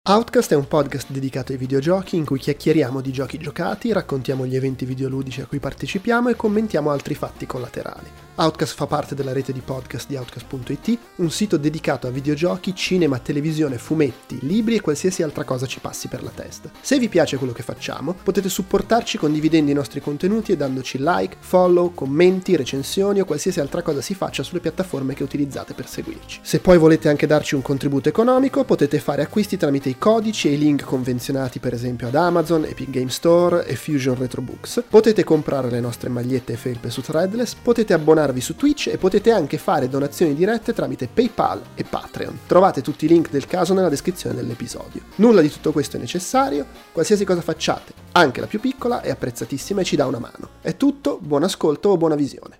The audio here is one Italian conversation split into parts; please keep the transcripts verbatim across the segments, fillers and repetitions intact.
Outcast è un podcast dedicato ai videogiochi in cui chiacchieriamo di giochi giocati, raccontiamo gli eventi videoludici a cui partecipiamo e commentiamo altri fatti collaterali. Outcast fa parte della rete di podcast di Outcast punto it, un sito dedicato a videogiochi, cinema, televisione, fumetti, libri e qualsiasi altra cosa ci passi per la testa. Se vi piace quello che facciamo, potete supportarci condividendo i nostri contenuti e dandoci like, follow, commenti, recensioni o qualsiasi altra cosa si faccia sulle piattaforme che utilizzate per seguirci. Se poi volete anche darci un contributo economico, potete fare acquisti tramite i codici e i link convenzionati per esempio ad Amazon, Epic Game Store e Fusion Retro Books. Potete comprare le nostre magliette e felpe su Threadless, potete abbonarvi su Twitch e potete anche fare donazioni dirette tramite PayPal e Patreon. Trovate tutti i link del caso nella descrizione dell'episodio. Nulla di tutto questo è necessario, qualsiasi cosa facciate, anche la più piccola, è apprezzatissima e ci dà una mano. È tutto, buon ascolto o buona visione.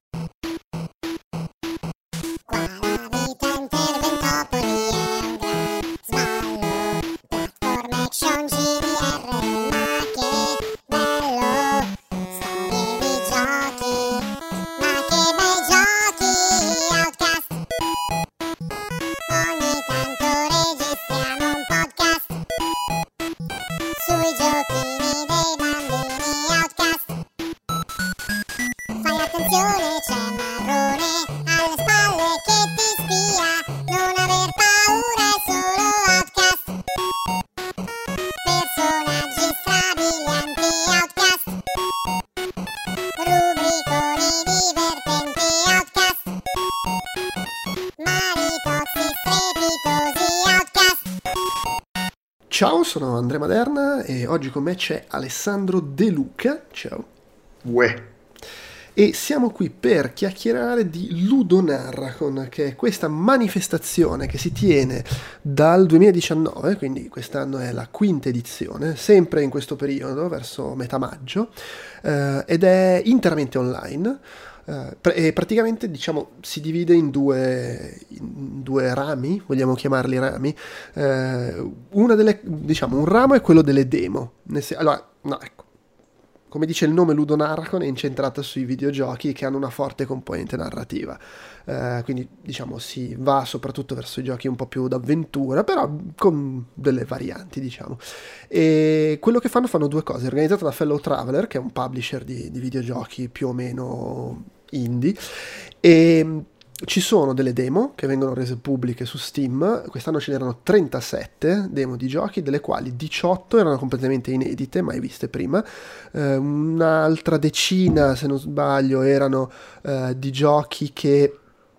Ciao, sono Andrea Maderna e oggi con me c'è Alessandro De Luca. Ciao. Uè. E siamo qui per chiacchierare di Ludonarracon, che è questa manifestazione che si tiene dal duemiladiciannove, quindi quest'anno è la quinta edizione, sempre in questo periodo, verso metà maggio, eh, ed è interamente online. Uh, e praticamente diciamo si divide in due, in due rami, vogliamo chiamarli rami. Uh, una delle, diciamo, un ramo è quello delle demo. Se- allora, no, ecco, come dice il nome, Ludonarracon è incentrata sui videogiochi che hanno una forte componente narrativa. Uh, quindi diciamo si va soprattutto verso i giochi un po' più d'avventura, però con delle varianti, diciamo. E quello che fanno fanno due cose: è organizzata da Fellow Traveler, che è un publisher di, di videogiochi più o meno indie, e ci sono delle demo che vengono rese pubbliche su Steam. Quest'anno ce n'erano trentasette demo di giochi, delle quali diciotto erano completamente inedite, mai viste prima. Eh, un'altra decina, se non sbaglio, erano eh, di giochi che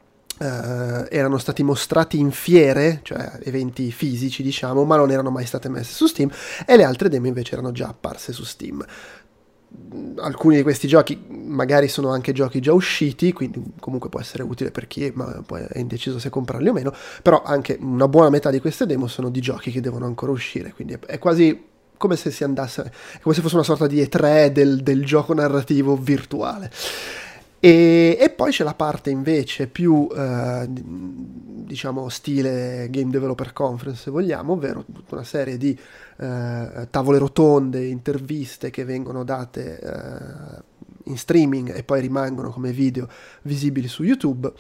Uh, erano stati mostrati in fiere, cioè eventi fisici diciamo, ma non erano mai state messe su Steam, e le altre demo invece erano già apparse su Steam. Alcuni di questi giochi magari sono anche giochi già usciti, quindi comunque può essere utile per chi ma poi è indeciso se comprarli o meno, però anche una buona metà di queste demo sono di giochi che devono ancora uscire, quindi è quasi come se si andasse, come se fosse una sorta di E tre del, del gioco narrativo virtuale. E, e poi c'è la parte invece più eh, diciamo stile Game Developer Conference, se vogliamo, ovvero tutta una serie di eh, tavole rotonde, interviste che vengono date eh, in streaming e poi rimangono come video visibili su YouTube,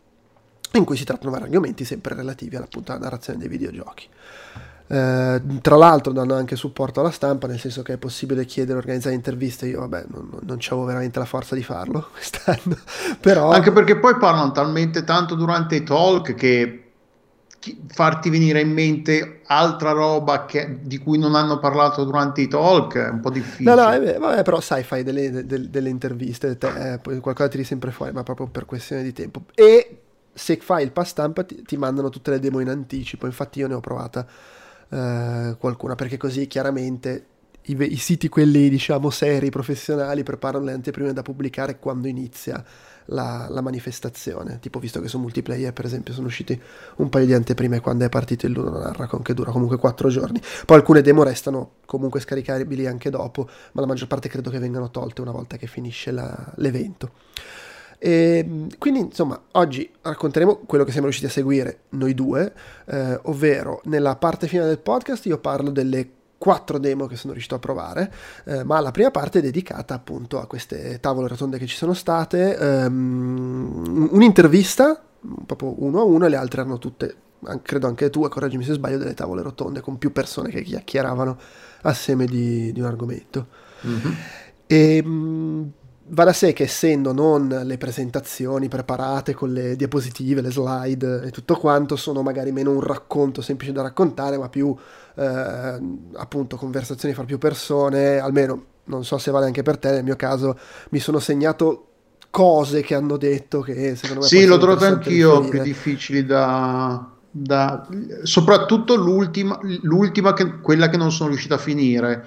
in cui si trattano vari argomenti sempre relativi alla, appunto, alla narrazione dei videogiochi. Uh, tra l'altro danno anche supporto alla stampa, nel senso che è possibile chiedere, organizzare interviste. Io vabbè non, non c'avevo veramente la forza di farlo quest'anno, però anche perché poi parlano talmente tanto durante i talk che farti venire in mente altra roba che, di cui non hanno parlato durante i talk è un po' difficile. No, no, vabbè, vabbè, però sai, fai delle, delle, delle interviste, te, eh, poi qualcosa tiri sempre fuori, ma proprio per questione di tempo. E se fai il pass stampa ti, ti mandano tutte le demo in anticipo. Infatti io ne ho provata Uh, qualcuna, perché così chiaramente i, i siti quelli diciamo seri, professionali, preparano le anteprime da pubblicare quando inizia la, la manifestazione. Tipo, visto che su Multiplayer per esempio sono usciti un paio di anteprime quando è partito il Ludonarracon, che dura comunque quattro giorni. Poi alcune demo restano comunque scaricabili anche dopo, ma la maggior parte credo che vengano tolte una volta che finisce la, l'evento. E quindi insomma oggi racconteremo quello che siamo riusciti a seguire noi due, eh, ovvero nella parte finale del podcast io parlo delle quattro demo che sono riuscito a provare, eh, ma la prima parte è dedicata appunto a queste tavole rotonde che ci sono state, um, un'intervista proprio uno a uno, e le altre erano tutte credo anche tu, e correggimi se sbaglio, delle tavole rotonde con più persone che chiacchieravano assieme di, di un argomento. Mm-hmm. E mh, va da sé che, essendo non le presentazioni preparate con le diapositive, le slide e tutto quanto, sono magari meno un racconto semplice da raccontare, ma più eh, appunto conversazioni fra più persone. Almeno, non so se vale anche per te, nel mio caso mi sono segnato cose che hanno detto che secondo me sì, l'ho trovato anch'io più difficili da, da soprattutto l'ultima, l'ultima che, quella che non sono riuscito a finire,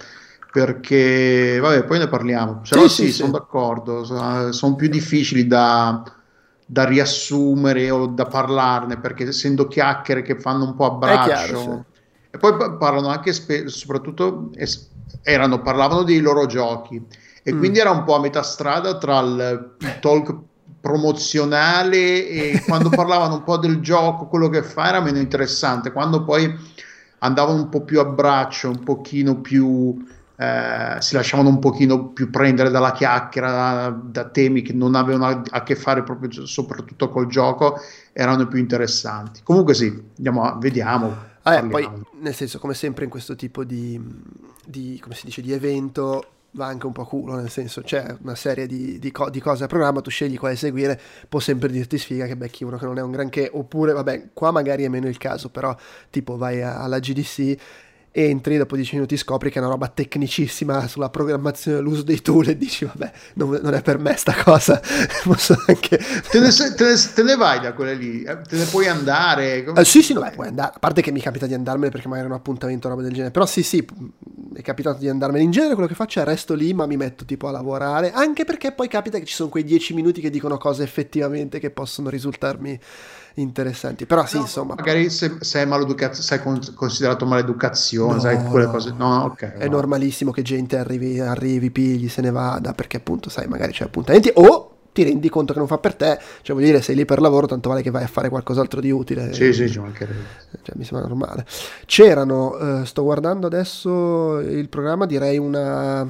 perché vabbè, poi ne parliamo. Però sì, sì, sì, sono sì. d'accordo, sono più difficili da, da riassumere o da parlarne, perché essendo chiacchiere che fanno un po' a braccio, chiaro, sì. E poi parlano anche spe- soprattutto es- erano, parlavano dei loro giochi, e mm. quindi era un po' a metà strada tra il, il talk promozionale e quando parlavano un po' del gioco, quello che fa era meno interessante. Quando poi andavano un po' più a braccio, un pochino più eh, si lasciavano un pochino più prendere dalla chiacchiera, da, da temi che non avevano a, a che fare proprio soprattutto col gioco, erano più interessanti. Comunque sì, andiamo a, vediamo. Ah, eh, poi, nel senso, come sempre in questo tipo di, di, come si dice, di evento, va anche un po' a culo, nel senso, c'è una serie di, di, co- di cose a programma, tu scegli quale seguire, può sempre dirti sfiga che becchi uno che non è un granché, oppure, vabbè, qua magari è meno il caso, però tipo vai a, alla G D C, entri, dopo dieci minuti scopri che è una roba tecnicissima sulla programmazione, l'uso dei tool, e dici vabbè, non, non è per me sta cosa. Posso anche te, ne, te, ne, te ne vai da quelle lì, te ne puoi andare. Uh, sì sì, no, beh, puoi andare, a parte che mi capita di andarmene perché magari è un appuntamento o roba del genere, però sì sì, è capitato di andarmene. In genere quello che faccio è resto lì, ma mi metto tipo a lavorare, anche perché poi capita che ci sono quei dieci minuti che dicono cose effettivamente che possono risultarmi interessanti, però sì, no, insomma, magari se, se è maleducazione, se è considerato maleducazione, no, sai, quelle no, cose, no, ok, è va. Normalissimo che gente arrivi, arrivi, pigli, se ne vada, perché appunto, sai, magari c'è appuntamenti o ti rendi conto che non fa per te, cioè voglio dire, sei lì per lavoro, tanto vale che vai a fare qualcos'altro di utile. Sì, sì, ci mancherebbe. Cioè, mi sembra normale. C'erano, eh, sto guardando adesso il programma, direi una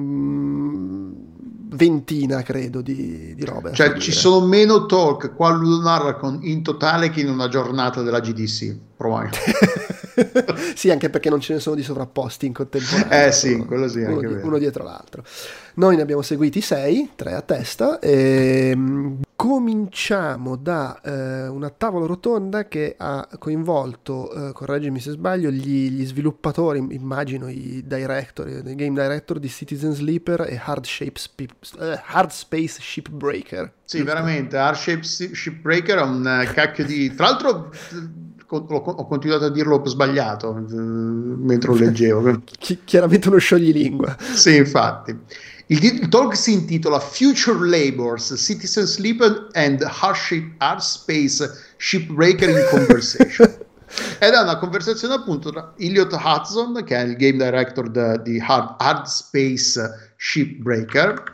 mh, ventina, credo, di, di robe. Cioè, ci sono meno talk qua a Ludonarracon in totale che in una giornata della G D C, probabilmente. Sì, anche perché non ce ne sono di sovrapposti in contemporanea. Eh sì, quello sì, uno, anche di, vero. uno dietro l'altro. Noi ne abbiamo seguiti sei, tre a testa, e cominciamo da eh, una tavola rotonda che ha coinvolto, eh, correggimi se sbaglio, gli, gli sviluppatori, immagino i director, i game director di Citizen Sleeper e Hard, Shape Sp- uh, Hard Space Shipbreaker. Sì, giusto? Veramente, Hard Shape Shipbreaker è un uh, cacchio di... Tra l'altro... ho continuato a dirlo sbagliato uh, mentre lo leggevo. Ch- chiaramente uno scioglilingua. Sì, infatti. Il, il talk si intitola Future Labors, Citizen Sleeper and Hard, Hard Space Shipbreaker in Conversation. Ed è una conversazione appunto tra Elliot Hudson, che è il game director de, di Hard, Hard Space Shipbreaker.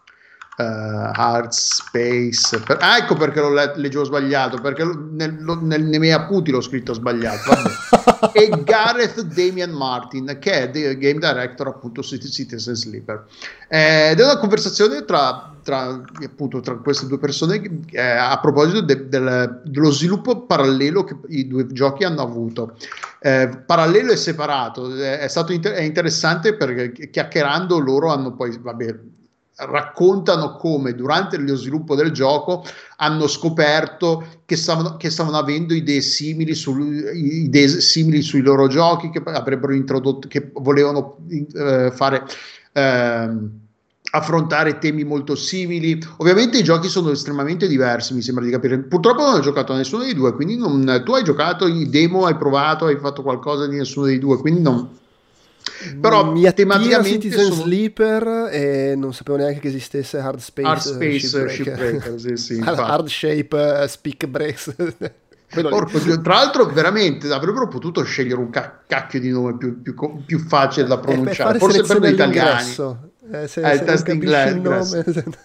Uh, Hard Space per... ah, ecco perché lo le- leggevo sbagliato, perché nel, lo, nel, nei miei appunti l'ho scritto sbagliato. E Gareth Damian Martin, che è il game director appunto su Citizen Sleeper, eh, ed è una conversazione tra, tra appunto tra queste due persone eh, a proposito de, de, dello sviluppo parallelo che i due giochi hanno avuto. Eh, parallelo e separato, è, è stato inter- è interessante perché chiacchierando loro hanno poi vabbè raccontano come durante lo sviluppo del gioco hanno scoperto che stavano, che stavano avendo idee simili, su, idee simili sui loro giochi, che avrebbero introdotto, che volevano eh, fare eh, affrontare temi molto simili. Ovviamente i giochi sono estremamente diversi, mi sembra di capire. Purtroppo non ho giocato a nessuno dei due, quindi non, tu hai giocato i demo, hai provato, hai fatto qualcosa di nessuno dei due, quindi non. Però mi tematicamente Citizen sono... Sleeper e non sapevo neanche che esistesse Hard Space, Hard Space Shipbreaker. Shipbreaker, sì, sì, Hard Shape uh, Speak Breaks. Porco, tra l'altro veramente avrebbero potuto scegliere un cacchio di nome più, più, più facile da pronunciare, forse per gli italiani. Eh, se, eh, se non capisci il nome.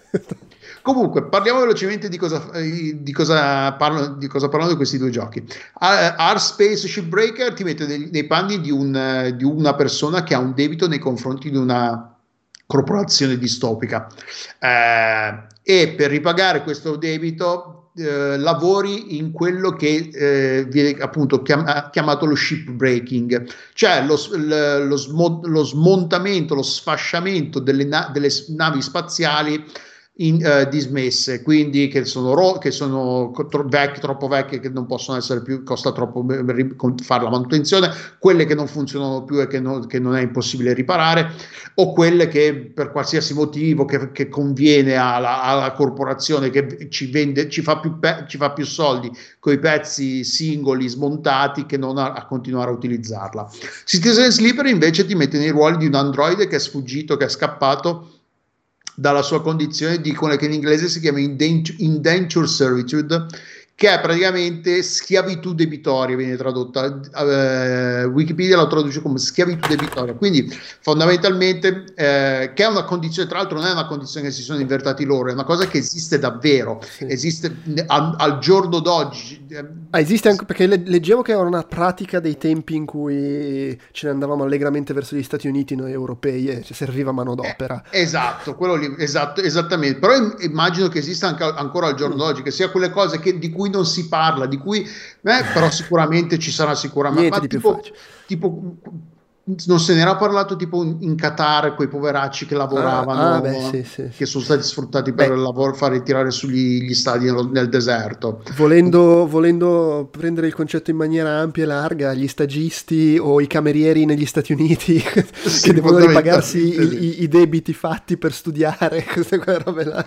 Comunque parliamo velocemente di cosa, di cosa parlano di cosa parlano di questi due giochi. Hard Space Shipbreaker ti mette nei, nei panni di, un, di una persona che ha un debito nei confronti di una corporazione distopica, eh, e per ripagare questo debito eh, lavori in quello che eh, viene appunto chiam- chiamato lo shipbreaking, cioè lo, lo, lo, smo- lo smontamento, lo sfasciamento delle, na- delle navi spaziali in, uh, dismesse, quindi che sono, ro- che sono tro- vecchie, troppo vecchie, che non possono essere più, costa troppo fare la manutenzione, quelle che non funzionano più e che, no- che non è impossibile riparare, o quelle che per qualsiasi motivo che, che conviene alla, alla corporazione che ci vende, ci fa più, pe- ci fa più soldi con i pezzi singoli smontati che non a, a continuare a utilizzarla. Citizen Sleeper invece ti mette nei ruoli di un androide che è sfuggito, che è scappato dalla sua condizione di quella che in inglese si chiama indenture servitude, che è praticamente schiavitù debitoria, viene tradotta, eh, Wikipedia la traduce come schiavitù debitoria, quindi fondamentalmente eh, che è una condizione, tra l'altro non è una condizione che si sono inventati loro, è una cosa che esiste davvero, sì. esiste al, al giorno d'oggi. Ah, esiste anche perché le, leggevo che era una pratica dei tempi in cui ce ne andavamo allegramente verso gli Stati Uniti noi europei e ci serviva manodopera. Eh, esatto, quello lì, esatto, esattamente. Però immagino che esista anche ancora al giorno mm. d'oggi, che sia quelle cose che, di cui non si parla, di cui eh, però sicuramente ci sarà sicuramente. Niente Ma di tipo, più facile. Tipo, non se n'era parlato tipo in Qatar, quei poveracci che lavoravano, ah, ah, beh, sì, sì, che sì. sono stati sfruttati per beh. lavoro, fare tirare sugli gli stadi nel, nel deserto. Volendo, volendo prendere il concetto in maniera ampia e larga, gli stagisti o i camerieri negli Stati Uniti sì, che devono ripagarsi i, i, i debiti fatti per studiare, queste robe là.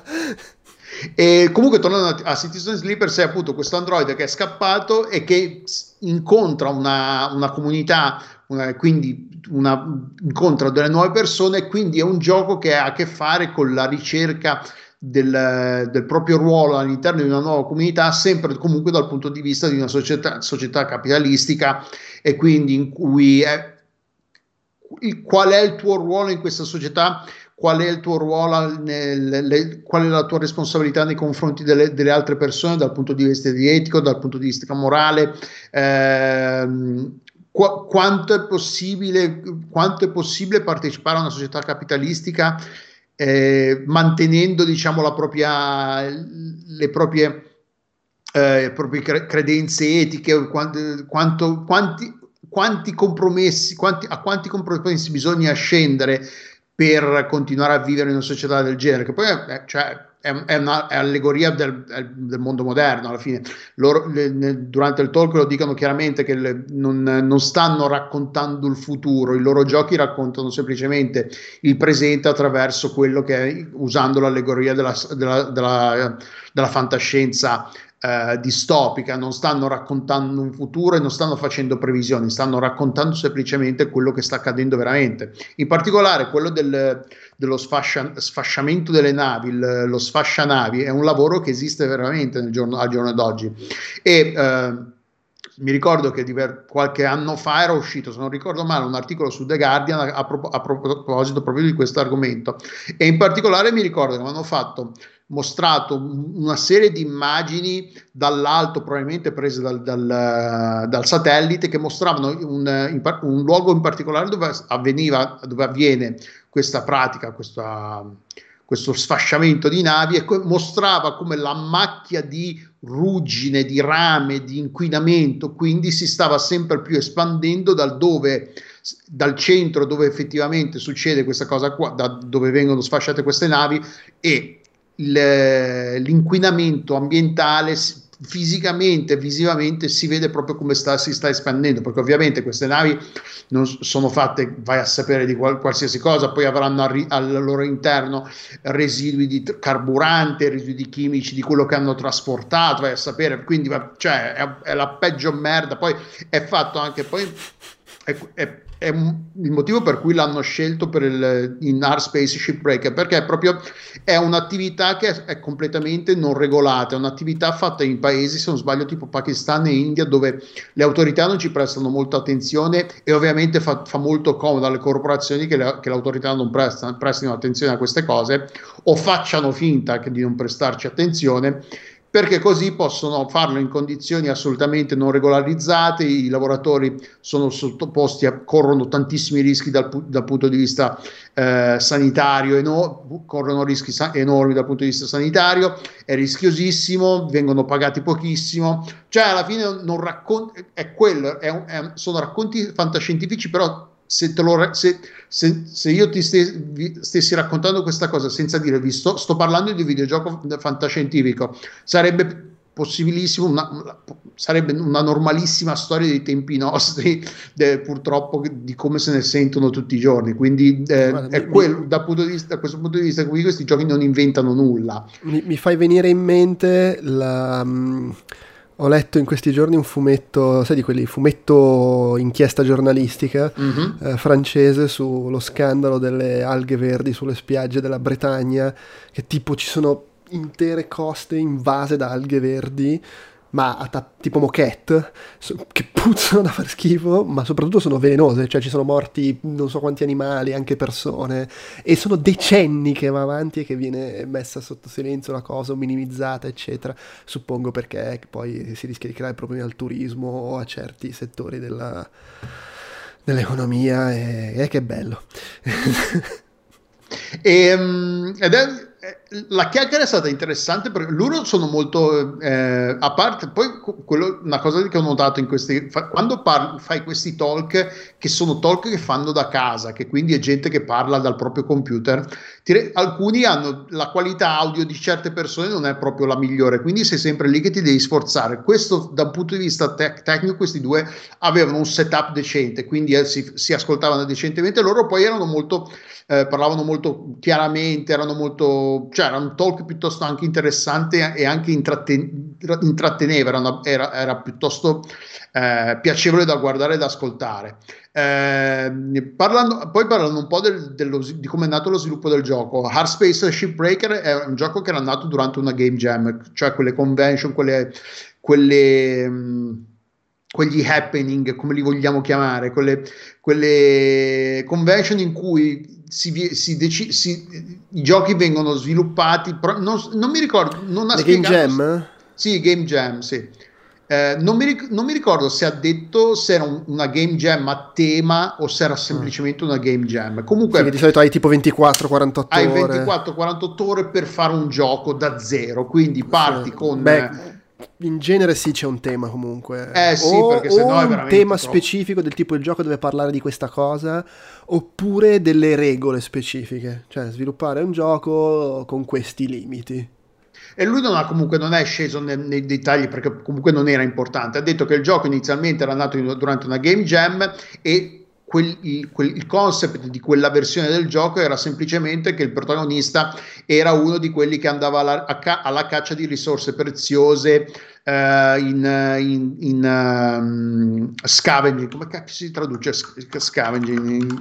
E comunque tornando a Citizen Sleeper, c'è appunto questo androide che è scappato e che incontra una, una comunità, una, quindi una, incontra delle nuove persone, quindi è un gioco che ha a che fare con la ricerca del, del proprio ruolo all'interno di una nuova comunità, sempre comunque dal punto di vista di una società, società capitalistica, e quindi in cui è, qual è il tuo ruolo in questa società, qual è il tuo ruolo, nel, le, qual è la tua responsabilità nei confronti delle, delle altre persone dal punto di vista di etico, dal punto di vista morale, ehm, qu- quanto è possibile, quanto è possibile partecipare a una società capitalistica eh, mantenendo, diciamo, la propria, le proprie, eh, proprie credenze etiche, quanto, quanto, quanti, quanti compromessi, quanti, a quanti compromessi bisogna scendere per continuare a vivere in una società del genere, che poi è, cioè, è, è una è allegoria del, del mondo moderno alla fine. Loro, le, durante il talk lo dicono chiaramente che le, non, non stanno raccontando il futuro, i loro giochi raccontano semplicemente il presente attraverso quello che è, usando l'allegoria della, della, della, della fantascienza Uh, distopica, non stanno raccontando un futuro e non stanno facendo previsioni, stanno raccontando semplicemente quello che sta accadendo veramente. In particolare quello del, dello sfascia, sfasciamento delle navi, il, lo sfascianavi, è un lavoro che esiste veramente nel giorno, al giorno d'oggi. E uh, mi ricordo che diver- qualche anno fa era uscito, se non ricordo male, un articolo su The Guardian a, a, pro- a proposito proprio di questo argomento, e in particolare mi ricordo che mi hanno fatto mostrato una serie di immagini dall'alto, probabilmente prese dal, dal, dal satellite, che mostravano un, un luogo in particolare dove avveniva, dove avviene questa pratica, questa, questo sfasciamento di navi, e mostrava come la macchia di ruggine, di rame, di inquinamento, quindi si stava sempre più espandendo dal dove dal centro dove effettivamente succede questa cosa qua, da dove vengono sfasciate queste navi, e l'inquinamento ambientale fisicamente, visivamente si vede proprio come sta, si sta espandendo, perché ovviamente queste navi non sono fatte, vai a sapere, di qual, qualsiasi cosa, poi avranno al, al loro interno residui di carburante, residui chimici di quello che hanno trasportato, vai a sapere, quindi cioè, è, è la peggio merda. Poi è fatto anche poi è, è, è il motivo per cui l'hanno scelto per il in Hard Space Shipbreaker, perché è proprio è un'attività che è, è completamente non regolata, è un'attività fatta in paesi, se non sbaglio, tipo Pakistan e India, dove le autorità non ci prestano molta attenzione, e ovviamente fa, fa molto comodo alle corporazioni che le, che le autorità non prestano, prestino attenzione a queste cose, o facciano finta che di non prestarci attenzione, perché così possono farlo in condizioni assolutamente non regolarizzate, i lavoratori sono sottoposti a, corrono tantissimi rischi dal, dal punto di vista eh, sanitario, eno, corrono rischi sa- enormi dal punto di vista sanitario, è rischiosissimo, vengono pagati pochissimo, cioè alla fine non racconta, è quello, è un, è, sono racconti fantascientifici, però se, te lo, se, se, se io ti stessi, stessi raccontando questa cosa senza dire vi sto, sto parlando di un videogioco fantascientifico, sarebbe possibilissimo una, una, sarebbe una normalissima storia dei tempi nostri, de, purtroppo, di come se ne sentono tutti i giorni, quindi eh, Guarda, è mi, quello, mi, da, punto di vista, da questo punto di vista qui questi giochi non inventano nulla. mi, mi fai venire in mente la... Um, ho letto in questi giorni un fumetto, sai di quelli, fumetto inchiesta giornalistica Mm-hmm. eh, francese sullo scandalo delle alghe verdi sulle spiagge della Bretagna, che tipo ci sono intere coste invase da alghe verdi, ma a ta- tipo moquette, so- che puzzano da far schifo, ma soprattutto sono velenose, cioè ci sono morti non so quanti animali, anche persone, e sono decenni che va avanti e che viene messa sotto silenzio la cosa, o minimizzata, eccetera. Suppongo perché poi si rischia di creare problemi al turismo o a certi settori della, dell'economia, e, e che bello. E, um, ed è, la chiacchiera è stata interessante perché loro sono molto eh, a parte, poi quello, una cosa che ho notato in questi fa, quando parli, fai questi talk, che sono talk che fanno da casa, che quindi è gente che parla dal proprio computer, ti, alcuni hanno la qualità audio di certe persone non è proprio la migliore, quindi sei sempre lì che ti devi sforzare. Questo da un punto di vista tec- tecnico, questi due avevano un setup decente, quindi eh, si, si ascoltavano decentemente. Loro poi erano molto eh, parlavano molto chiaramente, erano molto, cioè era un talk piuttosto anche interessante e anche intratten- intratteneva, era, una, era, era piuttosto eh, piacevole da guardare e da ascoltare. Eh, parlando, poi parlando un po' del, dello, di come è nato lo sviluppo del gioco. Hardspace Shipbreaker è un gioco che era nato durante una game jam, cioè quelle convention, quelle, quelle mh, quegli happening, come li vogliamo chiamare, quelle, quelle convention in cui si, si dec- si, i giochi vengono sviluppati, però non, non mi ricordo, non ha Le Game spiegato. Jam? Sì, Game Jam, sì. Eh, non, mi ric- non mi ricordo se ha detto se era un- una game jam a tema o se era Ah. semplicemente una game jam. Sì, che di Comunque solito hai tipo ventiquattro quarantotto hai ore. ventiquattro quarantotto ore per fare un gioco da zero, quindi Sì. parti con... Beh, eh, in genere sì, c'è un tema comunque. eh sì, O, perché sennò o è un tema veramente troppo. specifico del tipo il gioco deve parlare di questa cosa, oppure delle regole specifiche. Cioè, sviluppare un gioco con questi limiti. E lui non ha comunque non è sceso nei, nei dettagli perché comunque non era importante. Ha detto che il gioco inizialmente era nato in, durante una game jam e quel, il, quel, il concept di quella versione del gioco era semplicemente che il protagonista era uno di quelli che andava alla, a, alla caccia di risorse preziose uh, in, in, in um, scavenging. Come cacchio si traduce scavenging? In,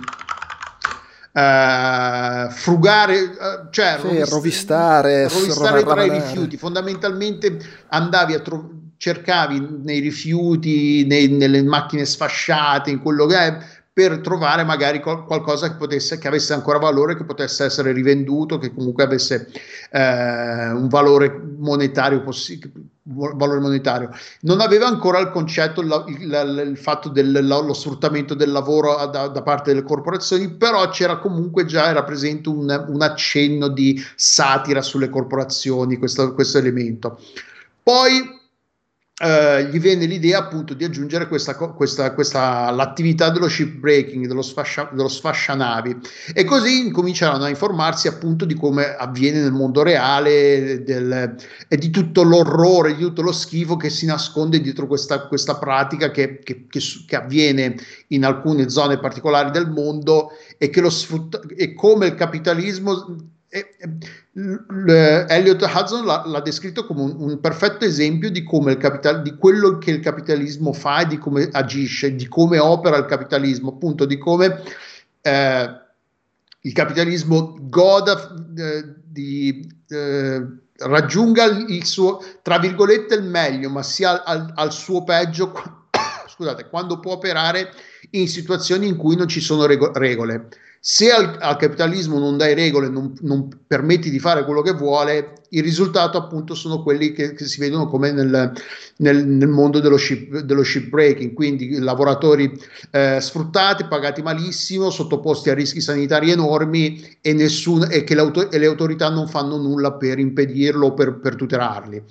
Uh, frugare, uh, cioè Sì, rovist- rovistare, rovistare tra i ravanare. rifiuti. Fondamentalmente andavi a tro- cercavi nei rifiuti, nei, nelle macchine sfasciate, in quello che è, per trovare magari qual- qualcosa che potesse, che avesse ancora valore, che potesse essere rivenduto, che comunque avesse eh, un valore monetario possibile. Valore monetario non aveva ancora il concetto il, il, il fatto dello sfruttamento del lavoro da, da parte delle corporazioni, però c'era comunque già era presente un, un accenno di satira sulle corporazioni, questo, questo elemento. Poi Uh, gli venne l'idea appunto di aggiungere questa, questa, questa l'attività dello shipbreaking, dello, sfascia, dello sfascianavi, e così incominciarono a informarsi appunto di come avviene nel mondo reale del, e di tutto l'orrore, di tutto lo schifo che si nasconde dietro questa, questa pratica che, che, che, che avviene in alcune zone particolari del mondo e, che lo sfrutta, e come il capitalismo... E, Elliot Hudson l'ha, l'ha descritto come un, un perfetto esempio di come il capital, di quello che il capitalismo fa e di come agisce, di come opera il capitalismo, appunto di come eh, il capitalismo goda eh, di eh, raggiunga il suo, tra virgolette, il meglio, ma sia al, al suo peggio scusate, quando può operare in situazioni in cui non ci sono rego- regole. Se al, al capitalismo non dai regole, non, non permetti di fare quello che vuole, il risultato appunto sono quelli che, che si vedono come nel, nel, nel mondo dello, ship, dello shipbreaking, quindi lavoratori eh, sfruttati, pagati malissimo, sottoposti a rischi sanitari enormi e, nessun, e che le, e le autorità non fanno nulla per impedirlo o per, per tutelarli.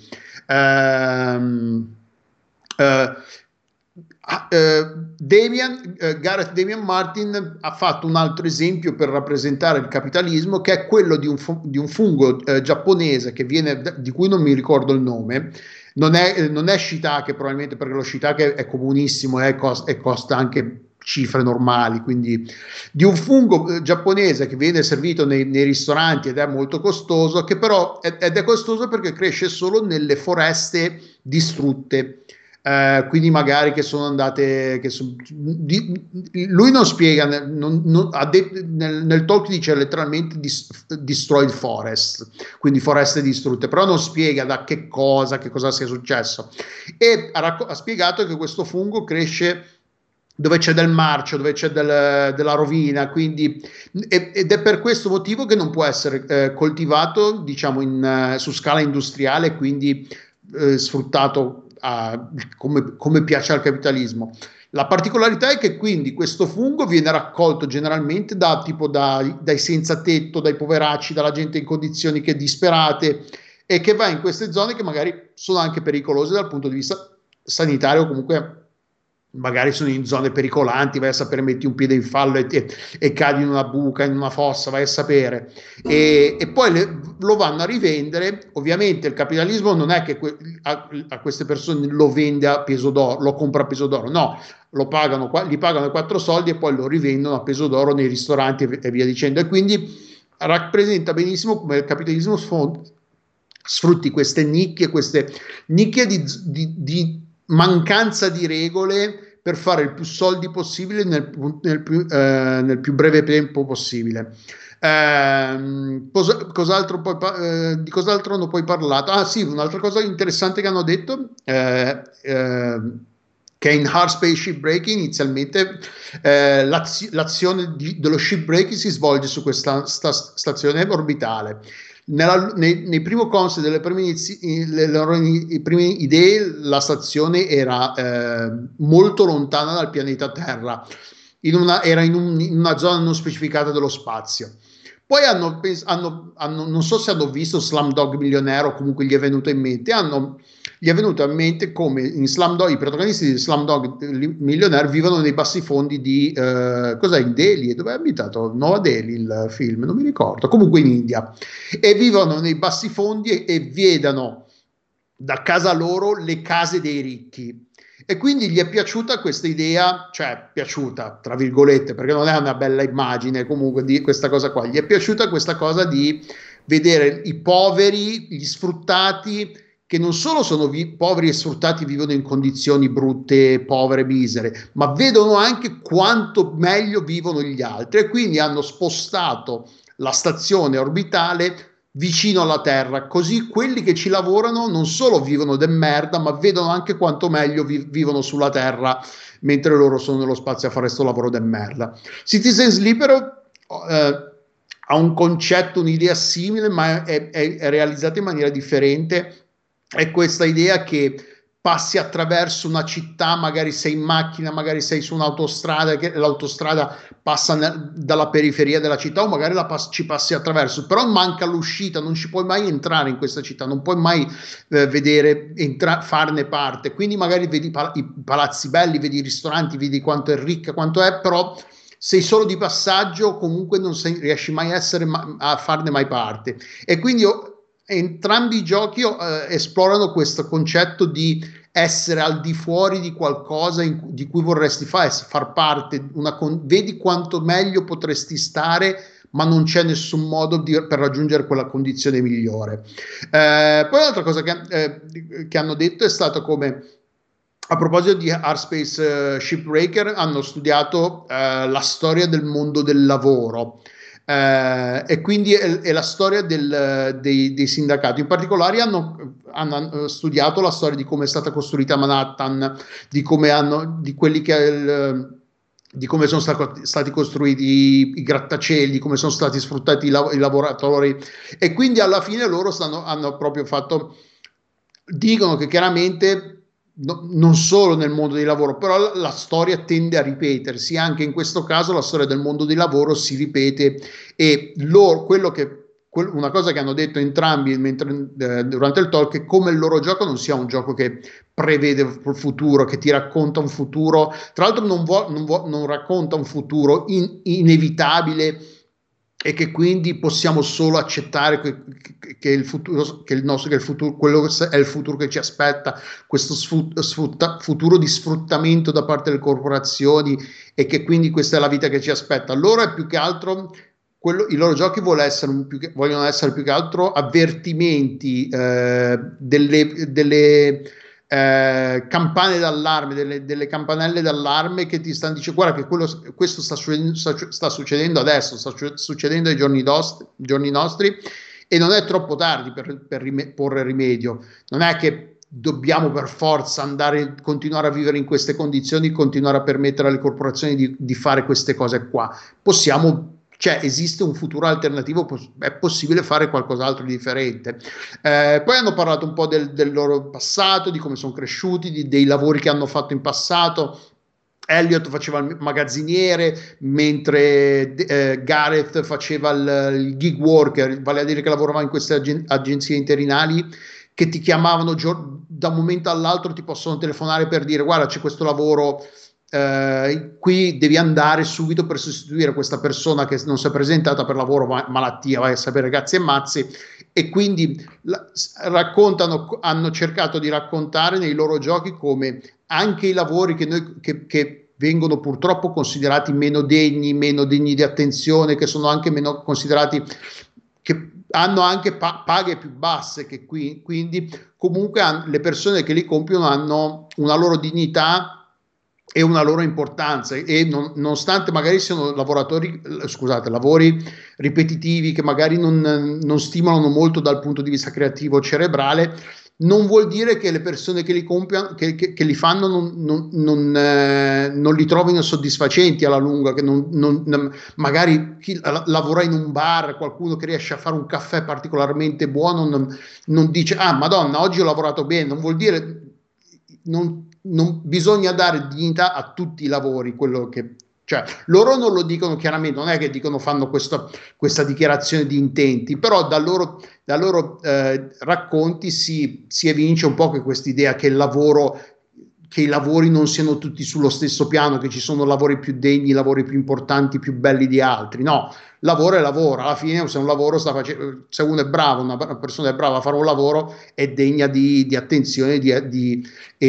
Ehm, eh, Uh, Damian, uh, Gareth Damian Martin ha fatto un altro esempio per rappresentare il capitalismo, che è quello di un, fu- di un fungo uh, giapponese che viene, di cui non mi ricordo il nome. Non è, non è shiitake, probabilmente, perché lo shiitake è comunissimo e, cost- e costa anche cifre normali, quindi di un fungo uh, giapponese che viene servito nei, nei ristoranti ed è molto costoso, che però è, ed è costoso perché cresce solo nelle foreste distrutte. Uh, quindi magari che sono andate che so, di, lui non spiega non, non, de, nel, nel talk dice letteralmente dis, destroyed forest, quindi foreste distrutte, però non spiega da che cosa che cosa sia successo, e ha, ha spiegato che questo fungo cresce dove c'è del marcio, dove c'è del, della rovina, quindi ed è per questo motivo che non può essere eh, coltivato, diciamo, in, uh, su scala industriale, quindi eh, sfruttato a, come, come piace al capitalismo. La particolarità è che quindi questo fungo viene raccolto generalmente da, tipo da, dai senza tetto, dai poveracci, dalla gente in condizioni che disperate, e che va in queste zone che magari sono anche pericolose dal punto di vista sanitario, comunque magari sono in zone pericolanti, vai a sapere, metti un piede in fallo e, e, e cadi in una buca, in una fossa, vai a sapere, e, e poi le, lo vanno a rivendere. Ovviamente il capitalismo non è che que, a, a queste persone lo vende a peso d'oro, lo compra a peso d'oro, no, lo pagano, gli pagano quattro soldi e poi lo rivendono a peso d'oro nei ristoranti e, e via dicendo, e quindi rappresenta benissimo come il capitalismo sfrutti queste nicchie, queste nicchie di, di, di mancanza di regole per fare il più soldi possibile nel, nel, più, eh, nel più breve tempo possibile. Eh, cosa, cos'altro poi, eh, di cos'altro hanno poi parlato? Ah sì, un'altra cosa interessante che hanno detto, eh, eh, che in hard space shipbreaking inizialmente eh, l'azio, l'azione di, dello shipbreaking si svolge su questa sta, stazione orbitale. Nella, nei, nei primo concept delle prime, inizi, le, le, le prime idee, la stazione era eh, molto lontana dal pianeta Terra, in una, era in, un, in una zona non specificata dello spazio. Poi hanno, hanno, hanno, non so se hanno visto Slumdog Millionaire o comunque gli è venuto in mente, hanno, gli è venuto in mente come in Slumdog, i protagonisti di Slumdog Millionaire vivono nei bassi fondi di, eh, cos'è, in Delhi? Dove è abitato? Nuova Delhi il film, non mi ricordo, comunque in India, e vivono nei bassi fondi e, e vedono da casa loro le case dei ricchi. E quindi gli è piaciuta questa idea, cioè piaciuta tra virgolette, perché non è una bella immagine comunque di questa cosa qua, gli è piaciuta questa cosa di vedere i poveri, gli sfruttati, che non solo sono vi- poveri e sfruttati, vivono in condizioni brutte, povere, misere, ma vedono anche quanto meglio vivono gli altri, e quindi hanno spostato la stazione orbitale vicino alla Terra, così quelli che ci lavorano non solo vivono de merda, ma vedono anche quanto meglio vi- vivono sulla Terra, mentre loro sono nello spazio a fare questo lavoro de merda. Citizen Sleeper eh, ha un concetto, un'idea simile, ma è, è, è realizzata in maniera differente. È questa idea che passi attraverso una città, magari sei in macchina, magari sei su un'autostrada, che l'autostrada passa ne- dalla periferia della città, o magari la pass- ci passi attraverso, però manca l'uscita, non ci puoi mai entrare in questa città, non puoi mai eh, vedere, entra- farne parte, quindi magari vedi pal- i palazzi belli, vedi i ristoranti, vedi quanto è ricca, quanto è, però sei solo di passaggio, comunque non sei, riesci mai a, essere, ma- a farne mai parte. E quindi oh, entrambi i giochi eh, esplorano questo concetto di essere al di fuori di qualcosa in, di cui vorresti fare, far parte, una, vedi quanto meglio potresti stare, ma non c'è nessun modo di, per raggiungere quella condizione migliore. Eh, poi un'altra cosa che, eh, che hanno detto è stato come, a proposito di Hard Space uh, Shipbreaker, hanno studiato uh, la storia del mondo del lavoro. Uh, e quindi è, è la storia del, dei, dei sindacati. In particolare hanno, hanno studiato la storia di come è stata costruita Manhattan, di come hanno, di quelli che il, di come sono stati, stati costruiti i, i grattacieli, di come sono stati sfruttati i, lav- i lavoratori, e quindi alla fine loro stanno, hanno proprio fatto, dicono che chiaramente no, non solo nel mondo del lavoro, però la, la storia tende a ripetersi, anche in questo caso la storia del mondo del lavoro si ripete, e loro, quello che una cosa che hanno detto entrambi mentre, eh, durante il talk, è come il loro gioco non sia un gioco che prevede il futuro, che ti racconta un futuro, tra l'altro non, vuo, non, vuo, non racconta un futuro in, inevitabile, e che quindi possiamo solo accettare che, che, che il futuro, che il nostro, che il futuro, quello è il futuro che ci aspetta, questo sfrutta, sfrutta, futuro di sfruttamento da parte delle corporazioni, e che quindi questa è la vita che ci aspetta. Loro è più che altro quello, i loro giochi vuole essere un più che, vogliono essere più che altro avvertimenti, eh, delle, delle eh, campane d'allarme, delle, delle campanelle d'allarme che ti stanno dicendo: guarda che quello, questo sta succedendo, sta, sta succedendo adesso, sta succedendo ai giorni, dost, giorni nostri, e non è troppo tardi per, per rime, porre rimedio. Non è che dobbiamo per forza andare, continuare a vivere in queste condizioni, continuare a permettere alle corporazioni di, di fare queste cose qua. Possiamo, cioè esiste un futuro alternativo, è possibile fare qualcos'altro di differente. Eh, poi hanno parlato un po' del, del loro passato, di come sono cresciuti, di, dei lavori che hanno fatto in passato. Elliot faceva il magazziniere, mentre eh, Gareth faceva il, il gig worker, vale a dire che lavorava in queste agen- agenzie interinali che ti chiamavano da un momento all'altro, ti possono telefonare per dire: guarda, c'è questo lavoro, eh, qui devi andare subito per sostituire questa persona che non si è presentata per lavoro, ma malattia, vai a sapere cazzi e mazzi. E quindi la, raccontano, hanno cercato di raccontare nei loro giochi come anche i lavori che noi che, che vengono purtroppo considerati meno degni, meno degni di attenzione, che sono anche meno considerati, che hanno anche pa- paghe più basse, che qui, quindi comunque han, le persone che li compiono hanno una loro dignità e una loro importanza, e non, nonostante magari siano lavoratori, scusate, lavori ripetitivi che magari non, non stimolano molto dal punto di vista creativo cerebrale, non vuol dire che le persone che li compiono, che, che, che li fanno, non, non, non, eh, non li trovino soddisfacenti alla lunga, che non, non, magari chi lavora in un bar, qualcuno che riesce a fare un caffè particolarmente buono, non, non dice: ah, Madonna, oggi ho lavorato bene. Non vuol dire, non, non bisogna dare dignità a tutti i lavori, quello che, cioè, loro non lo dicono chiaramente, non è che dicono, fanno questo, questa dichiarazione di intenti, però da loro, da loro eh, racconti si, si evince un po' che questa idea che il lavoro, che i lavori non siano tutti sullo stesso piano, che ci sono lavori più degni, lavori più importanti, più belli di altri. No, lavoro è lavoro. Alla fine, se un lavoro sta facendo, se uno è bravo, una persona è brava a fare un lavoro, è degna di, di attenzione, di, di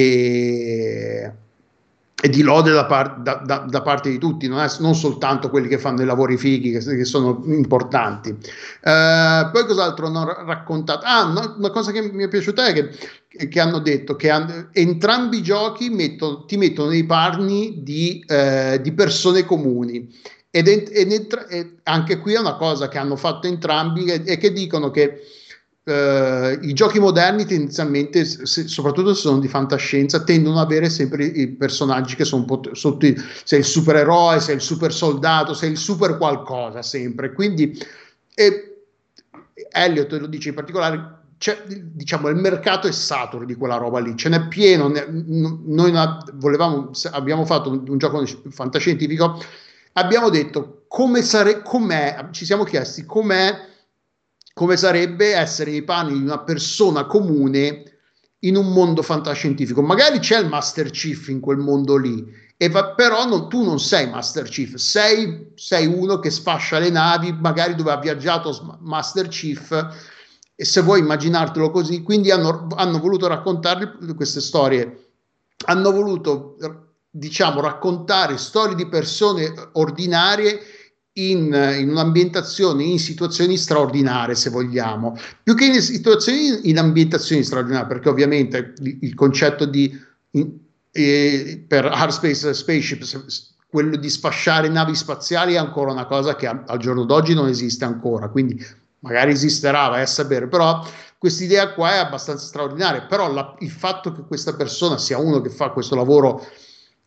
e, e di lode da, par, da, da, da parte di tutti, non, è, non soltanto quelli che fanno i lavori fighi, che, che sono importanti. Eh, poi cos'altro hanno raccontato? Ah, no, una cosa che mi è piaciuta è che, che hanno detto che han, entrambi i giochi mettono, ti mettono nei panni di, eh, di persone comuni. Ed, ed, ed, ed anche qui è una cosa che hanno fatto entrambi, e, e che dicono che Uh, i giochi moderni tendenzialmente, se, soprattutto se sono di fantascienza, tendono ad avere sempre i personaggi che sono pot- sotto il, sei il supereroe, sei il super soldato, sei il super qualcosa sempre. Quindi e, Elliot lo dice in particolare, c'è, diciamo, il mercato è saturo di quella roba lì, ce n'è pieno. Ne, noi volevamo, abbiamo fatto un, un gioco fantascientifico, abbiamo detto come sare, com'è, ci siamo chiesti com'è come sarebbe essere nei panni di una persona comune in un mondo fantascientifico. Magari c'è il Master Chief in quel mondo lì, e va, però non, tu non sei Master Chief, sei, sei uno che sfascia le navi, magari dove ha viaggiato Master Chief, e se vuoi immaginartelo così. Quindi hanno, hanno voluto raccontare queste storie, hanno voluto, diciamo, raccontare storie di persone ordinarie In, in un'ambientazione, in situazioni straordinarie, se vogliamo, più che in situazioni, in ambientazioni straordinarie, perché ovviamente il, il concetto di in, eh, per Hard Space Spaceship, quello di sfasciare navi spaziali, è ancora una cosa che a, al giorno d'oggi non esiste ancora, quindi magari esisterà, vai a sapere, però questa idea qua è abbastanza straordinaria. Però la, il fatto che questa persona sia uno che fa questo lavoro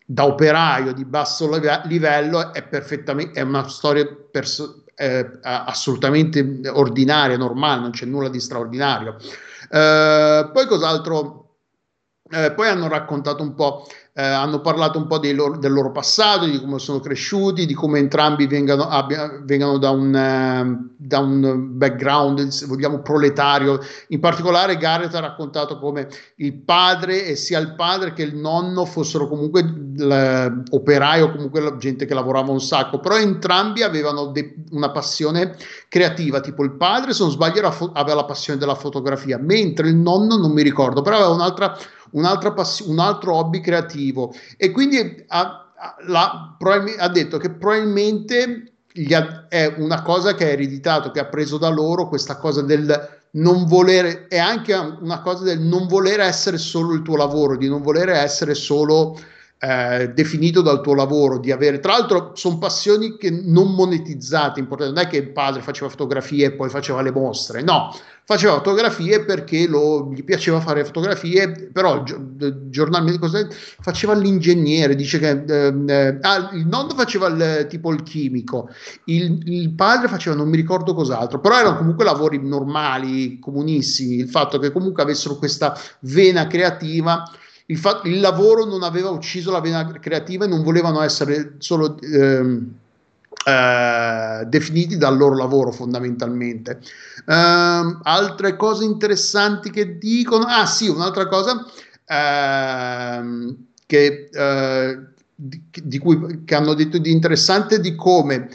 da operaio di basso livello è perfettamente, è una storia perso- eh, assolutamente ordinaria, normale, non c'è nulla di straordinario. Eh, poi cos'altro? Eh, poi hanno raccontato un po', eh, hanno parlato un po' dei loro, del loro passato, di come sono cresciuti, di come entrambi vengano, abbia, vengano da, un, eh, da un background, se vogliamo, proletario. In particolare Gareth ha raccontato come il padre, e sia il padre che il nonno, fossero comunque operaio, comunque la gente che lavorava un sacco, però entrambi avevano de- una passione creativa, tipo il padre, se non sbaglio, era fo- aveva la passione della fotografia, mentre il nonno non mi ricordo, però aveva un'altra un'altra pass- un altro hobby creativo, e quindi ha, ha, la, ha detto che probabilmente gli ha, è una cosa che ha ereditato, che ha preso da loro, questa cosa del non volere, è anche una cosa del non volere essere solo il tuo lavoro, di non volere essere solo eh, definito dal tuo lavoro, di avere, tra l'altro sono passioni che non monetizzate, importante. Non è che il padre faceva fotografie e poi faceva le mostre, no, faceva fotografie perché lo, gli piaceva fare fotografie, però gi- giornalmente cos'è? Faceva l'ingegnere, dice che eh, ah, il nonno faceva il, tipo il chimico, il, il padre faceva non mi ricordo cos'altro, però erano comunque lavori normali, comunissimi. Il fatto che comunque avessero questa vena creativa, il, fatto, il lavoro non aveva ucciso la vena creativa, e non volevano essere solo ehm, eh, definiti dal loro lavoro, fondamentalmente. Uh, altre cose interessanti che dicono, ah sì, un'altra cosa uh, che, uh, di, di cui che hanno detto di interessante, di come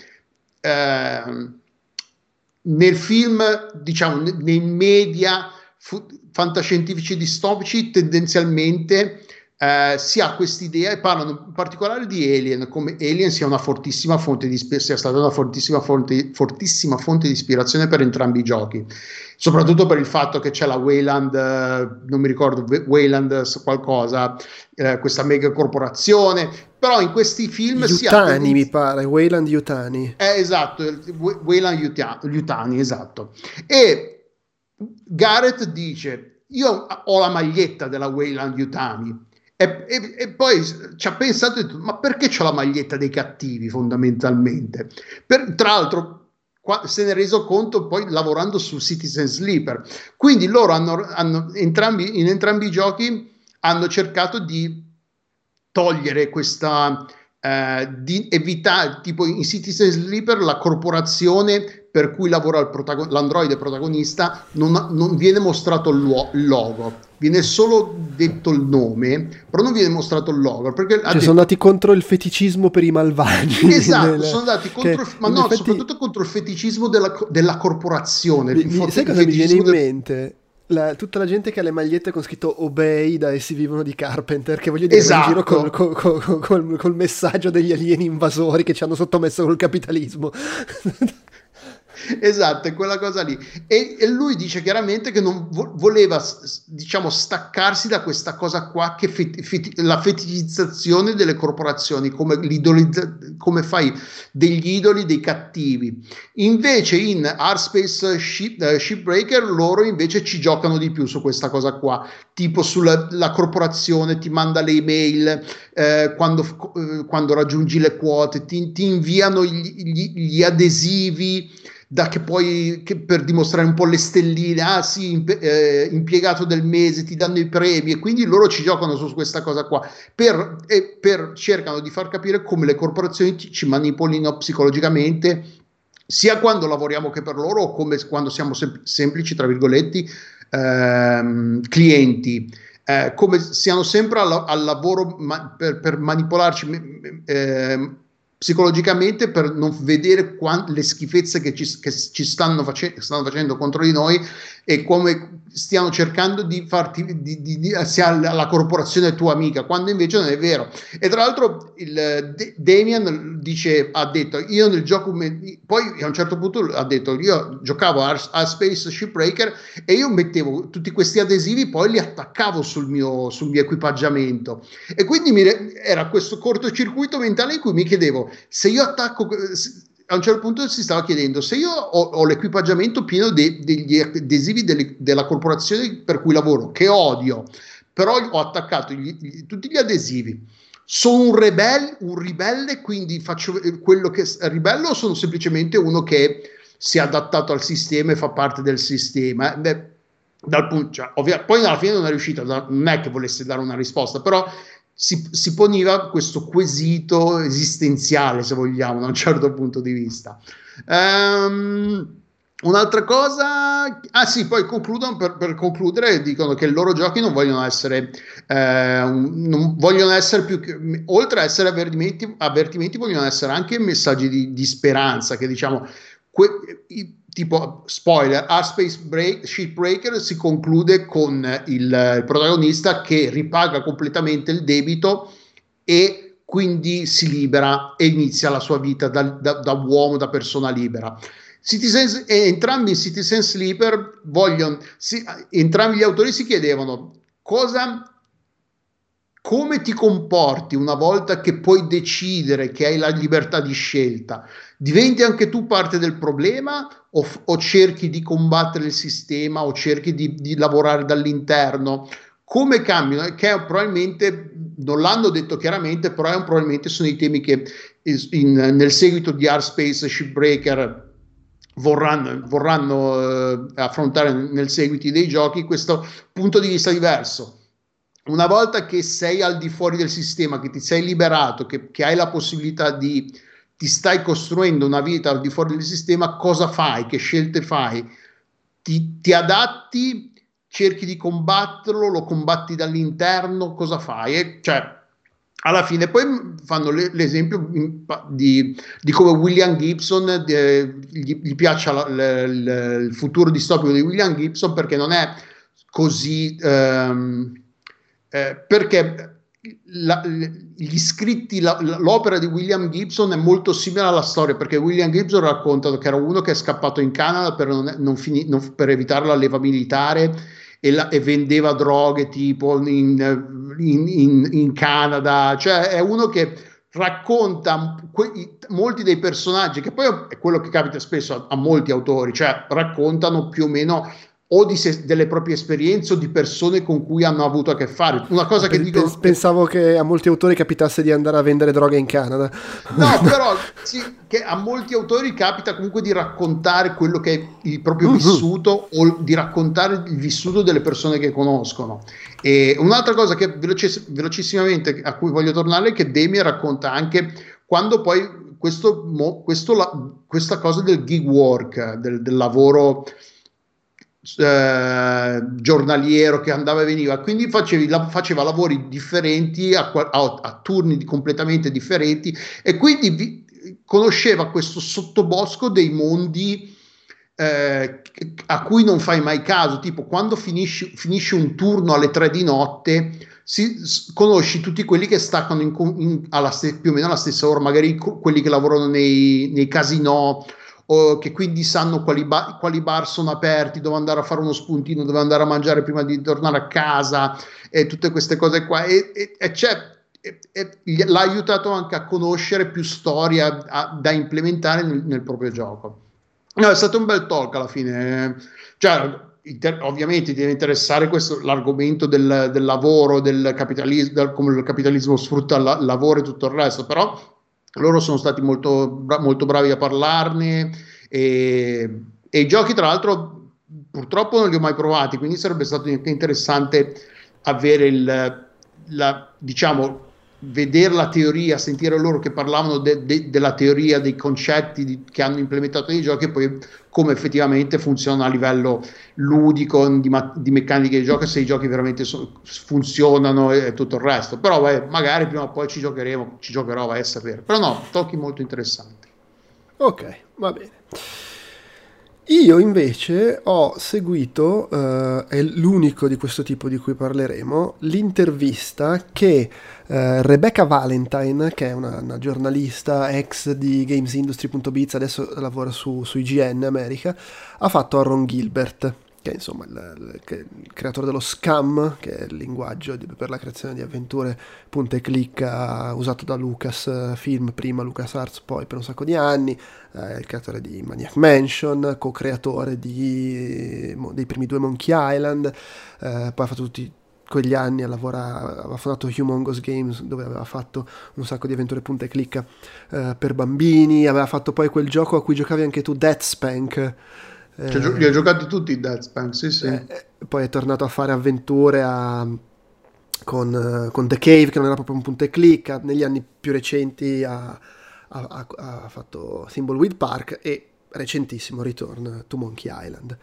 uh, nel film, diciamo, nei media fu- fantascientifici distopici, tendenzialmente eh, si ha quest'idea, e parlano in particolare di Alien, come Alien sia una fortissima fonte di sia stata una fortissima fonte, fortissima fonte di ispirazione per entrambi i giochi, soprattutto per il fatto che c'è la Wayland, eh, non mi ricordo, Wayland qualcosa, eh, questa mega corporazione, però in questi film si ha Yutani, mi tendenza. pare, Wayland Yutani. Eh, esatto, Wayland Yutani, esatto. E Gareth dice, io ho la maglietta della Wayland Yutani, e, e, e poi ci ha pensato e detto, ma perché c'ho la maglietta dei cattivi, fondamentalmente? Per, tra l'altro qua, se ne è reso conto poi lavorando su Citizen Sleeper. Quindi loro hanno, hanno entrambi, in entrambi i giochi hanno cercato di togliere questa eh, di evitare, tipo in Citizen Sleeper, la corporazione per cui lavora il protagon- l'androide protagonista non, non viene mostrato il, luo- il logo, viene solo detto il nome, però non viene mostrato il logo, perché ha Cioè, detto, sono andati contro il feticismo per i malvagi. esatto, nel- sono andati che contro, ma in no, effetti, soprattutto contro il feticismo della, della corporazione, mi- il, mi- forte- sai il cosa mi viene feticismo in del... mente? La- tutta la gente che ha le magliette con scritto Obey da Essi vivono di Carpenter, che voglio dire, va in giro col, Esatto. col- col- col- col messaggio degli alieni invasori che ci hanno sottomesso col capitalismo. Esatto, è quella cosa lì. E, e lui dice chiaramente che non vo- voleva, s- diciamo, staccarsi da questa cosa qua, che fet- fet- la feticizzazione delle corporazioni, come, l'idolizza- come fai degli idoli dei cattivi. Invece in Arspace Ship, eh, Shipbreaker loro invece ci giocano di più su questa cosa qua, tipo sulla la corporazione ti manda le email eh, quando, eh, quando raggiungi le quote, ti, ti inviano gli, gli, gli adesivi da che poi che per dimostrare un po' le stelline, ah sì, imp- eh, impiegato del mese, ti danno i premi, e quindi loro ci giocano su questa cosa qua, per, e per cercano di far capire come le corporazioni ci, ci manipolino psicologicamente, sia quando lavoriamo che per loro, o come quando siamo sem- semplici, tra virgolette, ehm, clienti. Eh, come siano sempre al, al lavoro ma, per, per manipolarci eh, psicologicamente, per non vedere quant- le schifezze che ci, che ci stanno, face- stanno facendo contro di noi, e come stiano cercando di farti di, di, di, sia la, la corporazione tua amica, quando invece non è vero. E tra l'altro il De- Damian dice, ha detto, io nel gioco, poi a un certo punto ha detto, io giocavo a, a Space Shipbreaker e io mettevo tutti questi adesivi, poi li attaccavo sul mio, sul mio equipaggiamento, e quindi mi, era questo cortocircuito mentale in cui mi chiedevo, se io attacco, a un certo punto si stava chiedendo, se io ho, ho l'equipaggiamento pieno de, degli adesivi delle, della corporazione per cui lavoro, che odio, però ho attaccato gli, gli, tutti gli adesivi sono un, rebel, un ribelle, quindi faccio quello che è ribello, o sono semplicemente uno che si è adattato al sistema e fa parte del sistema? Beh, dal punto, cioè, ovvia, poi alla fine non è riuscito, non è che volesse dare una risposta, però si, si poneva questo quesito esistenziale, se vogliamo, da un certo punto di vista. Um, Un'altra cosa, ah sì, poi concludono, per, per concludere, dicono che i loro giochi non vogliono essere, eh, non vogliono essere più che, oltre a essere avvertimenti, avvertimenti vogliono essere anche messaggi di, di speranza, che diciamo, que, tipo, spoiler, Arspace Break, Shipbreaker si conclude con il, il protagonista che ripaga completamente il debito e quindi si libera e inizia la sua vita da, da, da uomo, da persona libera. Citizen, eh, entrambi in Citizen Sleeper vogliono, si, entrambi gli autori si chiedevano cosa, come ti comporti una volta che puoi decidere che hai la libertà di scelta. Diventi anche tu parte del problema o, o cerchi di combattere il sistema o cerchi di, di lavorare dall'interno? Come cambiano? Che è probabilmente, non l'hanno detto chiaramente, però è un, probabilmente sono i temi che in, nel seguito di Arspace Shipbreaker vorranno, vorranno eh, affrontare nel seguito dei giochi, questo punto di vista diverso. Una volta che sei al di fuori del sistema, che ti sei liberato, che, che hai la possibilità di, ti stai costruendo una vita al di fuori del sistema, cosa fai? Che scelte fai? Ti, ti adatti? Cerchi di combatterlo? Lo combatti dall'interno? Cosa fai? E, cioè, alla fine poi fanno le, l'esempio di, di come William Gibson, eh, gli, gli piace la, la, la, il futuro distopico di William Gibson perché non è così, ehm, eh, perché la, gli scritti, la, l'opera di William Gibson è molto simile alla storia, perché William Gibson racconta che era uno che è scappato in Canada per, non, non fini, non, per evitare la leva militare e, la, e vendeva droghe tipo in, in, in, in Canada, cioè è uno che racconta que- molti dei personaggi, che poi è quello che capita spesso a, a molti autori, cioè raccontano più o meno o di se, delle proprie esperienze o di persone con cui hanno avuto a che fare. Una cosa che dico, pensavo che a molti autori capitasse di andare a vendere droga in Canada. No, però sì, che a molti autori capita comunque di raccontare quello che è il proprio uh-huh. vissuto o di raccontare il vissuto delle persone che conoscono. E un'altra cosa che velocis- velocissimamente a cui voglio tornare è che Demi racconta anche quando poi questo, questo la, questa cosa del gig work, del, del lavoro Eh, giornaliero che andava e veniva, quindi facevi, la, faceva lavori differenti a, a, a turni di completamente differenti e quindi vi, conosceva questo sottobosco dei mondi eh, a cui non fai mai caso, tipo quando finisci, finisci un turno alle tre di notte si, conosci tutti quelli che staccano in, in, alla st- più o meno alla stessa ora, magari quelli che lavorano nei, nei casinò o che quindi sanno quali, ba- quali bar sono aperti, dove andare a fare uno spuntino, dove andare a mangiare prima di tornare a casa e tutte queste cose qua e, e, e c'è, e, e l'ha aiutato anche a conoscere più storia a, da implementare nel, nel proprio gioco. No, è stato un bel talk alla fine, cioè inter- ovviamente ti deve interessare questo, l'argomento del, del lavoro, del capitalismo, del, come il capitalismo sfrutta il la- lavoro e tutto il resto, però loro sono stati molto, molto bravi a parlarne e, e i giochi tra l'altro purtroppo non li ho mai provati, quindi sarebbe stato interessante avere il, la, diciamo, vedere la teoria, sentire loro che parlavano de, de, della teoria, dei concetti di, che hanno implementato nei giochi e poi come effettivamente funzionano a livello ludico, di, di meccanica di gioco, se i giochi veramente so, funzionano e, e tutto il resto. Però beh, magari prima o poi ci giocheremo, ci giocherò, vai a sapere. Però no, tocchi molto interessanti. Ok, va bene. Io invece ho seguito, uh, è l'unico di questo tipo di cui parleremo, l'intervista che uh, Rebecca Valentine, che è una, una giornalista ex di gamesindustry punto biz, adesso lavora su, su I G N America, ha fatto a Ron Gilbert, che è insomma il, il, il creatore dello Scum, che è il linguaggio di, per la creazione di avventure punta e clicca usato da Lucas Film, prima LucasArts, poi per un sacco di anni, eh, il creatore di Maniac Mansion, co-creatore di, dei primi due Monkey Island, eh, poi ha fatto tutti quegli anni lavora, aveva fondato Humongous Games, dove aveva fatto un sacco di avventure punta e clicca eh, per bambini, aveva fatto poi quel gioco a cui giocavi anche tu, Death Spank. Eh, cioè, li ho giocati tutti i Death Spank, sì sì. Eh, poi è tornato a fare avventure a, con, con The Cave, che non era proprio un punta e clicca. Negli anni più recenti ha, ha, ha, ha fatto Thimbleweed Park e recentissimo Return to Monkey Island.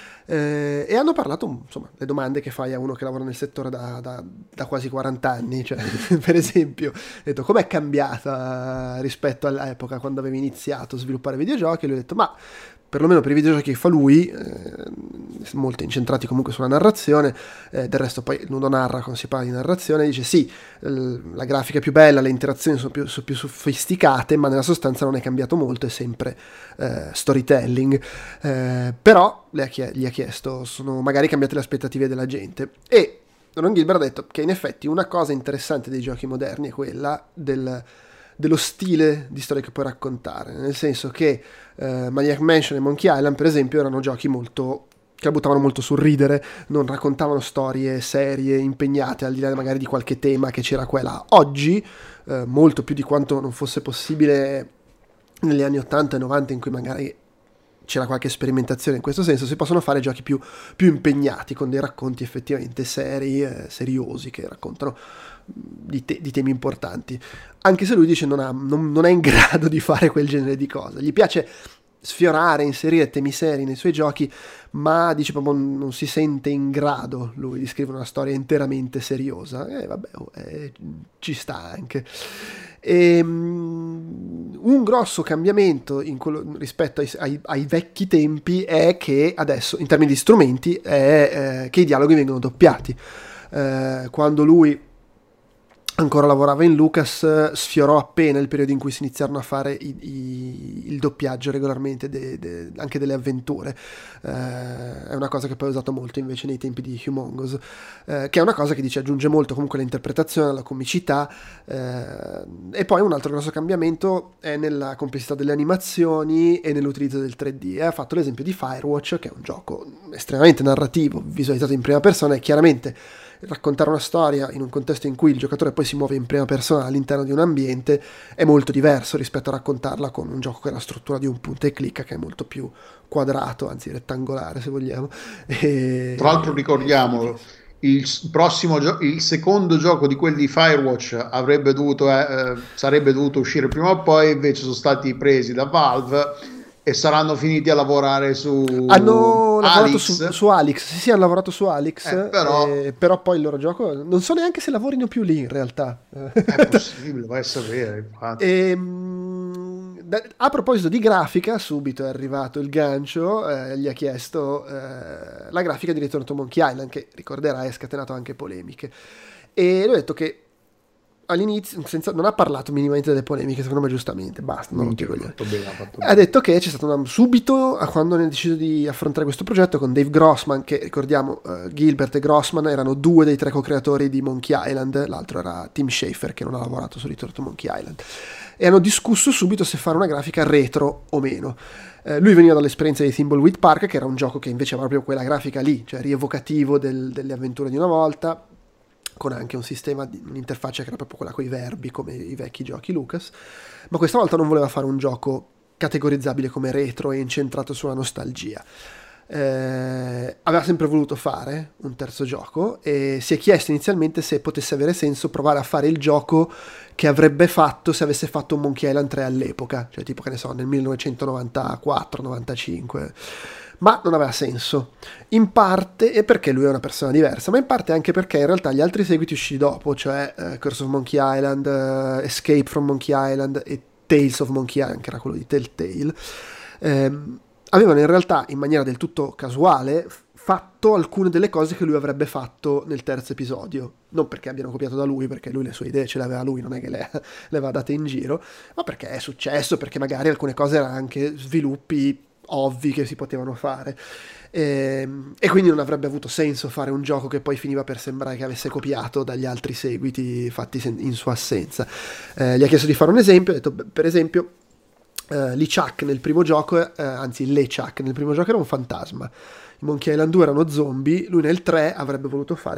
Eh, e hanno parlato, insomma, le domande che fai a uno che lavora nel settore da, da, da quasi quaranta anni, cioè, per esempio, ho detto com'è cambiata rispetto all'epoca quando avevi iniziato a sviluppare videogiochi, e lui ha detto ma perlomeno per i videogiochi che fa lui, eh, molto incentrati comunque sulla narrazione, eh, del resto poi Ludo narra quando si parla di narrazione, dice sì, l- la grafica è più bella, le interazioni sono più, sono più sofisticate, ma nella sostanza non è cambiato molto, è sempre eh, storytelling, eh, però le ha chie- gli ha chiesto, sono magari cambiate le aspettative della gente, e Ron Gilbert ha detto che in effetti una cosa interessante dei giochi moderni è quella del dello stile di storia che puoi raccontare, nel senso che eh, Maniac Mansion e Monkey Island per esempio erano giochi molto che la buttavano molto sul ridere, non raccontavano storie serie impegnate al di là magari di qualche tema che c'era qua e là. Oggi eh, molto più di quanto non fosse possibile negli anni ottanta e novanta, in cui magari c'era qualche sperimentazione in questo senso, si possono fare giochi più, più impegnati, con dei racconti effettivamente seri, eh, seriosi, che raccontano di, te- di temi importanti, anche se lui dice non, ha, non, non è in grado di fare quel genere di cose. Gli piace sfiorare, inserire temi seri nei suoi giochi, ma dice proprio non si sente in grado lui di scrivere una storia interamente seriosa, e vabbè, oh, eh, ci sta anche. E, um, un grosso cambiamento in quello, rispetto ai, ai, ai vecchi tempi è che adesso, in termini di strumenti, è eh, che i dialoghi vengono doppiati. Eh, quando lui ancora lavorava in Lucas, sfiorò appena il periodo in cui si iniziarono a fare i, i, il doppiaggio regolarmente de, de, anche delle avventure. Eh, è una cosa che poi ho usato molto invece nei tempi di Humongous, eh, che è una cosa che dice aggiunge molto comunque all'interpretazione, alla comicità, eh, e poi un altro grosso cambiamento è nella complessità delle animazioni e nell'utilizzo del tre D. E ha fatto l'esempio di Firewatch, che è un gioco estremamente narrativo, visualizzato in prima persona, e chiaramente raccontare una storia in un contesto in cui il giocatore poi si muove in prima persona all'interno di un ambiente è molto diverso rispetto a raccontarla con un gioco che ha la struttura di un punta e clicca, che è molto più quadrato, anzi rettangolare se vogliamo. E... tra l'altro ricordiamolo, il prossimo gio- il secondo gioco di quelli di Firewatch avrebbe dovuto eh, sarebbe dovuto uscire prima o poi, invece sono stati presi da Valve e saranno finiti a lavorare su hanno lavorato Alyx. Su, su Alyx, sì sì, hanno lavorato su Alyx, eh, però... eh, però poi il loro gioco non so neanche se lavorino più lì in realtà. È possibile, vai a sapere, infatti. E, mh, da, a proposito di grafica, subito è arrivato il gancio, eh, gli ha chiesto eh, la grafica di Return to Monkey Island, che ricorderai ha scatenato anche polemiche, e lui ha detto che all'inizio senza, non ha parlato minimamente delle polemiche, secondo me giustamente, basta, non Minchia, lo dico fatto bene, ha fatto ha bene. detto che c'è stato una, subito a quando hanno deciso di affrontare questo progetto con Dave Grossman, che ricordiamo uh, Gilbert e Grossman erano due dei tre co-creatori di Monkey Island, l'altro era Tim Schafer, che non ha lavorato su Return to Monkey Island, e hanno discusso subito se fare una grafica retro o meno. Uh, lui veniva dall'esperienza di Thimbleweed Park, che era un gioco che invece aveva proprio quella grafica lì, cioè rievocativo del, delle avventure di una volta, con anche un sistema di un'interfaccia che era proprio quella con i verbi, come i vecchi giochi Lucas, ma questa volta non voleva fare un gioco categorizzabile come retro e incentrato sulla nostalgia. Eh, aveva sempre voluto fare un terzo gioco e si è chiesto inizialmente se potesse avere senso provare a fare il gioco che avrebbe fatto se avesse fatto un Monkey Island tre all'epoca, cioè tipo, che ne so, nel millenovecentonovantaquattro novantacinque, ma non aveva senso, in parte e perché lui è una persona diversa, ma in parte anche perché in realtà gli altri seguiti usciti dopo, cioè uh, Curse of Monkey Island, uh, Escape from Monkey Island e Tales of Monkey Island, che era quello di Telltale, ehm, avevano in realtà in maniera del tutto casuale fatto alcune delle cose che lui avrebbe fatto nel terzo episodio, non perché abbiano copiato da lui, perché lui le sue idee ce le aveva lui, non è che le, le aveva date in giro, ma perché è successo, perché magari alcune cose erano anche sviluppi ovvi che si potevano fare, e, e quindi non avrebbe avuto senso fare un gioco che poi finiva per sembrare che avesse copiato dagli altri seguiti fatti in sua assenza. Eh, gli ha chiesto di fare un esempio, ha detto per esempio uh, LeChuck nel primo gioco, uh, anzi LeChuck nel primo gioco era un fantasma, i Monkey Island due erano zombie, lui nel tre avrebbe voluto fare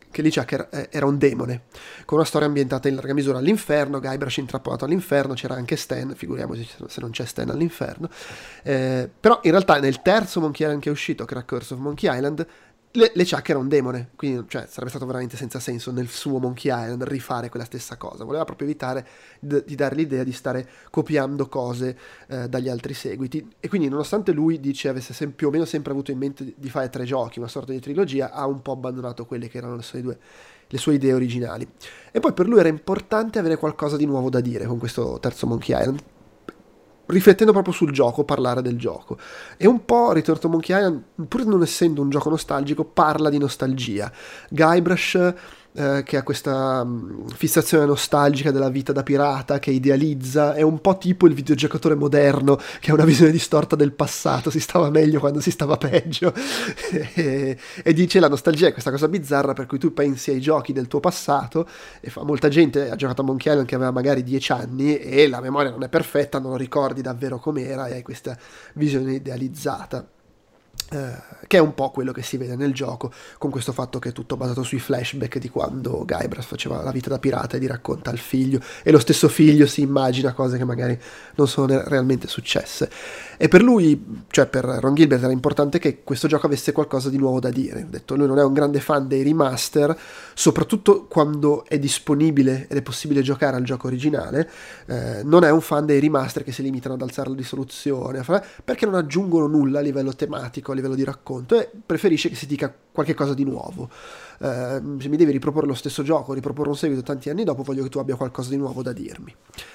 che LeChuck era, era un demone, con una storia ambientata in larga misura all'inferno, Guybrush intrappolato all'inferno, c'era anche Stan, figuriamoci se non c'è Stan all'inferno, eh, però in realtà nel terzo Monkey Island che è uscito, che era Curse of Monkey Island, Le- LeChuck era un demone, quindi cioè, sarebbe stato veramente senza senso nel suo Monkey Island rifare quella stessa cosa. Voleva proprio evitare d- di dare l'idea di stare copiando cose eh, dagli altri seguiti, e quindi nonostante lui dice avesse sem- più o meno sempre avuto in mente di fare tre giochi, una sorta di trilogia, ha un po' abbandonato quelle che erano le sue, due, le sue idee originali. E poi per lui era importante avere qualcosa di nuovo da dire con questo terzo Monkey Island, riflettendo proprio sul gioco, parlare del gioco. E un po' Return to Monkey Island, pur non essendo un gioco nostalgico, parla di nostalgia. Guybrush, eh, che ha questa mh, fissazione nostalgica della vita da pirata, che idealizza, è un po' tipo il videogiocatore moderno, che ha una visione distorta del passato, si stava meglio quando si stava peggio. e, e dice la nostalgia è questa cosa bizzarra per cui tu pensi ai giochi del tuo passato, e fa, molta gente ha giocato a Monkey Island che aveva magari dieci anni e la memoria non è perfetta, non lo ricordi davvero com'era e hai questa visione idealizzata. Uh, che è un po' quello che si vede nel gioco, con questo fatto che è tutto basato sui flashback di quando Guybrush faceva la vita da pirata e li racconta al figlio, e lo stesso figlio si immagina cose che magari non sono realmente successe. E per lui, cioè per Ron Gilbert, era importante che questo gioco avesse qualcosa di nuovo da dire. Ho detto, lui non è un grande fan dei remaster, soprattutto quando è disponibile ed è possibile giocare al gioco originale. Eh, non è un fan dei remaster che si limitano ad alzare la risoluzione, perché non aggiungono nulla a livello tematico, a livello di racconto, e preferisce che si dica qualche cosa di nuovo. Eh, se mi devi riproporre lo stesso gioco, riproporre un seguito tanti anni dopo, voglio che tu abbia qualcosa di nuovo da dirmi.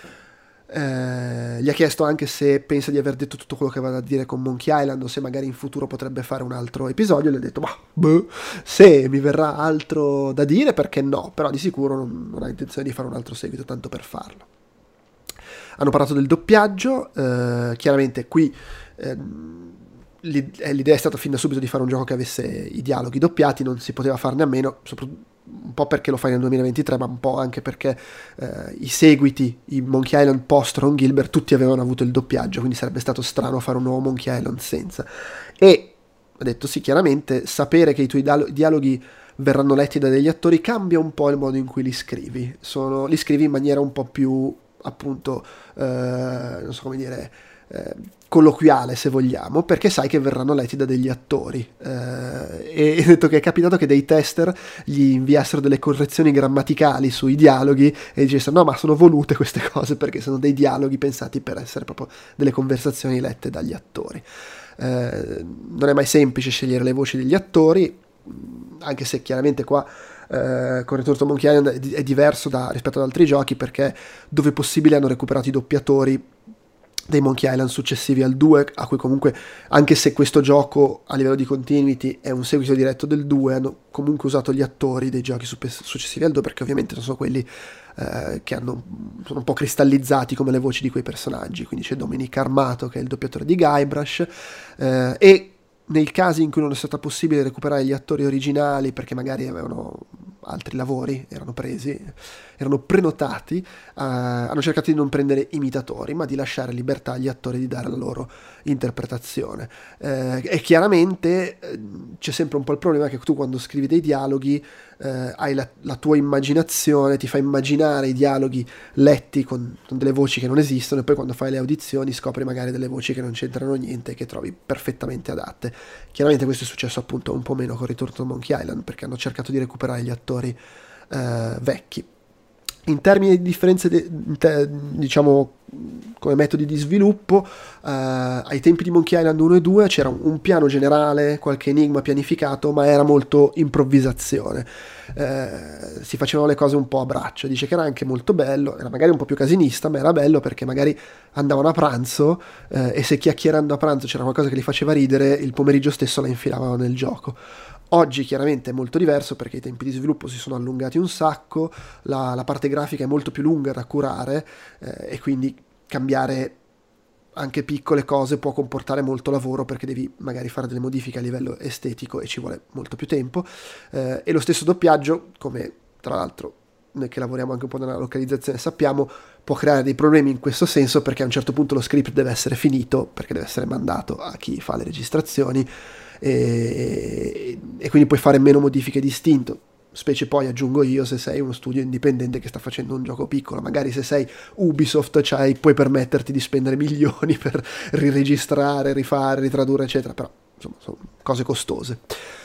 Eh, gli ha chiesto anche se pensa di aver detto tutto quello che aveva da dire con Monkey Island, o se magari in futuro potrebbe fare un altro episodio. E gli ha detto, ma boh, se mi verrà altro da dire, perché no, però di sicuro non, non ha intenzione di fare un altro seguito tanto per farlo. Hanno parlato del doppiaggio, eh, chiaramente qui eh, l'idea è stata fin da subito di fare un gioco che avesse i dialoghi doppiati, non si poteva farne a meno, soprattutto un po' perché lo fai nel duemilaventitré, ma un po' anche perché eh, i seguiti, i Monkey Island post Ron Gilbert, tutti avevano avuto il doppiaggio, quindi sarebbe stato strano fare un nuovo Monkey Island senza. E ho detto sì, chiaramente sapere che i tuoi dialoghi verranno letti da degli attori cambia un po' il modo in cui li scrivi. Sono, li scrivi in maniera un po' più, appunto, eh, non so come dire, eh, colloquiale, se vogliamo, perché sai che verranno letti da degli attori. Eh, e ho detto che è capitato che dei tester gli inviassero delle correzioni grammaticali sui dialoghi e dicessero no, ma sono volute queste cose perché sono dei dialoghi pensati per essere proprio delle conversazioni lette dagli attori. Eh, non è mai semplice scegliere le voci degli attori, anche se chiaramente qua eh, con Return to Monkey Island è, è diverso da, rispetto ad altri giochi, perché dove possibile hanno recuperato i doppiatori dei Monkey Island successivi al due, a cui comunque, anche se questo gioco a livello di continuity è un seguito diretto del due, hanno comunque usato gli attori dei giochi successivi al due, perché ovviamente non sono quelli eh, che hanno, sono un po' cristallizzati come le voci di quei personaggi. Quindi c'è Dominic Armato che è il doppiatore di Guybrush, eh, e nei casi in cui non è stato possibile recuperare gli attori originali perché magari avevano altri lavori, erano presi, erano prenotati, eh, hanno cercato di non prendere imitatori, ma di lasciare libertà agli attori di dare la loro interpretazione. Eh, e chiaramente eh, c'è sempre un po' il problema che tu quando scrivi dei dialoghi eh, hai la, la tua immaginazione, ti fa immaginare i dialoghi letti con, con delle voci che non esistono, e poi quando fai le audizioni scopri magari delle voci che non c'entrano niente e che trovi perfettamente adatte. Chiaramente questo è successo appunto un po' meno con Return to Monkey Island, perché hanno cercato di recuperare gli attori eh, vecchi. In termini di differenze, de, te, diciamo come metodi di sviluppo, eh, ai tempi di Monkey Island uno e due c'era un, un piano generale, qualche enigma pianificato, ma era molto improvvisazione. Eh, si facevano le cose un po' a braccio. Dice che era anche molto bello, era magari un po' più casinista, ma era bello perché magari andavano a pranzo eh, e se chiacchierando a pranzo c'era qualcosa che li faceva ridere, il pomeriggio stesso la infilavano nel gioco. Oggi chiaramente è molto diverso perché i tempi di sviluppo si sono allungati un sacco, la, la parte grafica è molto più lunga da curare eh, e quindi cambiare anche piccole cose può comportare molto lavoro, perché devi magari fare delle modifiche a livello estetico e ci vuole molto più tempo. Eh, e lo stesso doppiaggio, come tra l'altro noi che lavoriamo anche un po' nella localizzazione sappiamo, può creare dei problemi in questo senso, perché a un certo punto lo script deve essere finito, perché deve essere mandato a chi fa le registrazioni, e, e quindi puoi fare meno modifiche di istinto. specie poi aggiungo io se sei uno studio indipendente che sta facendo un gioco piccolo. Magari se sei Ubisoft c'hai, puoi permetterti di spendere milioni per riregistrare, rifare, ritradurre eccetera, però insomma sono cose costose.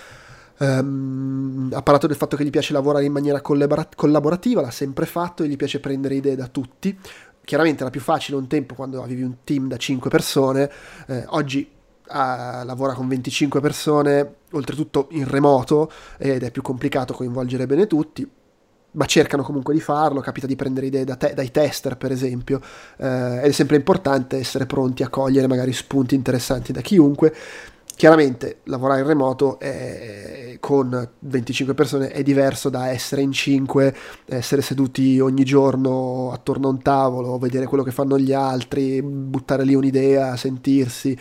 Um, ha parlato del fatto che gli piace lavorare in maniera collabora- collaborativa, l'ha sempre fatto, e gli piace prendere idee da tutti. Chiaramente era più facile un tempo quando avevi un team da cinque persone, eh, oggi Uh, lavora con venticinque persone, oltretutto in remoto, ed è più complicato coinvolgere bene tutti, ma cercano comunque di farlo. Capita di prendere idee da te- dai tester per esempio, uh, ed è sempre importante essere pronti a cogliere magari spunti interessanti da chiunque. Chiaramente lavorare in remoto è, con venticinque persone è diverso da essere in cinque, essere seduti ogni giorno attorno a un tavolo, vedere quello che fanno gli altri, buttare lì un'idea, sentirsi.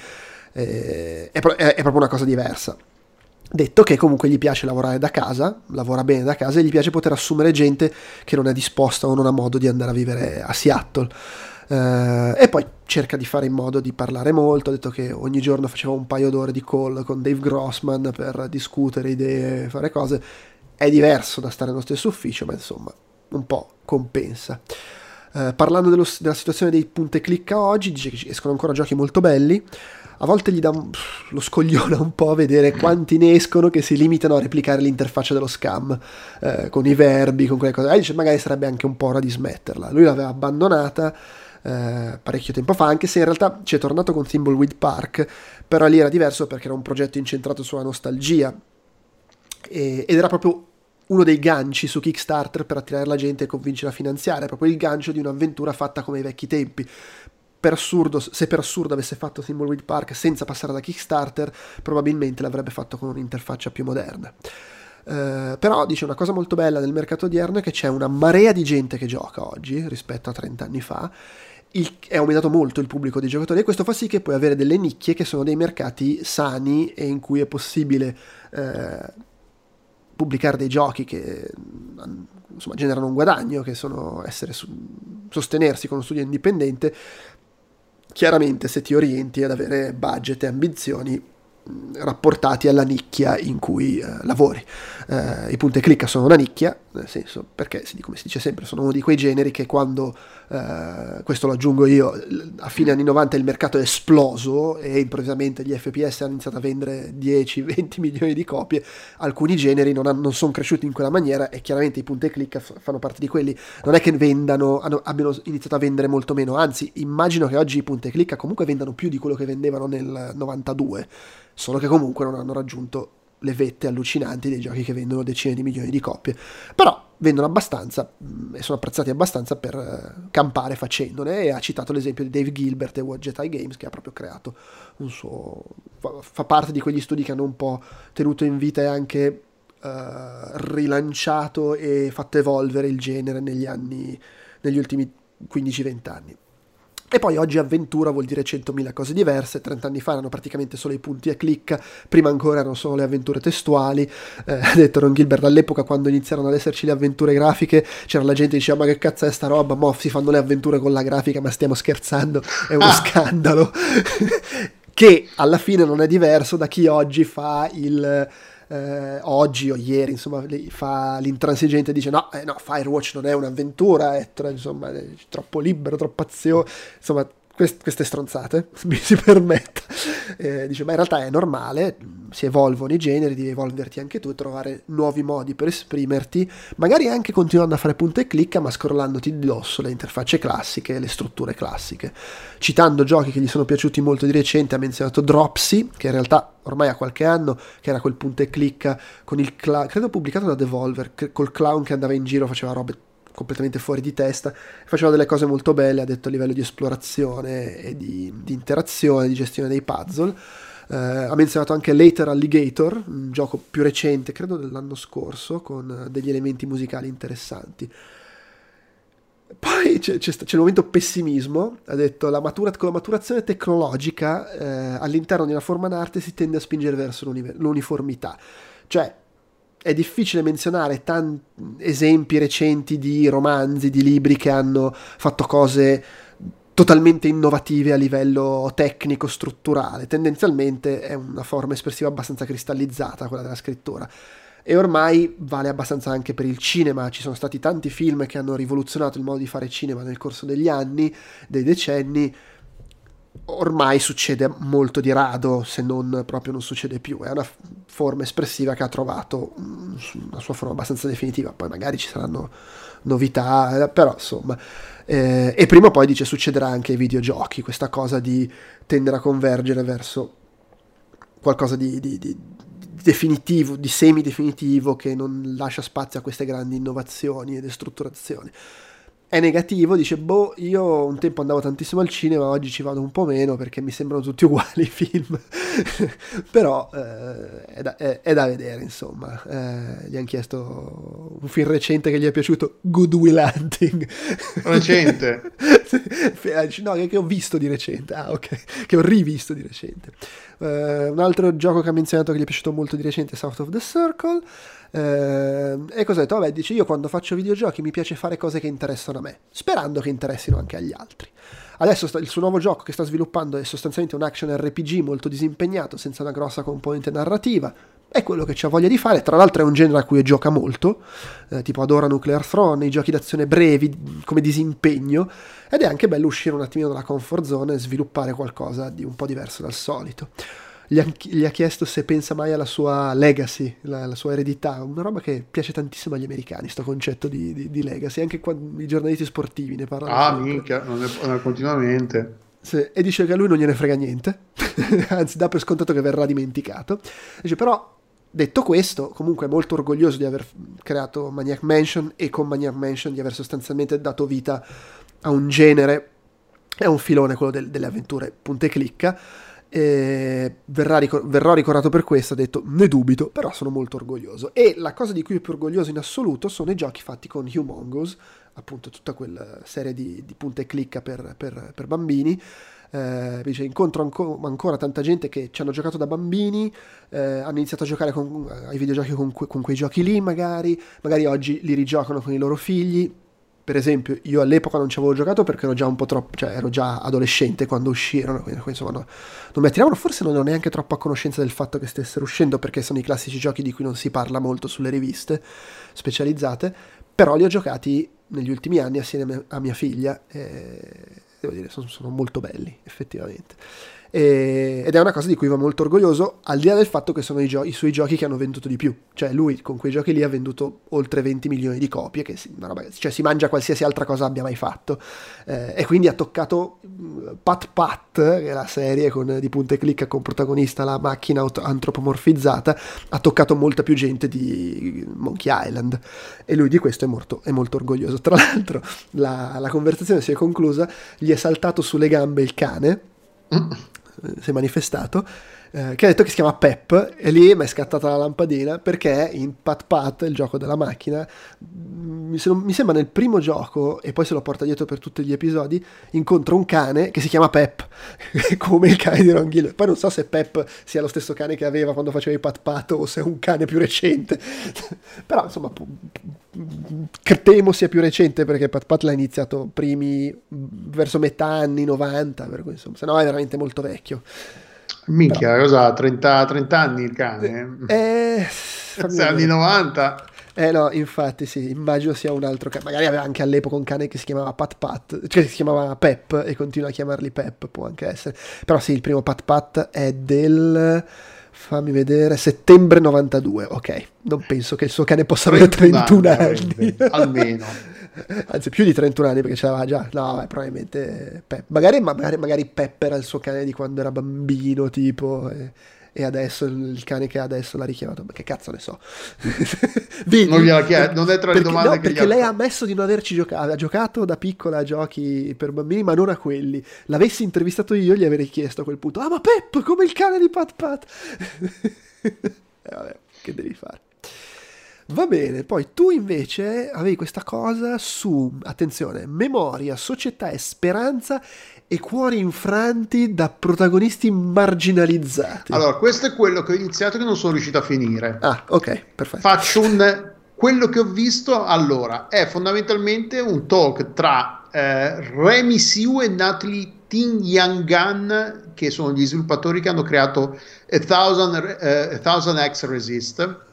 È, è, è proprio una cosa diversa. Detto che comunque gli piace lavorare da casa, lavora bene da casa, e gli piace poter assumere gente che non è disposta o non ha modo di andare a vivere a Seattle. Uh, e poi cerca di fare in modo di parlare molto. Ha detto che ogni giorno faceva un paio d'ore di call con Dave Grossman per discutere idee, fare cose. È diverso da stare nello stesso ufficio, ma insomma un po' compensa. Uh, parlando dello, della situazione dei punti e clicca oggi, dice che escono ancora giochi molto belli. A volte gli dà un, lo scogliona un po' a vedere quanti ne escono che si limitano a replicare l'interfaccia dello scam, eh, con i verbi, con quelle cose. E dice magari sarebbe anche un po' ora di smetterla. Lui l'aveva abbandonata eh, parecchio tempo fa, anche se in realtà ci è tornato con Thimbleweed Park, però lì era diverso perché era un progetto incentrato sulla nostalgia, e, ed era proprio uno dei ganci su Kickstarter per attirare la gente e convincerla a finanziare, proprio il gancio di un'avventura fatta come ai vecchi tempi. Per assurdo, se per assurdo avesse fatto Thimbleweed Park senza passare da Kickstarter, probabilmente l'avrebbe fatto con un'interfaccia più moderna. Uh, però dice una cosa molto bella del mercato odierno è che c'è una marea di gente che gioca oggi rispetto a trenta anni fa. Il, è aumentato molto il pubblico dei giocatori, e questo fa sì che puoi avere delle nicchie che sono dei mercati sani e in cui è possibile uh, pubblicare dei giochi che insomma generano un guadagno, che sono essere su, sostenersi con uno studio indipendente. Chiaramente se ti orienti ad avere budget e ambizioni mh, rapportati alla nicchia in cui uh, lavori. Uh, I punti e clicca sono una nicchia, nel senso, perché come si dice sempre, sono uno di quei generi che quando, uh, questo lo aggiungo io, a fine anni novanta il mercato è esploso e improvvisamente gli F P S hanno iniziato a vendere dieci venti milioni di copie. Alcuni generi non, hanno, non sono cresciuti in quella maniera, e chiaramente i punti e clicca f- fanno parte di quelli. Non è che vendano, hanno, abbiano iniziato a vendere molto meno, anzi immagino che oggi i punti e clicca comunque vendano più di quello che vendevano nel novantadue, solo che comunque non hanno raggiunto le vette allucinanti dei giochi che vendono decine di milioni di copie, però vendono abbastanza mh, e sono apprezzati abbastanza per uh, campare facendone. E ha citato l'esempio di Dave Gilbert e Wadjet Eye Games, che ha proprio creato un suo fa, fa parte di quegli studi che hanno un po' tenuto in vita e anche uh, rilanciato e fatto evolvere il genere negli anni, negli ultimi quindici venti anni. E poi oggi avventura vuol dire centomila cose diverse. trenta anni fa erano praticamente solo i punti e clicca, prima ancora erano solo le avventure testuali. Eh, ha detto Ron Gilbert, all'epoca quando iniziarono ad esserci le avventure grafiche c'era la gente che diceva: ma che cazzo è sta roba, mo si fanno le avventure con la grafica, ma stiamo scherzando, è uno ah. scandalo. Che alla fine non è diverso da chi oggi fa il... Eh, oggi o ieri insomma fa l'intransigente e dice no, eh, no, Firewatch non è un'avventura, è, tra, insomma, è troppo libero, troppo azione, insomma quest- queste stronzate, mi si permetta. Eh, dice ma in realtà è normale, si evolvono i generi, devi evolverti anche tu e trovare nuovi modi per esprimerti, magari anche continuando a fare punta e clicca ma scrollandoti di dosso le interfacce classiche, le strutture classiche. Citando giochi che gli sono piaciuti molto di recente, ha menzionato Dropsy, che in realtà ormai ha qualche anno, che era quel punta e clicca con il clown, credo pubblicato da Devolver, col clown che andava in giro, faceva robe completamente fuori di testa, faceva delle cose molto belle, ha detto, a livello di esplorazione e di, di interazione, di gestione dei puzzle. Uh, ha menzionato anche Later Alligator, un gioco più recente, credo dell'anno scorso, con degli elementi musicali interessanti. Poi c'è, c'è, c'è il momento pessimismo, ha detto la matura, con la maturazione tecnologica eh, all'interno di una forma d'arte si tende a spingere verso l'uniformità, cioè è difficile menzionare tanti esempi recenti di romanzi, di libri che hanno fatto cose totalmente innovative a livello tecnico, strutturale. Tendenzialmente è una forma espressiva abbastanza cristallizzata quella della scrittura. e ormai vale abbastanza anche per il cinema. Ci sono stati tanti film che hanno rivoluzionato il modo di fare cinema nel corso degli anni, dei decenni. Ormai succede molto di rado, se non proprio non succede più. È una f- forma espressiva che ha trovato mm, una sua forma abbastanza definitiva. Poi magari ci saranno novità, eh, però insomma. Eh, e prima o poi, dice, succederà anche ai videogiochi, questa cosa di tendere a convergere verso qualcosa di, di, di definitivo, di semi-definitivo, che non lascia spazio a queste grandi innovazioni e destrutturazioni. È negativo, dice, boh, io un tempo andavo tantissimo al cinema, oggi ci vado un po' meno perché mi sembrano tutti uguali i film. Però eh, è, da, è, è da vedere, insomma. Eh, gli hanno chiesto un film recente che gli è piaciuto, Good Will Hunting. Recente? No, che ho visto di recente. Ah, ok, che ho rivisto di recente. Uh, un altro gioco che ha menzionato che gli è piaciuto molto di recente è South of the Circle. Uh, e cosa ha detto? Vabbè, dice, io quando faccio videogiochi mi piace fare cose che interessano a me, sperando che interessino anche agli altri. Adesso sta, il suo nuovo gioco che sta sviluppando è sostanzialmente un action R P G molto disimpegnato, senza una grossa componente narrativa. È quello che c'ha voglia di fare. Tra l'altro è un genere a cui gioca molto, eh, tipo adora Nuclear Throne, i giochi d'azione brevi come disimpegno, ed è anche bello uscire un attimino dalla comfort zone e sviluppare qualcosa di un po' diverso dal solito. Gli ha, gli ha chiesto se pensa mai alla sua legacy, la, la sua eredità, una roba che piace tantissimo agli americani, sto concetto di, di, di legacy, anche quando i giornalisti sportivi ne parlano. Ah, sempre. minchia, non è, non è continuamente. Sì, e dice che a lui non gliene frega niente, anzi dà per scontato che verrà dimenticato. Dice, però, detto questo, comunque è molto orgoglioso di aver creato Maniac Mansion, e con Maniac Mansion di aver sostanzialmente dato vita a un genere, è un filone, quello del, delle avventure punta e clicca. E verrà ricor- verrò ricordato per questo, ha detto, ne dubito, però sono molto orgoglioso. E la cosa di cui è più orgoglioso in assoluto sono i giochi fatti con Humongous, appunto tutta quella serie di, di punta e clicca per, per, per bambini. Eh, dice, incontro anco- ancora tanta gente che ci hanno giocato da bambini, eh, hanno iniziato a giocare con, ai videogiochi con, que- con quei giochi lì, magari magari oggi li rigiocano con i loro figli. Per esempio, io all'epoca non ci avevo giocato perché ero già un po' troppo, cioè ero già adolescente quando uscirono, quindi insomma no, non mi attiravano, forse non ero neanche troppo a conoscenza del fatto che stessero uscendo, perché sono i classici giochi di cui non si parla molto sulle riviste specializzate, però li ho giocati negli ultimi anni assieme a mia figlia e devo dire, sono, sono molto belli, effettivamente. E, ed è una cosa di cui va molto orgoglioso, al di là del fatto che sono i, gio- i suoi giochi che hanno venduto di più. Cioè lui con quei giochi lì ha venduto oltre venti milioni di copie, che si, una roba, cioè si mangia qualsiasi altra cosa abbia mai fatto, eh, e quindi ha toccato Pat Pat, che è la serie con, di punta e clicca con protagonista la macchina auto- antropomorfizzata, ha toccato molta più gente di Monkey Island, e lui di questo è molto, è molto orgoglioso. Tra l'altro la, la conversazione si è conclusa, gli è saltato sulle gambe il cane, si è manifestato, eh, che ha detto che si chiama Pep, e lì mi è scattata la lampadina, perché in Pat Pat, il gioco della macchina, mi, se non, mi sembra nel primo gioco, e poi se lo porta dietro per tutti gli episodi, incontra un cane che si chiama Pep, come il cane di Ron Gilbert. Poi non so se Pep sia lo stesso cane che aveva quando faceva i Pat Pat o se è un cane più recente, però insomma temo sia più recente, perché Pat Pat l'ha iniziato primi verso metà anni novanta, per cui insomma, se no è veramente molto vecchio. Minchia, però, cosa? trenta, trenta anni il cane? Eh, anni novanta? Eh no, infatti sì, immagino sia un altro cane. Magari aveva anche all'epoca un cane che si chiamava Pat Pat, cioè si chiamava Pep e continua a chiamarli Pep, può anche essere. Però sì, il primo Pat Pat è del... fammi vedere, settembre novantadue, ok. Non penso che il suo cane possa avere trentuno anni. Almeno. Anzi, più di trentuno anni, perché c'aveva già... No, beh, probabilmente Pep. Magari, magari, magari Pep era il suo cane di quando era bambino, tipo... E... e adesso il cane che ha adesso l'ha richiamato, ma che cazzo ne so. Vedi? Non, gliela chied- non è tra le perché, domande no, che perché gli ha... lei ha ammesso di non averci giocato, ha giocato da piccola a giochi per bambini, ma non a quelli. L'avessi intervistato io, gli avrei chiesto a quel punto, ah ma Pep, come il cane di Pat Pat. E vabbè, che devi fare? Va bene, poi tu invece avevi questa cosa su, attenzione, memoria, società e speranza e cuori infranti da protagonisti marginalizzati. Allora, questo è quello che ho iniziato che non sono riuscito a finire. Ah, ok, perfetto. Faccio un... quello che ho visto, allora, è fondamentalmente un talk tra eh, Remy Siu e Natalie Tin Yang Gan, che sono gli sviluppatori che hanno creato A Thousand, uh, A Thousand X Resist,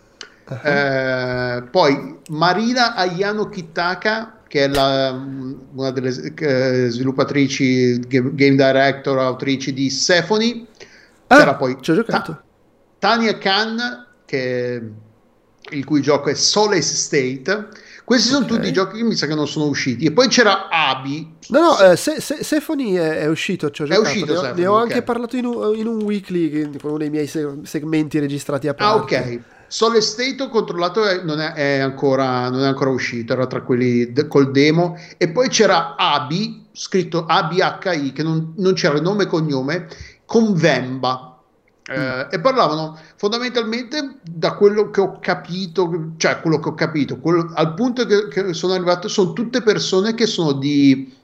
Uh-huh. Eh, poi Marina Ayano Kitaka, che è la, una delle eh, sviluppatrici, game, game director, autrici di Symphony. C'era Ah, poi ci ho Ta- giocato. Tanya Khan, che, il cui gioco è Solace State. Questi sono tutti i Ok. giochi che mi sa che non sono usciti. E poi c'era Abi. No, no, Se- eh, Se- Se- Symphony è, è uscito, ci ho è giocato. uscito Ne ho, ne Symphony, ho anche ok. parlato in un, in un weekly, che- con uno dei miei se- segmenti registrati a Ah, parte. ok. Sole State ho controllato e non è, è ancora, non è ancora uscito, era tra quelli de- col demo. E poi c'era Abi, scritto A B H I, che non, non c'era nome e cognome, con Vemba. Mm. Eh, e parlavano fondamentalmente, da quello che ho capito, cioè quello che ho capito, quello- al punto che, che sono arrivato, sono tutte persone che sono di...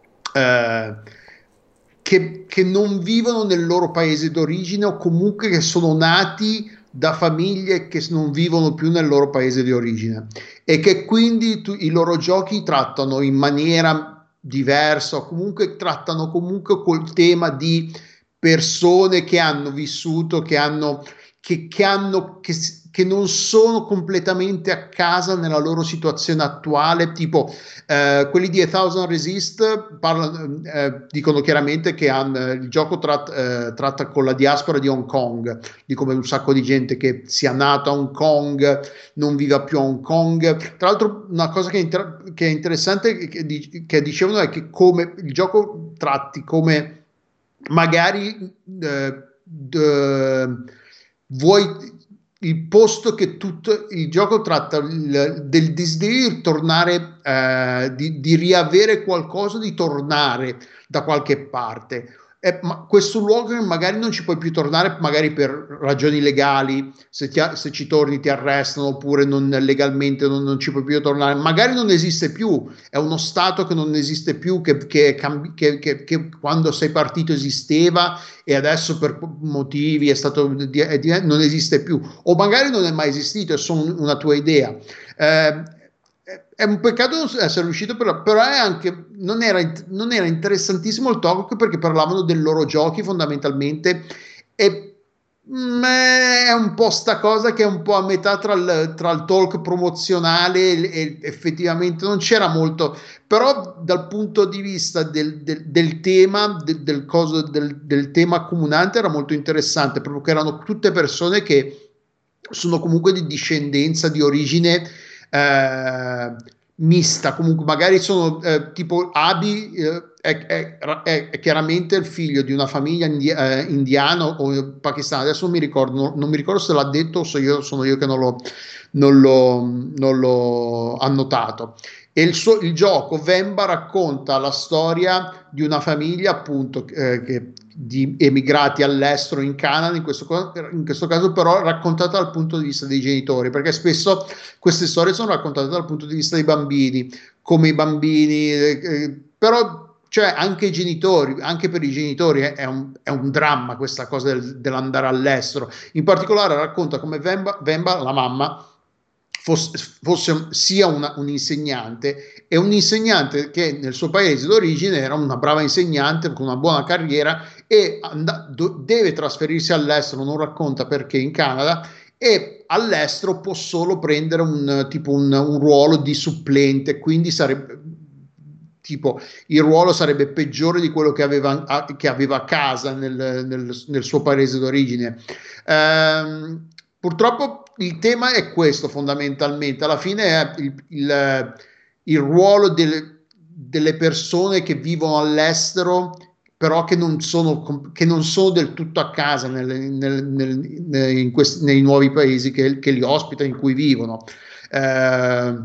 eh, che, che non vivono nel loro paese d'origine o comunque che sono nati da famiglie che non vivono più nel loro paese di origine e che quindi tu, i loro giochi trattano in maniera diversa o comunque trattano comunque col tema di persone che hanno vissuto, che hanno che, che hanno che, che non sono completamente a casa nella loro situazione attuale, tipo eh, quelli di A Thousand Resist parlano, eh, dicono chiaramente che hanno, il gioco tratta, eh, tratta con la diaspora di Hong Kong, di come un sacco di gente che sia nata a Hong Kong non viva più a Hong Kong. Tra l'altro una cosa che, inter- che è interessante che, che dicevano è che come il gioco tratti come magari eh, d- vuoi il posto che tutto il gioco tratta il, del desiderio di tornare, eh, di, di riavere qualcosa, di tornare da qualche parte. Eh, ma questo luogo che magari non ci puoi più tornare, magari per ragioni legali, se, ti, se ci torni ti arrestano oppure non, legalmente non, non ci puoi più tornare, magari non esiste più, è uno stato che non esiste più, che, che, che, che, che quando sei partito esisteva e adesso per motivi è stato, è, non esiste più, o magari non è mai esistito, è solo una tua idea. Eh, è un peccato non essere riuscito, però, però è anche, non era, non era interessantissimo il talk perché parlavano dei loro giochi fondamentalmente e mh, è un po' sta cosa che è un po' a metà tra il, tra il talk promozionale e, e effettivamente non c'era molto, però dal punto di vista del, del, del tema del, del, coso, del, del tema accomunante era molto interessante, proprio che erano tutte persone che sono comunque di discendenza, di origine eh, mista, comunque magari sono eh, tipo Abi eh, è, è, è, è chiaramente il figlio di una famiglia indi- eh, indiana o pakistana, adesso non mi ricordo, non, non mi ricordo se l'ha detto o se io, sono io che non l'ho, non l'ho, non l'ho annotato. E il, suo, il gioco Vemba racconta la storia di una famiglia appunto eh, che, di emigrati all'estero in Canada, in questo, in questo caso però raccontata dal punto di vista dei genitori, perché spesso queste storie sono raccontate dal punto di vista dei bambini, come i bambini, eh, però cioè anche i genitori, anche per i genitori è, è, un, è un dramma questa cosa del, dell'andare all'estero. In particolare racconta come Vemba, Vemba la mamma, fosse, fosse sia una, un insegnante e un insegnante che nel suo paese d'origine era una brava insegnante con una buona carriera e and- do- deve trasferirsi all'estero, non racconta perché in Canada, e all'estero può solo prendere un tipo un, un ruolo di supplente, quindi sarebbe tipo il ruolo sarebbe peggiore di quello che aveva, a, che aveva a casa nel, nel, nel suo paese d'origine. Ehm, purtroppo il tema è questo fondamentalmente, alla fine è il, il, il ruolo del, delle persone che vivono all'estero però che non sono, che non sono del tutto a casa nel, nel, nel, in questi, nei nuovi paesi che, che li ospitano, in cui vivono. Eh,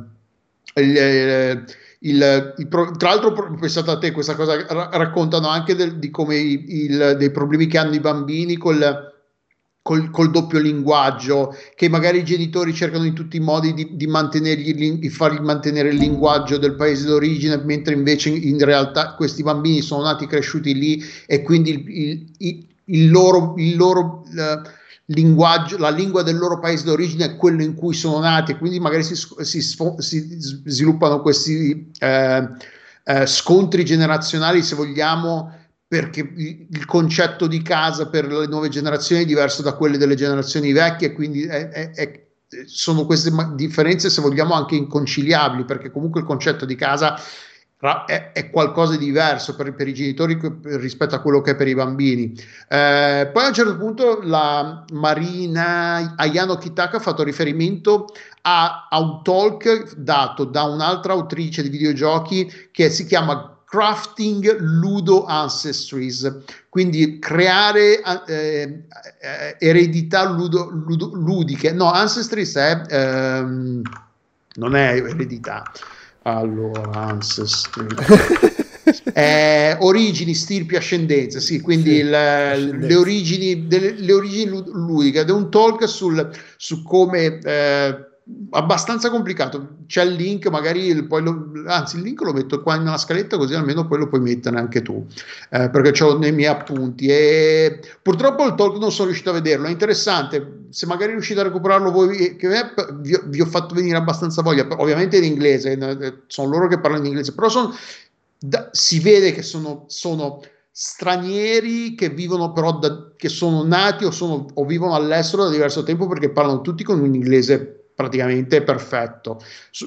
il, il, il, tra l'altro, pensato a te, questa cosa raccontano anche del, di come il, dei problemi che hanno i bambini col, col, col doppio linguaggio, che magari i genitori cercano in tutti i modi di, di mantenergli, di fargli mantenere il linguaggio del paese d'origine, mentre invece in realtà questi bambini sono nati e cresciuti lì e quindi il, il, il loro, il loro uh, linguaggio, la lingua del loro paese d'origine è quello in cui sono nati, e quindi magari si, si, si sviluppano questi eh, eh, scontri generazionali, se vogliamo, perché il concetto di casa per le nuove generazioni è diverso da quello delle generazioni vecchie, quindi è, è, sono queste differenze, se vogliamo, anche inconciliabili, perché comunque il concetto di casa È, è qualcosa di diverso per, per i genitori rispetto a quello che è per i bambini. Eh, poi a un certo punto la Marina Ayano Kitaka ha fatto riferimento a, a un talk dato da un'altra autrice di videogiochi che si chiama Crafting Ludo Ancestries, quindi creare eh, eh, eredità ludo, ludo, ludiche. No, Ancestries è ehm, non è eredità. Allora, Ancestry. eh, origini, stirpi, ascendenze, sì, quindi sì, il, ascendenze. le origini delle, le origini ludiche, ed è un talk sul, su come eh, abbastanza complicato. C'è il link, magari poi lo, anzi il link lo metto qua nella scaletta, così almeno poi lo puoi mettere anche tu, eh, perché c'ho nei miei appunti. E purtroppo il talk non sono riuscito a vederlo, è interessante, se magari riuscite a recuperarlo voi, che vi, vi ho fatto venire abbastanza voglia, ovviamente in inglese, sono loro che parlano in inglese, però sono, da, si vede che sono, sono stranieri che vivono però da, che sono nati o, sono, o vivono all'estero da diverso tempo, perché parlano tutti con un inglese praticamente perfetto.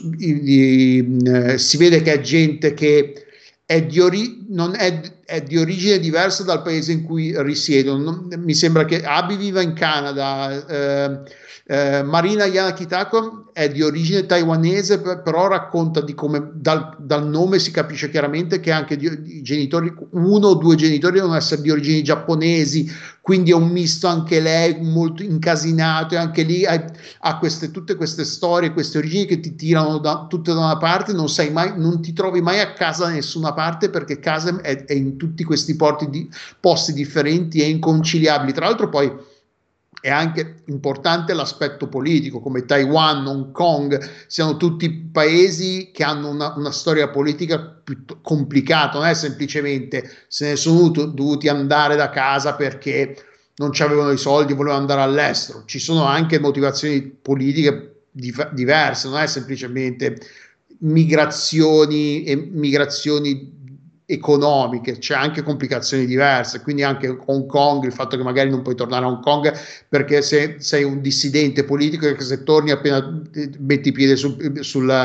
Si vede che è gente che è di, ori- non è, è di origine diversa dal paese in cui risiedono. Non, mi sembra che Abi viva in Canada, eh, eh, Marina Ayano Kitaka è di origine taiwanese, però racconta di come dal, dal nome si capisce chiaramente che anche di, di genitori, uno o due genitori devono essere di origini giapponesi, quindi è un misto anche lei molto incasinato, e anche lì ha, ha queste, tutte queste storie, queste origini che ti tirano da, tutte da una parte, non sai mai, non ti trovi mai a casa da nessuna parte, perché casa è, è in tutti questi porti di, posti differenti e inconciliabili. Tra l'altro poi è anche importante l'aspetto politico, come Taiwan, Hong Kong, siano tutti paesi che hanno una, una storia politica più complicata, non è semplicemente se ne sono dovuti andare da casa perché non avevano i soldi, volevano andare all'estero. Ci sono anche motivazioni politiche dif- diverse, non è semplicemente migrazioni e migrazioni economiche, c'è anche complicazioni diverse, quindi anche Hong Kong, il fatto che magari non puoi tornare a Hong Kong perché se sei un dissidente politico, che se torni appena metti piede sul, sul,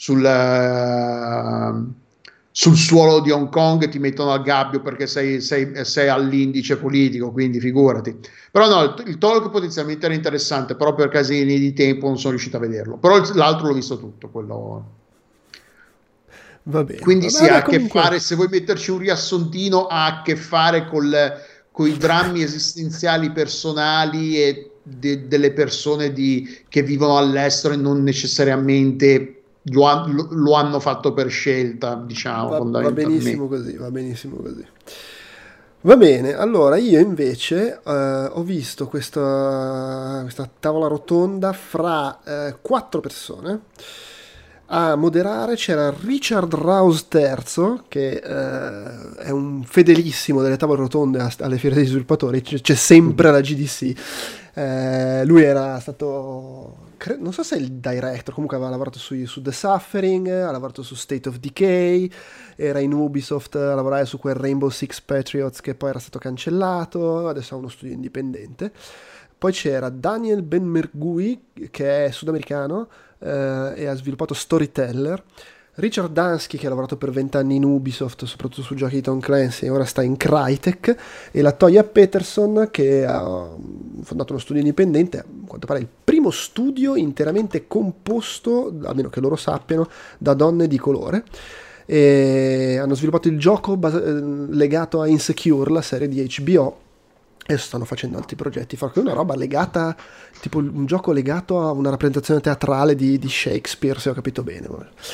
sul, sul suolo di Hong Kong ti mettono al gabbio perché sei, sei, sei all'indice politico, quindi figurati. Però no, il, il talk potenzialmente era interessante, però per casini di tempo non sono riuscito a vederlo, però l'altro l'ho visto tutto, quello. Va bene. Quindi Vabbè, si ha a comunque... che fare, se vuoi metterci un riassuntino, ha a che fare con i drammi esistenziali personali e de, delle persone di, che vivono all'estero e non necessariamente lo, ha, lo, lo hanno fatto per scelta, diciamo. Va, va benissimo così, va benissimo così. Va bene, allora io invece eh, ho visto questa, questa tavola rotonda fra eh, quattro persone. A moderare c'era Richard Rouse terzo, che eh, è un fedelissimo delle tavole rotonde alle fiere degli sviluppatori, c'è, c'è sempre la G D C. Eh, lui era stato, cre- non so se è il director, comunque aveva lavorato su, su The Suffering, ha lavorato su State of Decay, era in Ubisoft a lavorare su quel Rainbow Six Patriots che poi era stato cancellato, adesso ha uno studio indipendente. Poi c'era Daniel Benmergui, che è sudamericano, Uh, e ha sviluppato Storyteller. Richard Dansky, che ha lavorato per vent'anni in Ubisoft, soprattutto su giochi di Tom Clancy, e ora sta in Crytek, e la Toya Peterson, che ha fondato uno studio indipendente, a quanto pare il primo studio interamente composto, almeno che loro sappiano, da donne di colore. E hanno sviluppato il gioco bas- legato a Insecure, la serie di H B O, e stanno facendo altri progetti, fa una roba legata, tipo un gioco legato a una rappresentazione teatrale di, di Shakespeare, se ho capito bene.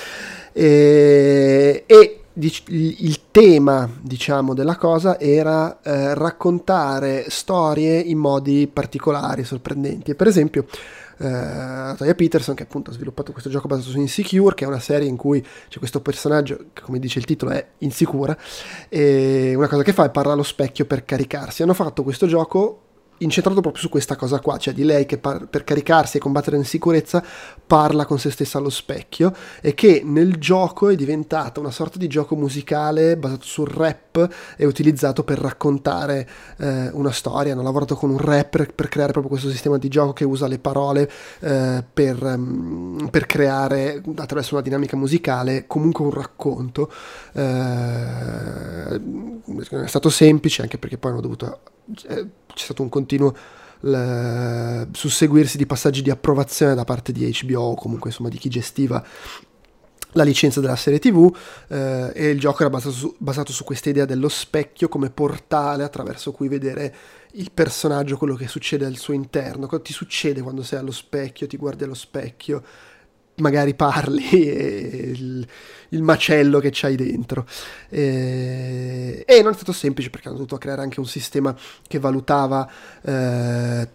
E, e il tema, diciamo, della cosa era eh, raccontare storie in modi particolari, sorprendenti. E per esempio Uh, Toya Peterson, che appunto ha sviluppato questo gioco basato su Insecure, che è una serie in cui c'è questo personaggio che, come dice il titolo, è insicura, e una cosa che fa è parla allo specchio per caricarsi. Hanno fatto questo gioco incentrato proprio su questa cosa qua, cioè di lei che par- per caricarsi e combattere in sicurezza parla con se stessa allo specchio, e che nel gioco è diventata una sorta di gioco musicale basato sul rap e utilizzato per raccontare eh, una storia. Hanno lavorato con un rapper per creare proprio questo sistema di gioco che usa le parole eh, per, um, per creare attraverso una dinamica musicale comunque un racconto. Eh, è stato semplice, anche perché poi hanno dovuto c'è stato un continuo l- susseguirsi di passaggi di approvazione da parte di H B O, o comunque insomma di chi gestiva la licenza della serie tivù, eh, e il gioco era basato su, basato su questa idea dello specchio come portale attraverso cui vedere il personaggio, quello che succede al suo interno. Cosa ti succede quando sei allo specchio, ti guardi allo specchio, magari parli, e il, il macello che c'hai dentro. E, e non è stato semplice, perché hanno dovuto creare anche un sistema che valutava eh,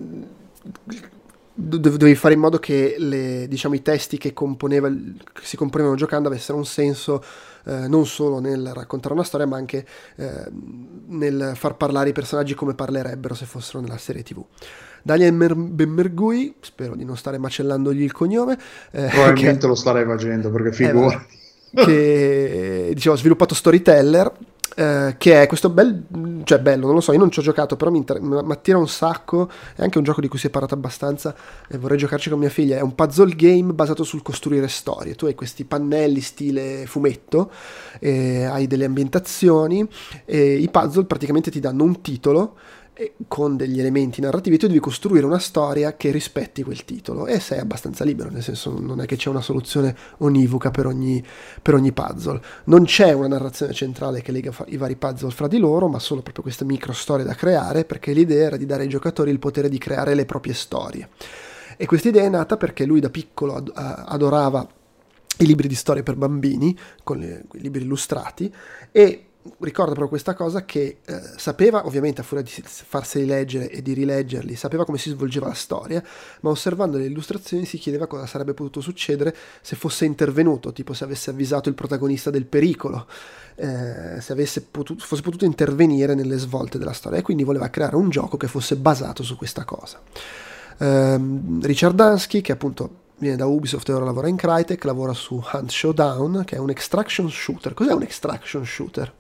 dovevi fare in modo che le, diciamo, i testi che, componeva, che si componevano giocando avessero un senso eh, non solo nel raccontare una storia, ma anche eh, nel far parlare i personaggi come parlerebbero se fossero nella serie tivù. Daniel Mer- Benmergui, spero di non stare macellandogli il cognome, eh, probabilmente che, lo starei facendo, perché figura eh, che diciamo, ha sviluppato Storyteller, eh, che è questo bel, cioè bello, non lo so, io non ci ho giocato, però mi, inter- mi attira un sacco. È anche un gioco di cui si è parlato abbastanza e vorrei giocarci con mia figlia. È un puzzle game basato sul costruire storie. Tu hai questi pannelli stile fumetto, e hai delle ambientazioni, e i puzzle praticamente ti danno un titolo con degli elementi narrativi, tu devi costruire una storia che rispetti quel titolo, e sei abbastanza libero, nel senso non è che c'è una soluzione univoca per ogni, per ogni puzzle. Non c'è una narrazione centrale che lega i vari puzzle fra di loro, ma solo proprio queste micro storie da creare, perché l'idea era di dare ai giocatori il potere di creare le proprie storie. E questa idea è nata perché lui da piccolo ad- adorava i libri di storie per bambini, con le, i libri illustrati, e ricorda proprio questa cosa, che eh, sapeva, ovviamente a furia di farseli leggere e di rileggerli, sapeva come si svolgeva la storia, ma osservando le illustrazioni si chiedeva cosa sarebbe potuto succedere se fosse intervenuto, tipo se avesse avvisato il protagonista del pericolo, eh, se avesse potuto, fosse potuto intervenire nelle svolte della storia, e quindi voleva creare un gioco che fosse basato su questa cosa. Um, Richard Dansky, che appunto viene da Ubisoft e ora lavora in Crytek, lavora su Hunt Showdown, che è un extraction shooter. Cos'è un extraction shooter?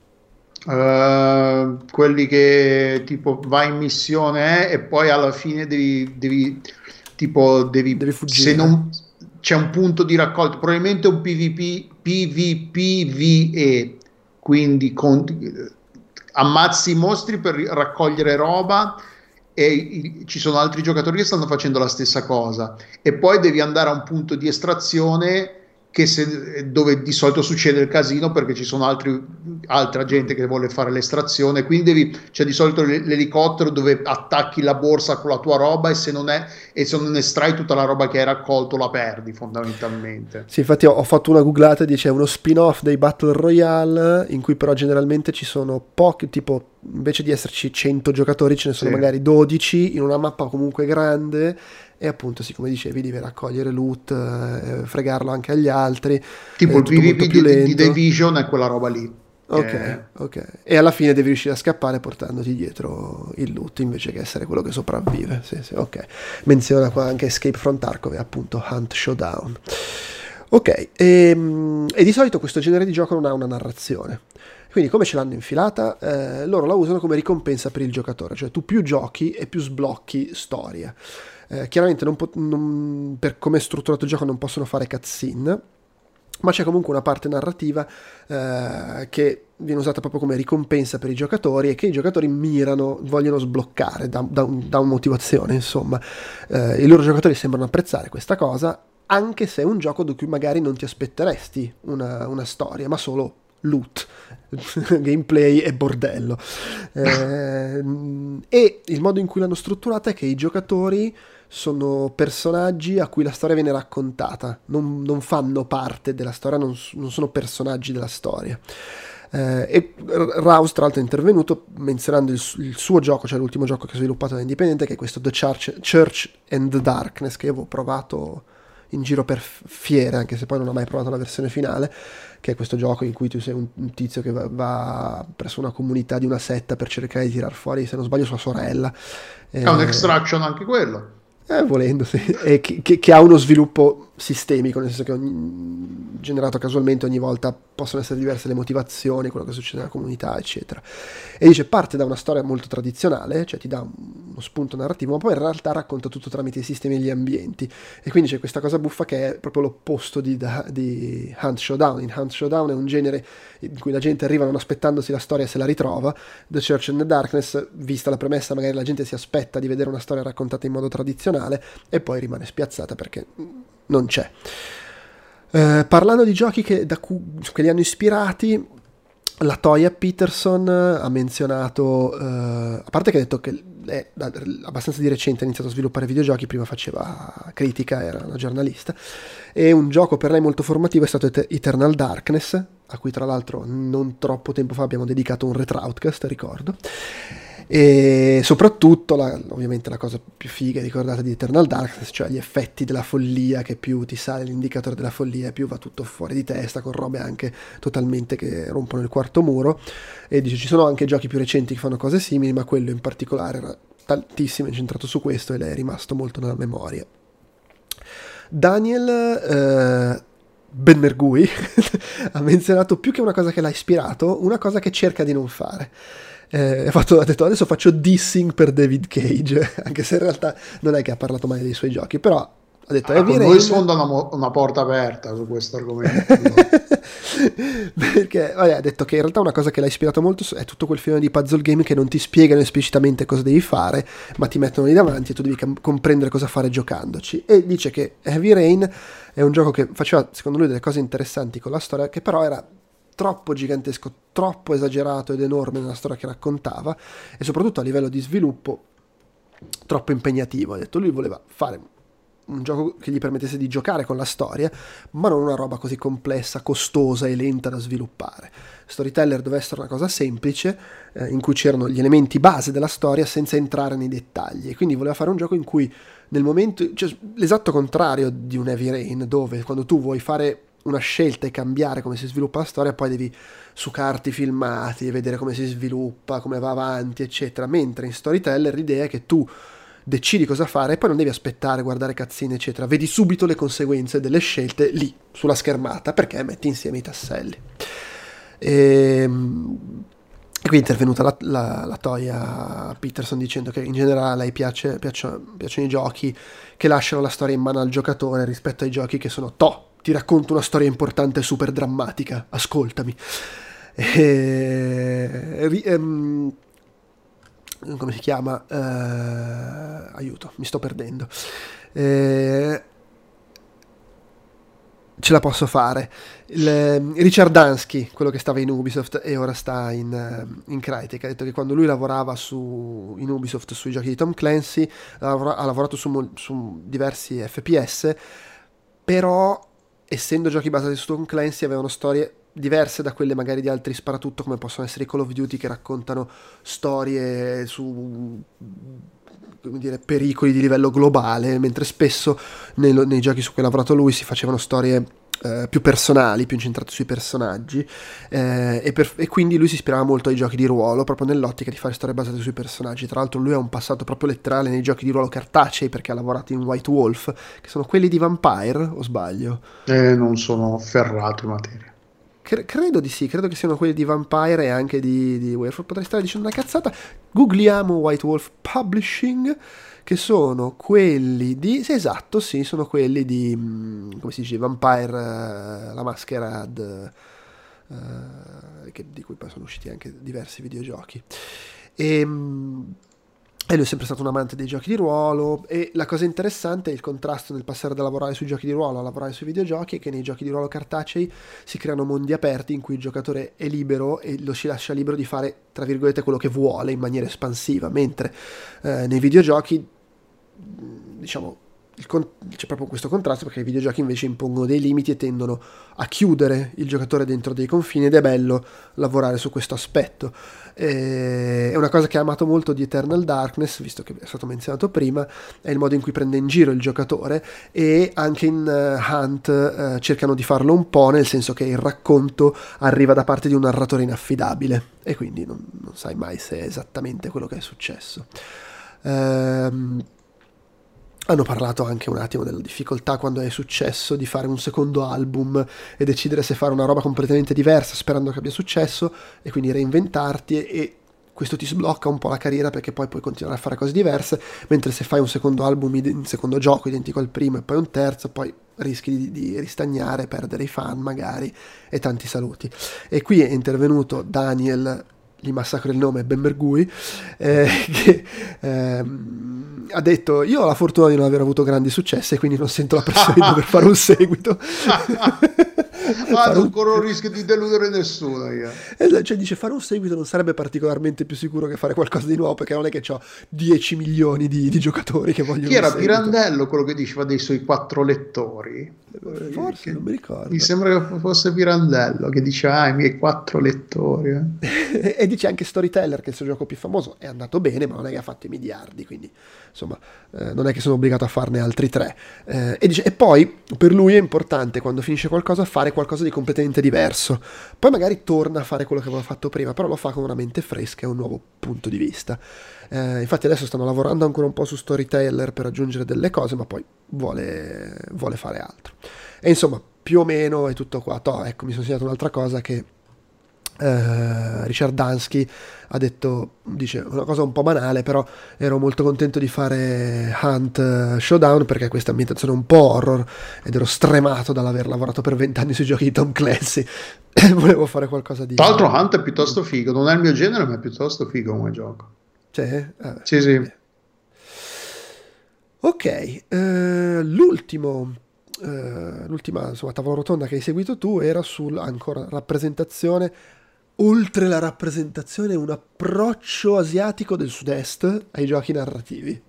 Uh, quelli che tipo vai in missione eh, e poi alla fine devi, devi tipo devi, Devi fuggire. se non c'è un punto di raccolta, probabilmente un PvP PvPvE, quindi con, ammazzi i mostri per raccogliere roba, e i, ci sono altri giocatori che stanno facendo la stessa cosa, e poi devi andare a un punto di estrazione che se, dove di solito succede il casino, perché ci sono altri, altra gente che vuole fare l'estrazione, quindi devi, c'è di solito l'elicottero dove attacchi la borsa con la tua roba, e se non è, e se non estrai tutta la roba che hai raccolto la perdi fondamentalmente. Sì, infatti ho, ho fatto una googlata e dice uno spin-off dei Battle Royale, in cui però generalmente ci sono pochi, tipo invece di esserci cento giocatori ce ne sono Sì. magari dodici in una mappa comunque grande, e appunto sì, come dicevi, devi raccogliere loot, eh, fregarlo anche agli altri, Tipo è il tutto molto PvP più di, di lento. The Division è quella roba lì. Ok, Eh, ok. E alla fine devi riuscire a scappare portandoti dietro il loot invece che essere quello che sopravvive. Sì, sì, ok. Menziona qua anche Escape from Tarkov e appunto Hunt Showdown. Ok, e, e di solito questo genere di gioco non ha una narrazione. Quindi come ce l'hanno infilata? Eh, loro la usano come ricompensa per il giocatore, cioè tu più giochi e più sblocchi storia. Eh, chiaramente non po- non, per come è strutturato il gioco non possono fare cutscene, ma c'è comunque una parte narrativa eh, che viene usata proprio come ricompensa per i giocatori, e che i giocatori mirano, vogliono sbloccare da, da, un, da una motivazione, insomma. Eh, i loro giocatori sembrano apprezzare questa cosa, anche se è un gioco da cui magari non ti aspetteresti una, una storia, ma solo loot, gameplay e bordello. Eh, e il modo in cui l'hanno strutturata è che i giocatori sono personaggi a cui la storia viene raccontata, non, non fanno parte della storia, non, non sono personaggi della storia. Eh, e Rouse tra l'altro è intervenuto menzionando il, il suo gioco, cioè l'ultimo gioco che ha sviluppato da indipendente, che è questo The Church, Church and the Darkness, che io avevo provato in giro per fiere, anche se poi non ho mai provato la versione finale, che è questo gioco in cui tu sei un, un tizio che va, va presso una comunità di una setta per cercare di tirar fuori, se non sbaglio, sua sorella. È eh, un extraction anche quello. Eh, volendo, sì. E che, che, che ha uno sviluppo sistemico, nel senso che ogni, generato casualmente ogni volta possono essere diverse le motivazioni, quello che succede nella comunità, eccetera. E dice, parte da una storia molto tradizionale, cioè ti dà uno spunto narrativo, ma poi in realtà racconta tutto tramite i sistemi e gli ambienti. E quindi c'è questa cosa buffa che è proprio l'opposto di, di Hunt Showdown. In Hunt Showdown è un genere in cui la gente arriva non aspettandosi la storia e se la ritrova. The Church in the Darkness, vista la premessa, magari la gente si aspetta di vedere una storia raccontata in modo tradizionale e poi rimane spiazzata perché non c'è. Eh, parlando di giochi che, da cui, che li hanno ispirati, la Toya Peterson ha menzionato, eh, a parte che ha detto che è abbastanza di recente ha iniziato a sviluppare videogiochi, prima faceva critica, era una giornalista, e un gioco per lei molto formativo è stato Eternal Darkness, a cui tra l'altro non troppo tempo fa abbiamo dedicato un retroutcast, ricordo. E soprattutto la, ovviamente la cosa più figa ricordata di Eternal Darkness, cioè gli effetti della follia, che più ti sale l'indicatore della follia più va tutto fuori di testa, con robe anche totalmente che rompono il quarto muro. E dice ci sono anche giochi più recenti che fanno cose simili, ma quello in particolare era tantissimo incentrato su questo e le è rimasto molto nella memoria. Daniel eh, Benmergui ha menzionato, più che una cosa che l'ha ispirato, una cosa che cerca di non fare. Eh, ha, fatto, ha detto adesso faccio dissing per David Cage, anche se in realtà non è che ha parlato mai dei suoi giochi, però ha detto ah, Heavy Rain... Rain sfonda una, una porta aperta su questo argomento. Perché vabbè, ha detto che in realtà una cosa che l'ha ispirato molto è tutto quel filone di puzzle game che non ti spiegano esplicitamente cosa devi fare, ma ti mettono lì davanti e tu devi cam- comprendere cosa fare giocandoci. E dice che Heavy Rain è un gioco che faceva secondo lui delle cose interessanti con la storia, che però era troppo gigantesco, troppo esagerato ed enorme nella storia che raccontava, e soprattutto a livello di sviluppo troppo impegnativo. Ha detto lui voleva fare un gioco che gli permettesse di giocare con la storia, ma non una roba così complessa, costosa e lenta da sviluppare. Storyteller doveva essere una cosa semplice, eh, in cui c'erano gli elementi base della storia senza entrare nei dettagli, e quindi voleva fare un gioco in cui nel momento, cioè l'esatto contrario di un Heavy Rain, dove quando tu vuoi fare una scelta e cambiare come si sviluppa la storia, poi devi succarti i filmati e vedere come si sviluppa, come va avanti, eccetera. Mentre in Storyteller l'idea è che tu decidi cosa fare e poi non devi aspettare, guardare cazzine, eccetera. Vedi subito le conseguenze delle scelte lì, sulla schermata, perché metti insieme i tasselli. E, e qui è intervenuta la, la, la Toya Peterson dicendo che in generale a lei piace, piacciono, piacciono i giochi che lasciano la storia in mano al giocatore rispetto ai giochi che sono toh, ti racconto una storia importante e super drammatica, ascoltami. E, ehm, come si chiama? Uh, aiuto, mi sto perdendo. Eh, ce la posso fare. Il, Richard Dansky, quello che stava in Ubisoft e ora sta in, in Crytek, ha detto che quando lui lavorava su, in Ubisoft sui giochi di Tom Clancy ha lavorato su, su diversi F P S, però essendo giochi basati su Tom Clancy avevano storie diverse da quelle magari di altri sparatutto come possono essere i Call of Duty, che raccontano storie su, come dire, pericoli di livello globale, mentre spesso nei, nei giochi su cui ha lavorato lui si facevano storie eh, più personali, più incentrate sui personaggi, eh, e, per, e quindi lui si ispirava molto ai giochi di ruolo proprio nell'ottica di fare storie basate sui personaggi. Tra l'altro lui ha un passato proprio letterale nei giochi di ruolo cartacei, perché ha lavorato in White Wolf, che sono quelli di Vampire, o sbaglio? Eh, non sono ferrato in materia. Credo di sì, credo che siano quelli di Vampire e anche di, di Werewolf. Potrei stare dicendo una cazzata. Googliamo White Wolf Publishing, che sono quelli di... Sì, esatto, sì, sono quelli di... come si dice? Vampire, uh, la Masquerade, uh, che, di cui poi sono usciti anche diversi videogiochi. E... E lui è sempre stato un amante dei giochi di ruolo, e la cosa interessante è il contrasto nel passare da lavorare sui giochi di ruolo a lavorare sui videogiochi, è che nei giochi di ruolo cartacei si creano mondi aperti in cui il giocatore è libero e lo si lascia libero di fare, tra virgolette, quello che vuole in maniera espansiva, mentre eh, nei videogiochi, diciamo, il con- c'è proprio questo contrasto, perché i videogiochi invece impongono dei limiti e tendono a chiudere il giocatore dentro dei confini, ed è bello lavorare su questo aspetto. E è una cosa che ho amato molto di Eternal Darkness, visto che è stato menzionato prima, è il modo in cui prende in giro il giocatore, e anche in uh, Hunt uh, cercano di farlo un po', nel senso che il racconto arriva da parte di un narratore inaffidabile e quindi non, non sai mai se è esattamente quello che è successo. Ehm Hanno parlato anche un attimo della difficoltà, quando è successo, di fare un secondo album e decidere se fare una roba completamente diversa sperando che abbia successo, e quindi reinventarti, e, e questo ti sblocca un po' la carriera, perché poi puoi continuare a fare cose diverse, mentre se fai un secondo album, un secondo gioco identico al primo e poi un terzo, poi rischi di, di ristagnare, perdere i fan magari, e tanti saluti. E qui è intervenuto Daniel, gli massacro il nome, Benmergui, eh, che ehm, ha detto: io ho la fortuna di non aver avuto grandi successi e quindi non sento la pressione di dover fare un seguito. Ah, non corro il rischio di deludere nessuno io. Esatto, cioè dice, fare un seguito non sarebbe particolarmente più sicuro che fare qualcosa di nuovo, perché non è che ho dieci milioni di, di giocatori che vogliono Chi era un seguito. Pirandello quello che diceva dei suoi quattro lettori? Forse, che, non mi ricordo. Mi sembra che fosse Pirandello che diceva: ah, i miei quattro lettori. Eh. E dice anche Storyteller che il suo gioco più famoso è andato bene, ma non è che ha fatto i miliardi, quindi insomma eh, non è che sono obbligato a farne altri tre. Eh, e, dice, e poi per lui è importante, quando finisce qualcosa, fare qualcosa di completamente diverso. Poi magari torna a fare quello che aveva fatto prima, però lo fa con una mente fresca e un nuovo punto di vista. Eh, infatti adesso stanno lavorando ancora un po' su Storyteller per aggiungere delle cose, ma poi vuole, vuole fare altro. E insomma, più o meno è tutto qua. Toh, ecco, mi sono segnato un'altra cosa che Uh, Richard Dansky ha detto, dice una cosa un po' banale, però ero molto contento di fare Hunt Showdown perché ha questa ambientazione un po' horror ed ero stremato dall'aver lavorato per vent'anni sui giochi di Tom Clancy e volevo fare qualcosa di... Tra l'altro Hunt è piuttosto figo, non è il mio genere, ma è piuttosto figo come gioco. Sì? Eh, sì, sì. Ok, uh, l'ultimo uh, l'ultima insomma tavola rotonda che hai seguito tu era sul ancora rappresentazione. Oltre la rappresentazione, un approccio asiatico del sud-est ai giochi narrativi.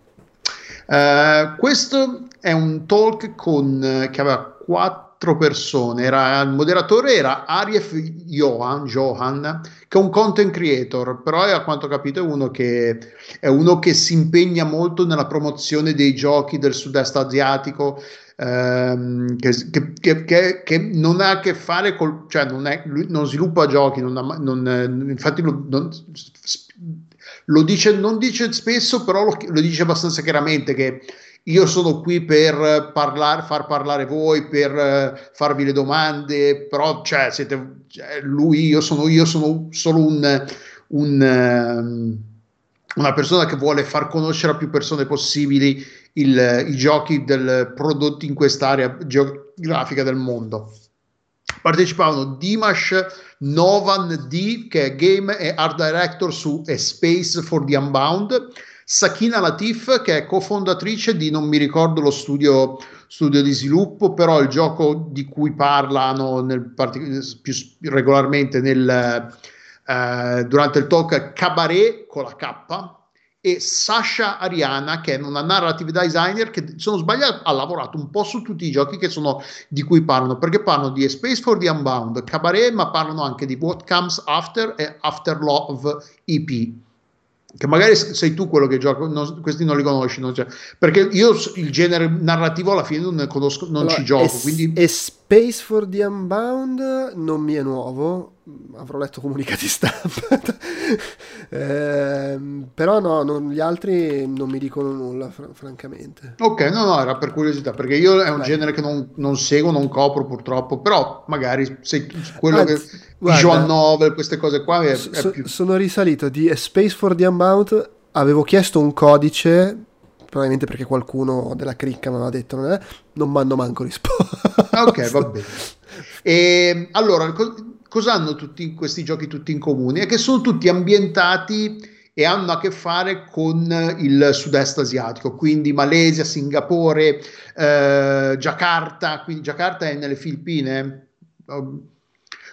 Uh, questo è un talk con, che aveva quattro persone. Era, il moderatore era Arief Johan, Johan, che è un content creator, però è, a quanto ho capito è uno che, è uno che si impegna molto nella promozione dei giochi del sud-est asiatico. Ehm, che, che, che, che non ha a che fare col, cioè non, è, lui non sviluppa giochi, non ha, non, infatti lo, non, lo dice, non dice spesso, però lo, lo dice abbastanza chiaramente che io sono qui per parlare, far parlare voi, per uh, farvi le domande, però cioè, siete, cioè, lui, io sono, io sono solo un, un um, una persona che vuole far conoscere a più persone possibili il, i giochi del, prodotti in quest'area geografica del mondo. Partecipavano Dimash Novan D, che è Game e Art Director su A Space for the Unbound, Sakina Latif, che è cofondatrice di, non mi ricordo lo studio, studio di sviluppo, però il gioco di cui parlano nel, più regolarmente nel, eh, durante il talk, Cabaret con la K, e Sasha Ariana, che è una narrative designer che, se non sbaglio, ha lavorato un po' su tutti i giochi che sono, di cui parlano, perché parlano di A Space for the Unbound, Cabaret, ma parlano anche di What Comes After e After Love E P, che magari sei tu quello che gioca, non, questi non li conosci, non, cioè, perché io il genere narrativo alla fine non ne conosco, non allora, ci gioco, es, quindi... A Space for the Unbound non mi è nuovo, avrò letto comunicati stampa, eh, però no, non, gli altri non mi dicono nulla, fr- francamente. Ok, no, no, era per curiosità, perché io è un Vai. genere che non, non seguo, non copro purtroppo, però magari sei quello Anzi, che... guarda, visual novel, queste cose qua è, so, è più... sono risalito di A Space for the Unbound, avevo chiesto un codice, probabilmente perché qualcuno della cricca mi aveva detto, non, è, non mi hanno manco risposto. Ok, va bene. E, allora, co- cosa hanno tutti questi giochi tutti in comune? È che sono tutti ambientati e hanno a che fare con il sud-est asiatico, quindi Malesia, Singapore, eh, Giacarta, quindi Giacarta è nelle Filippine,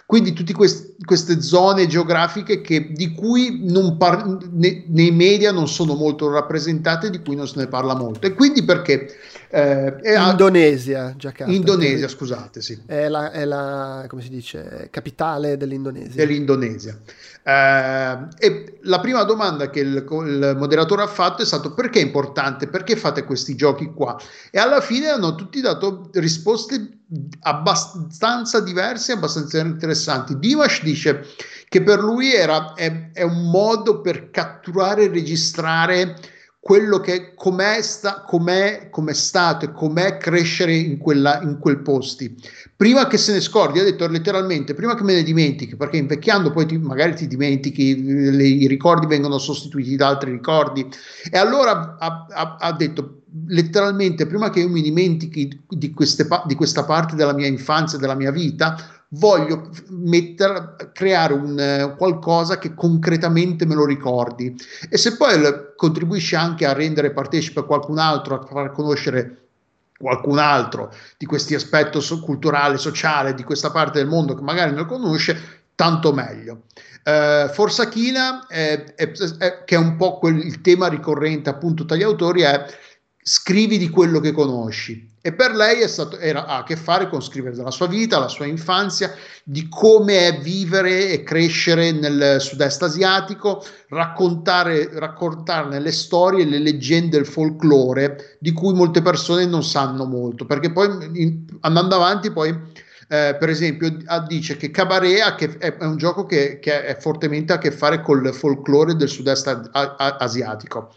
quindi tutte quest- queste zone geografiche che, di cui non par- ne- nei media non sono molto rappresentate, di cui non se ne parla molto. E quindi perché? Eh, è a- Indonesia, Jakarta, Indonesia, intendo- scusate, sì. è la, è la, come si dice, capitale dell'Indonesia. Dell'Indonesia. Eh, e la prima domanda che il, il moderatore ha fatto è stato: perché è importante? Perché fate questi giochi qua? E alla fine hanno tutti dato risposte abbastanza diverse e abbastanza interessanti. Dimash dice che per lui era, è, è un modo per catturare e registrare quello che com'è, sta, com'è, com'è stato e com'è crescere in, quella, in quel posti prima che se ne scordi. Ha detto letteralmente: prima che me ne dimentichi, perché invecchiando poi ti, magari ti dimentichi, le, i ricordi vengono sostituiti da altri ricordi. E allora ha, ha, ha detto letteralmente: prima che io mi dimentichi di, queste, di questa parte della mia infanzia, della mia vita, voglio mettere, creare un qualcosa che concretamente me lo ricordi. E se poi contribuisce anche a rendere partecipe qualcun altro, a far conoscere qualcun altro di questi aspetti so- culturale, sociale di questa parte del mondo che magari non conosce, tanto meglio. Uh, Forza China, è, è, è, che è un po' quel, il tema ricorrente appunto tra gli autori, è: scrivi di quello che conosci. E per lei è stato, era, ha a che fare con scrivere della sua vita, la sua infanzia, di come è vivere e crescere nel sud-est asiatico, raccontare, raccontarne le storie, le leggende, il folklore di cui molte persone non sanno molto, perché poi in, andando avanti poi eh, per esempio dice che Cabaret ha che, è, è un gioco che, che è fortemente a che fare col folklore del sud-est a, a, asiatico.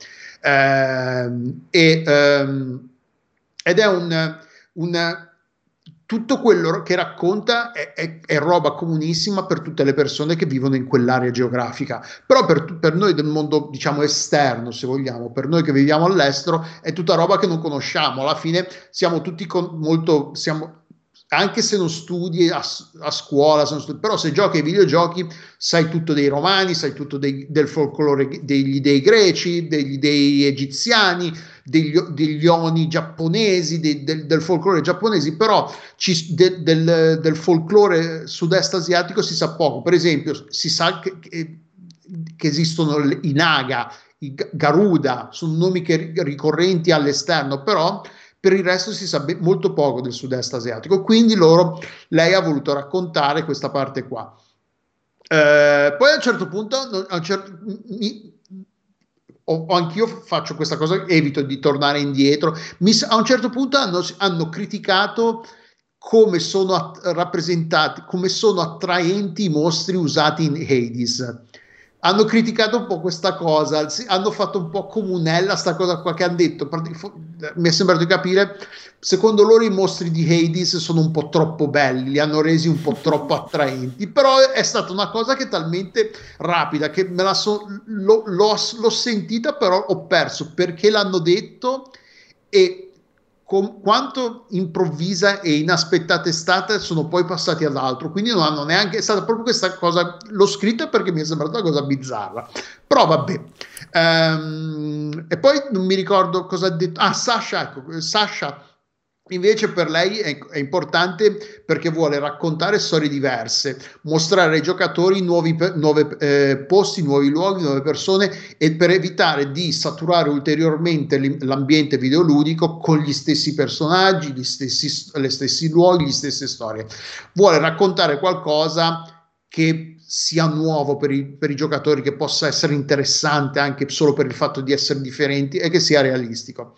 Ehm, e, ehm, ed è un, un tutto quello che racconta è, è, è roba comunissima per tutte le persone che vivono in quell'area geografica, però per, per noi del mondo diciamo esterno, se vogliamo, per noi che viviamo all'estero, è tutta roba che non conosciamo. Alla fine siamo tutti con, molto siamo, anche se non studi a, a scuola, se studi, però se giochi ai videogiochi sai tutto dei romani, sai tutto dei, del folklore degli dei greci, degli dei egiziani, degli, degli oni giapponesi, de, del, del folklore giapponesi, però ci, de, del, del folklore sud-est asiatico si sa poco. Per esempio si sa che, che, che esistono i Naga, i Garuda, sono nomi che ricorrenti all'esterno, però per il resto si sa molto poco del sud-est asiatico, quindi loro, lei ha voluto raccontare questa parte qua. Eh, poi a un certo punto, a un certo, mi, o, o anch'io faccio questa cosa, evito di tornare indietro, mi, a un certo punto hanno, hanno criticato come sono att- rappresentati, come sono attraenti i mostri usati in Hades. Hanno criticato un po' questa cosa, hanno fatto un po' comunella sta cosa qua che hanno detto. Mi è sembrato di capire, secondo loro i mostri di Hades sono un po' troppo belli, li hanno resi un po' troppo attraenti, però è stata una cosa che è talmente rapida che me la so, l'ho, l'ho, l'ho sentita, però ho perso perché l'hanno detto e con quanto improvvisa e inaspettata è stata, sono poi passati ad altro, quindi non hanno neanche, è stata proprio questa cosa, l'ho scritta perché mi è sembrata una cosa bizzarra, però vabbè. Um, e poi non mi ricordo cosa ha detto, ah Sasha, ecco, Sasha invece per lei è, è importante perché vuole raccontare storie diverse, mostrare ai giocatori nuovi nuove, eh, posti, nuovi luoghi, nuove persone, e per evitare di saturare ulteriormente l'ambiente videoludico con gli stessi personaggi, gli stessi, le stessi luoghi, le stesse storie. Vuole raccontare qualcosa che sia nuovo per i, per i giocatori, che possa essere interessante anche solo per il fatto di essere differenti e che sia realistico.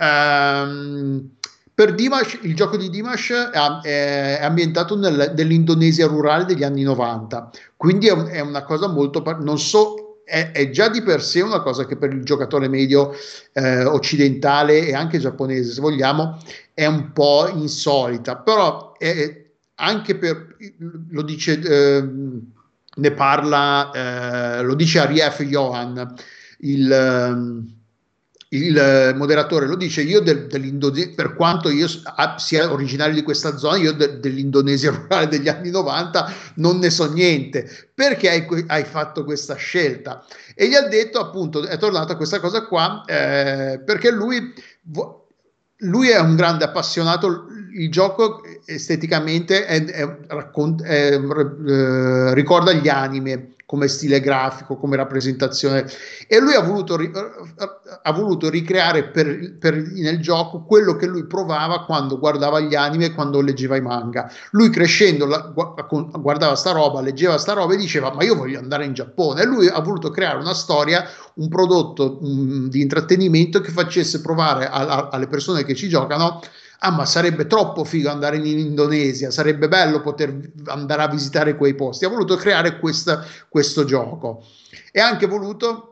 Um, Per Dimash, il gioco di Dimash è, è ambientato nel, nell'Indonesia rurale degli anni novanta, quindi è, un, è una cosa molto, non so, è, è già di per sé una cosa che per il giocatore medio eh, occidentale e anche giapponese, se vogliamo, è un po' insolita, però è, anche per, lo dice, eh, ne parla, eh, lo dice Arief Johan, il... il moderatore lo dice: io del, dell'Indonesia, per quanto io sia originario di questa zona, io de, dell'Indonesia rurale degli anni novanta non ne so niente. Perché hai, hai fatto questa scelta? E gli ha detto, appunto, è tornato a questa cosa qua, eh, perché lui lui è un grande appassionato, il gioco esteticamente è, è, raccont- è, eh, ricorda gli anime come stile grafico, come rappresentazione, e lui ha voluto, ri- ha voluto ricreare per, per, nel gioco quello che lui provava quando guardava gli anime e quando leggeva i manga. Lui crescendo la, guardava sta roba, leggeva sta roba e diceva ma io voglio andare in Giappone, e lui ha voluto creare una storia, un prodotto um, di intrattenimento che facesse provare a, a, alle persone che ci giocano: ah, ma sarebbe troppo figo andare in Indonesia, sarebbe bello poter andare a visitare quei posti. Ha voluto creare questa, questo gioco, e ha anche voluto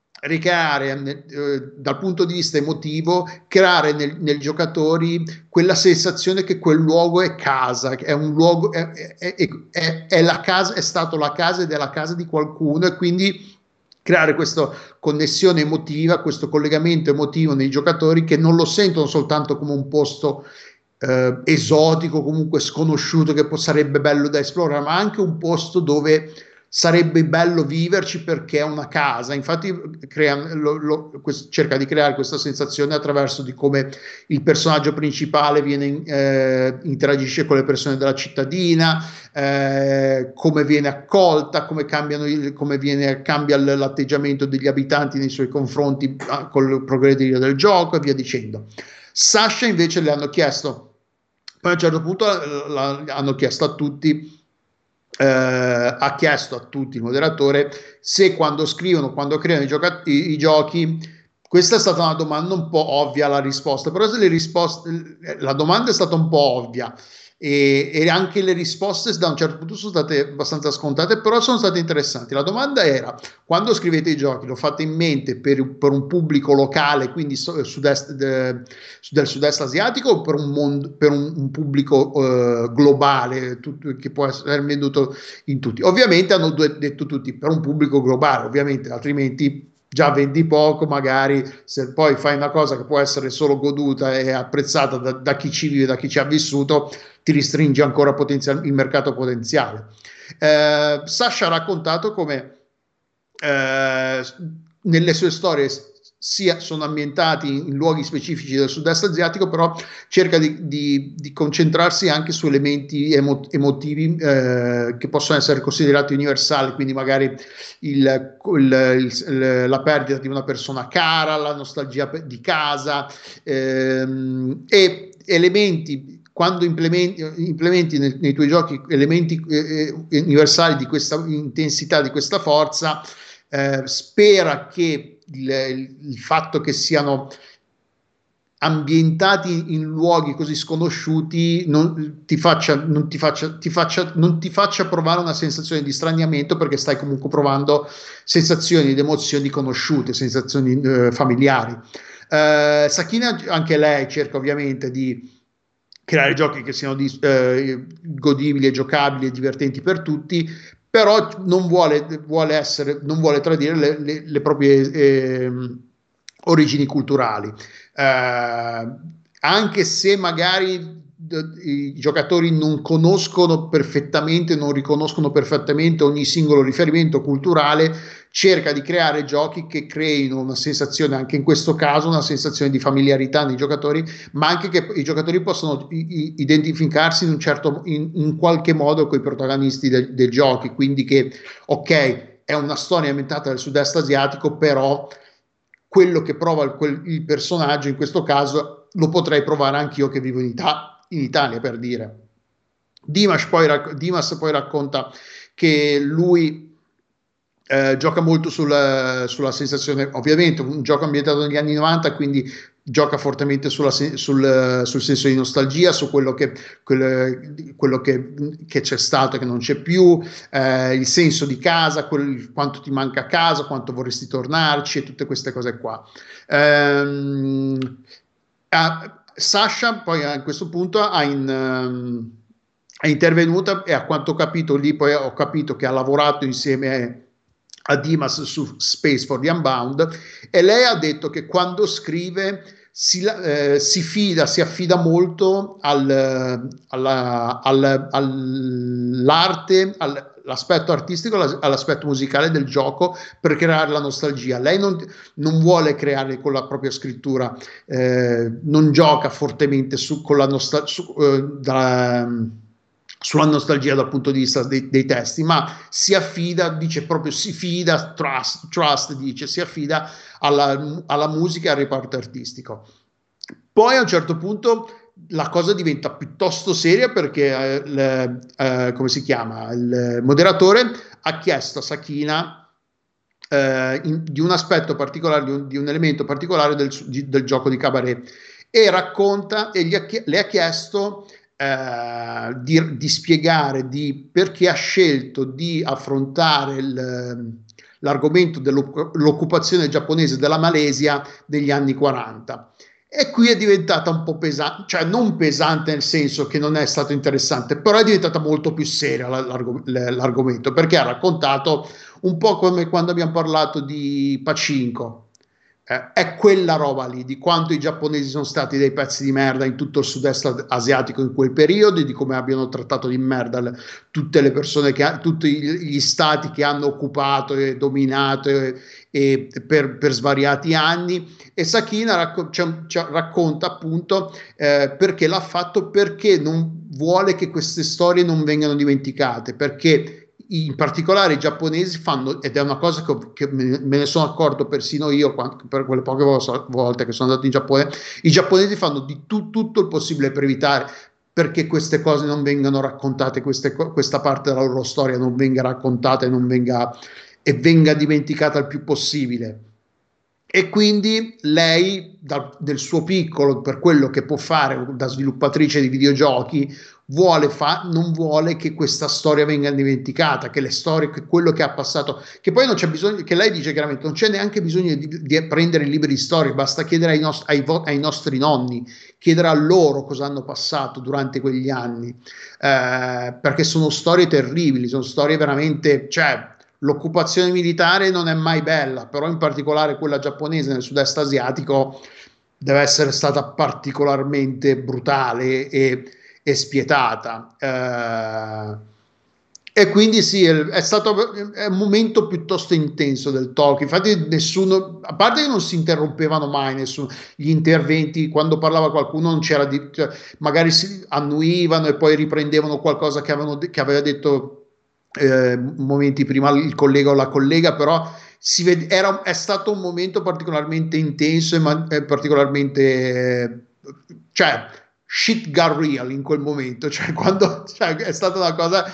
ricreare eh, dal punto di vista emotivo, creare nel, nel giocatori quella sensazione che quel luogo è casa, è un luogo, è, è, è, è la casa, è stato la casa ed è la casa di qualcuno, e quindi creare questa connessione emotiva, questo collegamento emotivo nei giocatori, che non lo sentono soltanto come un posto eh, esotico, comunque sconosciuto, che sarebbe bello da esplorare, ma anche un posto dove sarebbe bello viverci perché è una casa. Infatti crea, lo, lo, questo, cerca di creare questa sensazione attraverso di come il personaggio principale viene, eh, interagisce con le persone della cittadina, eh, come viene accolta, come, cambiano il, come viene, cambia l'atteggiamento degli abitanti nei suoi confronti ah, col progredire del gioco e via dicendo. Sasha invece le hanno chiesto, poi a un certo punto la, la, hanno chiesto a tutti, eh, ha chiesto a tutti il moderatore se quando scrivono, quando creano i, gioca- i, i giochi, questa è stata una domanda un po' ovvia la risposta, però se le risposte, la domanda è stata un po' ovvia, e, e anche le risposte da un certo punto sono state abbastanza scontate, però sono state interessanti. La domanda era: quando scrivete i giochi lo fate in mente per, per un pubblico locale, quindi sud-est, de, del sud-est asiatico, o per un, mondo, per un, un pubblico uh, globale tutto, che può essere venduto in tutti? Ovviamente hanno detto tutti per un pubblico globale, ovviamente, altrimenti già vendi poco, magari se poi fai una cosa che può essere solo goduta e apprezzata da, da chi ci vive, da chi ci ha vissuto, ti restringe ancora potenzial- il mercato potenziale. Eh, Sasha ha raccontato come eh, nelle sue storie sia sono ambientati in luoghi specifici del sud-est asiatico, però cerca di, di, di concentrarsi anche su elementi emo, emotivi eh, che possono essere considerati universali, quindi magari il, il, il, la perdita di una persona cara, la nostalgia di casa ehm, e elementi. Quando implementi, implementi nei, nei tuoi giochi elementi eh, universali di questa intensità, di questa forza, eh, spera che il, il, il fatto che siano ambientati in luoghi così sconosciuti non ti faccia, non ti faccia, ti faccia, non ti faccia provare una sensazione di straniamento, perché stai comunque provando sensazioni ed emozioni conosciute, sensazioni eh, familiari. Eh, Sakina anche lei cerca ovviamente di creare giochi che siano di, eh, godibili e giocabili e divertenti per tutti, però non vuole, vuole, essere, non vuole tradire le, le, le proprie eh, origini culturali. Eh, anche se magari i giocatori non conoscono perfettamente, non riconoscono perfettamente ogni singolo riferimento culturale, cerca di creare giochi che creino una sensazione, anche in questo caso, una sensazione di familiarità nei giocatori, ma anche che i giocatori possano i- identificarsi in un certo, in, in qualche modo con i protagonisti de- dei giochi, quindi che, ok, è una storia ambientata nel sud-est asiatico, però quello che prova il, quel, il personaggio in questo caso lo potrei provare anch'io che vivo in, Ita- in Italia, per dire. Dimas poi, rac- Dimas poi racconta che lui eh, gioca molto sulla, sulla sensazione, ovviamente un gioco ambientato negli anni novanta, quindi gioca fortemente sulla, sul, sul senso di nostalgia, su quello che, quello, quello che, che c'è stato e che non c'è più, eh, il senso di casa, quel, quanto ti manca a casa, quanto vorresti tornarci e tutte queste cose qua. Ehm, ah, Sasha poi a questo punto ha in... Um, è intervenuta, e a quanto ho capito lì poi ho capito che ha lavorato insieme a Dimas su Space for the Unbound, e lei ha detto che quando scrive si, eh, si fida, si affida molto al, alla, al, all'arte, al, l'aspetto artistico all'aspetto musicale del gioco per creare la nostalgia. Lei non, non vuole creare con la propria scrittura, eh, non gioca fortemente su, con la nostal- su, eh, da, sulla nostalgia dal punto di vista dei, dei testi, ma si affida, dice proprio si fida, trust, trust dice, si affida alla, alla musica e al reparto artistico. Poi a un certo punto la cosa diventa piuttosto seria perché eh, le, eh, come si chiama, il moderatore ha chiesto a Sakina eh, in, di un aspetto particolare, di un, di un elemento particolare del, del gioco di cabaret, e racconta e gli ha, le ha chiesto eh, di, di spiegare di perché ha scelto di affrontare il, l'argomento dell'occupazione giapponese della Malesia degli anni quaranta. E qui è diventata un po' pesante, cioè non pesante nel senso che non è stato interessante, però è diventata molto più seria l'arg- l'argomento, perché ha raccontato un po' come quando abbiamo parlato di Pachinko. Eh, è quella roba lì, di quanto i giapponesi sono stati dei pezzi di merda in tutto il sud-est asiatico in quel periodo, di come abbiano trattato di merda le, tutte le persone, che tutti gli stati che hanno occupato e dominato e, e per, per svariati anni. E Sakina racco- cioè, cioè, racconta appunto eh, perché l'ha fatto, perché non vuole che queste storie non vengano dimenticate, perché in particolare i giapponesi fanno, ed è una cosa che, che me ne sono accorto persino io quando, per quelle poche volte che sono andato in Giappone, i giapponesi fanno di tu, tutto il possibile per evitare perché queste cose non vengano raccontate, queste, questa parte della loro storia non venga raccontata e non venga, e venga dimenticata il più possibile. E quindi lei, da, del suo piccolo, per quello che può fare da sviluppatrice di videogiochi, vuole fa, non vuole che questa storia venga dimenticata, che le storie, che quello che ha passato, che poi non c'è bisogno, che lei dice chiaramente, non c'è neanche bisogno di, di prendere i libri di storia, basta chiedere ai, nost- ai, vo- ai nostri nonni, chiedere a loro cosa hanno passato durante quegli anni, eh, perché sono storie terribili, sono storie veramente, cioè, l'occupazione militare non è mai bella, però in particolare quella giapponese nel sud-est asiatico deve essere stata particolarmente brutale e, e spietata. Eh, e quindi sì, è stato è un momento piuttosto intenso del talk. Infatti nessuno, a parte che non si interrompevano mai nessuno, gli interventi, quando parlava qualcuno non c'era di, cioè, magari si annuivano e poi riprendevano qualcosa che, avevano, che aveva detto eh, momenti prima il collega o la collega, però si vede, era, è stato un momento particolarmente intenso e ma, eh, particolarmente eh, cioè shit got real in quel momento, cioè quando cioè, è stata una cosa,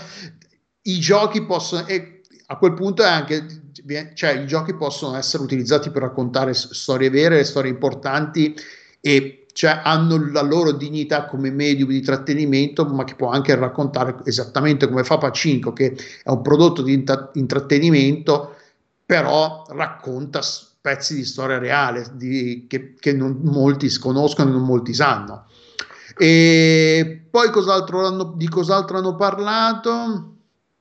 i giochi possono, e a quel punto è anche, cioè i giochi possono essere utilizzati per raccontare storie vere, storie importanti, e cioè hanno la loro dignità come medium di intrattenimento, ma che può anche raccontare esattamente come fa Pachinko, che è un prodotto di int- intrattenimento, però racconta pezzi di storia reale di, che, che non molti conoscono e non molti sanno. E poi cos'altro hanno, di cos'altro hanno parlato?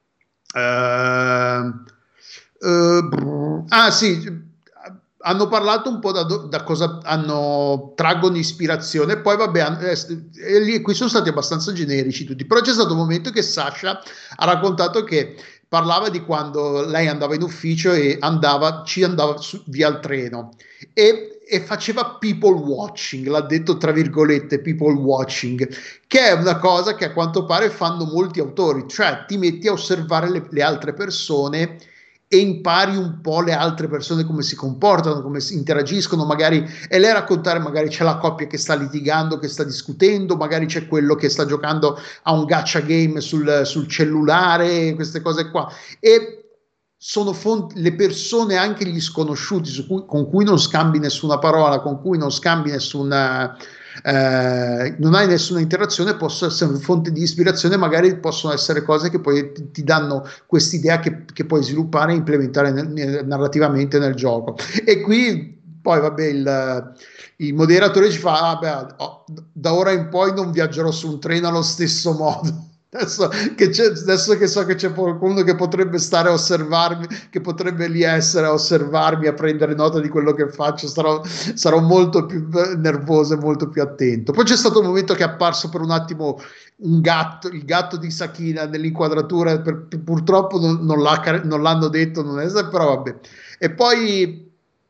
Uh, uh, ah sì, hanno parlato un po' da, da cosa hanno traggono ispirazione, poi vabbè, eh, lì, qui sono stati abbastanza generici tutti, però c'è stato un momento che Sasha ha raccontato che parlava di quando lei andava in ufficio e andava, ci andava su, via il treno e, e faceva people watching, l'ha detto tra virgolette people watching, che è una cosa che a quanto pare fanno molti autori, cioè ti metti a osservare le, le altre persone e impari un po' le altre persone come si comportano, come si interagiscono, magari, e lei raccontare, magari c'è la coppia che sta litigando, che sta discutendo, magari c'è quello che sta giocando a un gacha game sul, sul cellulare, queste cose qua, e sono fonti, le persone, anche gli sconosciuti su cui, con cui non scambi nessuna parola, con cui non scambi nessuna eh, non hai nessuna interazione, possono essere fonte di ispirazione, magari possono essere cose che poi ti, ti danno quest'idea che, che puoi sviluppare e implementare nel, nel, narrativamente nel gioco. E qui poi vabbè il, il moderatore ci fa ah, beh, oh, da ora in poi non viaggerò su un treno allo stesso modo. Adesso che, c'è, adesso che so che c'è qualcuno che potrebbe stare a osservarmi, che potrebbe lì essere a osservarmi, a prendere nota di quello che faccio, sarò, sarò molto più nervoso e molto più attento. Poi c'è stato un momento che è apparso per un attimo un gatto, il gatto di Sakina nell'inquadratura, per, per, purtroppo non, non, l'ha, non l'hanno detto, non è, però vabbè. E poi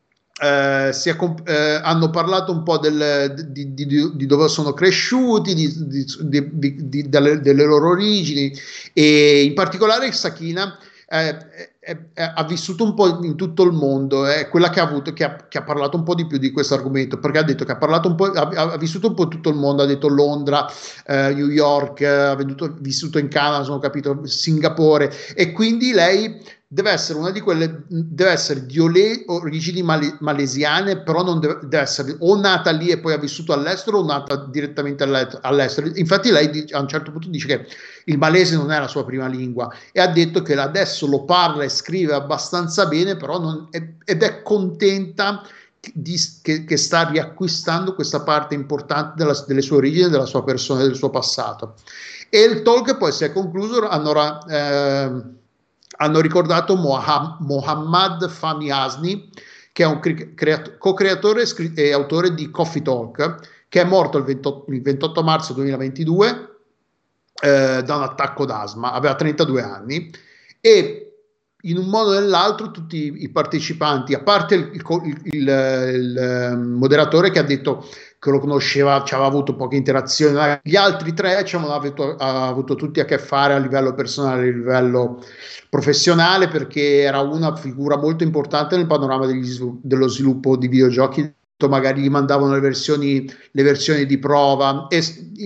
eh, si è, eh, hanno parlato un po' del, di, di, di dove sono cresciuti, di, di, di, delle, delle loro origini, e in particolare Sakina eh, è, è, ha vissuto un po' in tutto il mondo, è quella che ha avuto, che ha, che ha parlato un po' di più di questo argomento, perché ha detto che ha parlato un po', ha, ha vissuto un po' tutto il mondo, ha detto Londra, eh, New York, ha venuto, vissuto in Canada, sono capito, Singapore, e quindi lei deve essere una di quelle, deve essere di ole, origini male, malesiane, però non deve, deve essere o nata lì e poi ha vissuto all'estero o nata direttamente all'estero. Infatti lei a un certo punto dice che il malese non è la sua prima lingua e ha detto che adesso lo parla e scrive abbastanza bene, però non è, ed è contenta di, che, che sta riacquistando questa parte importante della, delle sue origini, della sua persona, del suo passato. E il talk poi si è concluso, hanno, eh, hanno ricordato Mohammad Fahmy Asni, che è un crea- co-creatore e autore di Coffee Talk, che è morto il ventotto, il ventotto marzo duemilaventidue eh, da un attacco d'asma, aveva trentadue anni, e in un modo o nell'altro tutti i partecipanti, a parte il, il, il, il moderatore che ha detto che lo conosceva, ci aveva avuto poche interazioni, gli altri tre ci hanno avuto, ha avuto tutti a che fare a livello personale, a livello professionale, perché era una figura molto importante nel panorama degli, dello sviluppo di videogiochi. Magari gli mandavano le versioni, le versioni di prova e,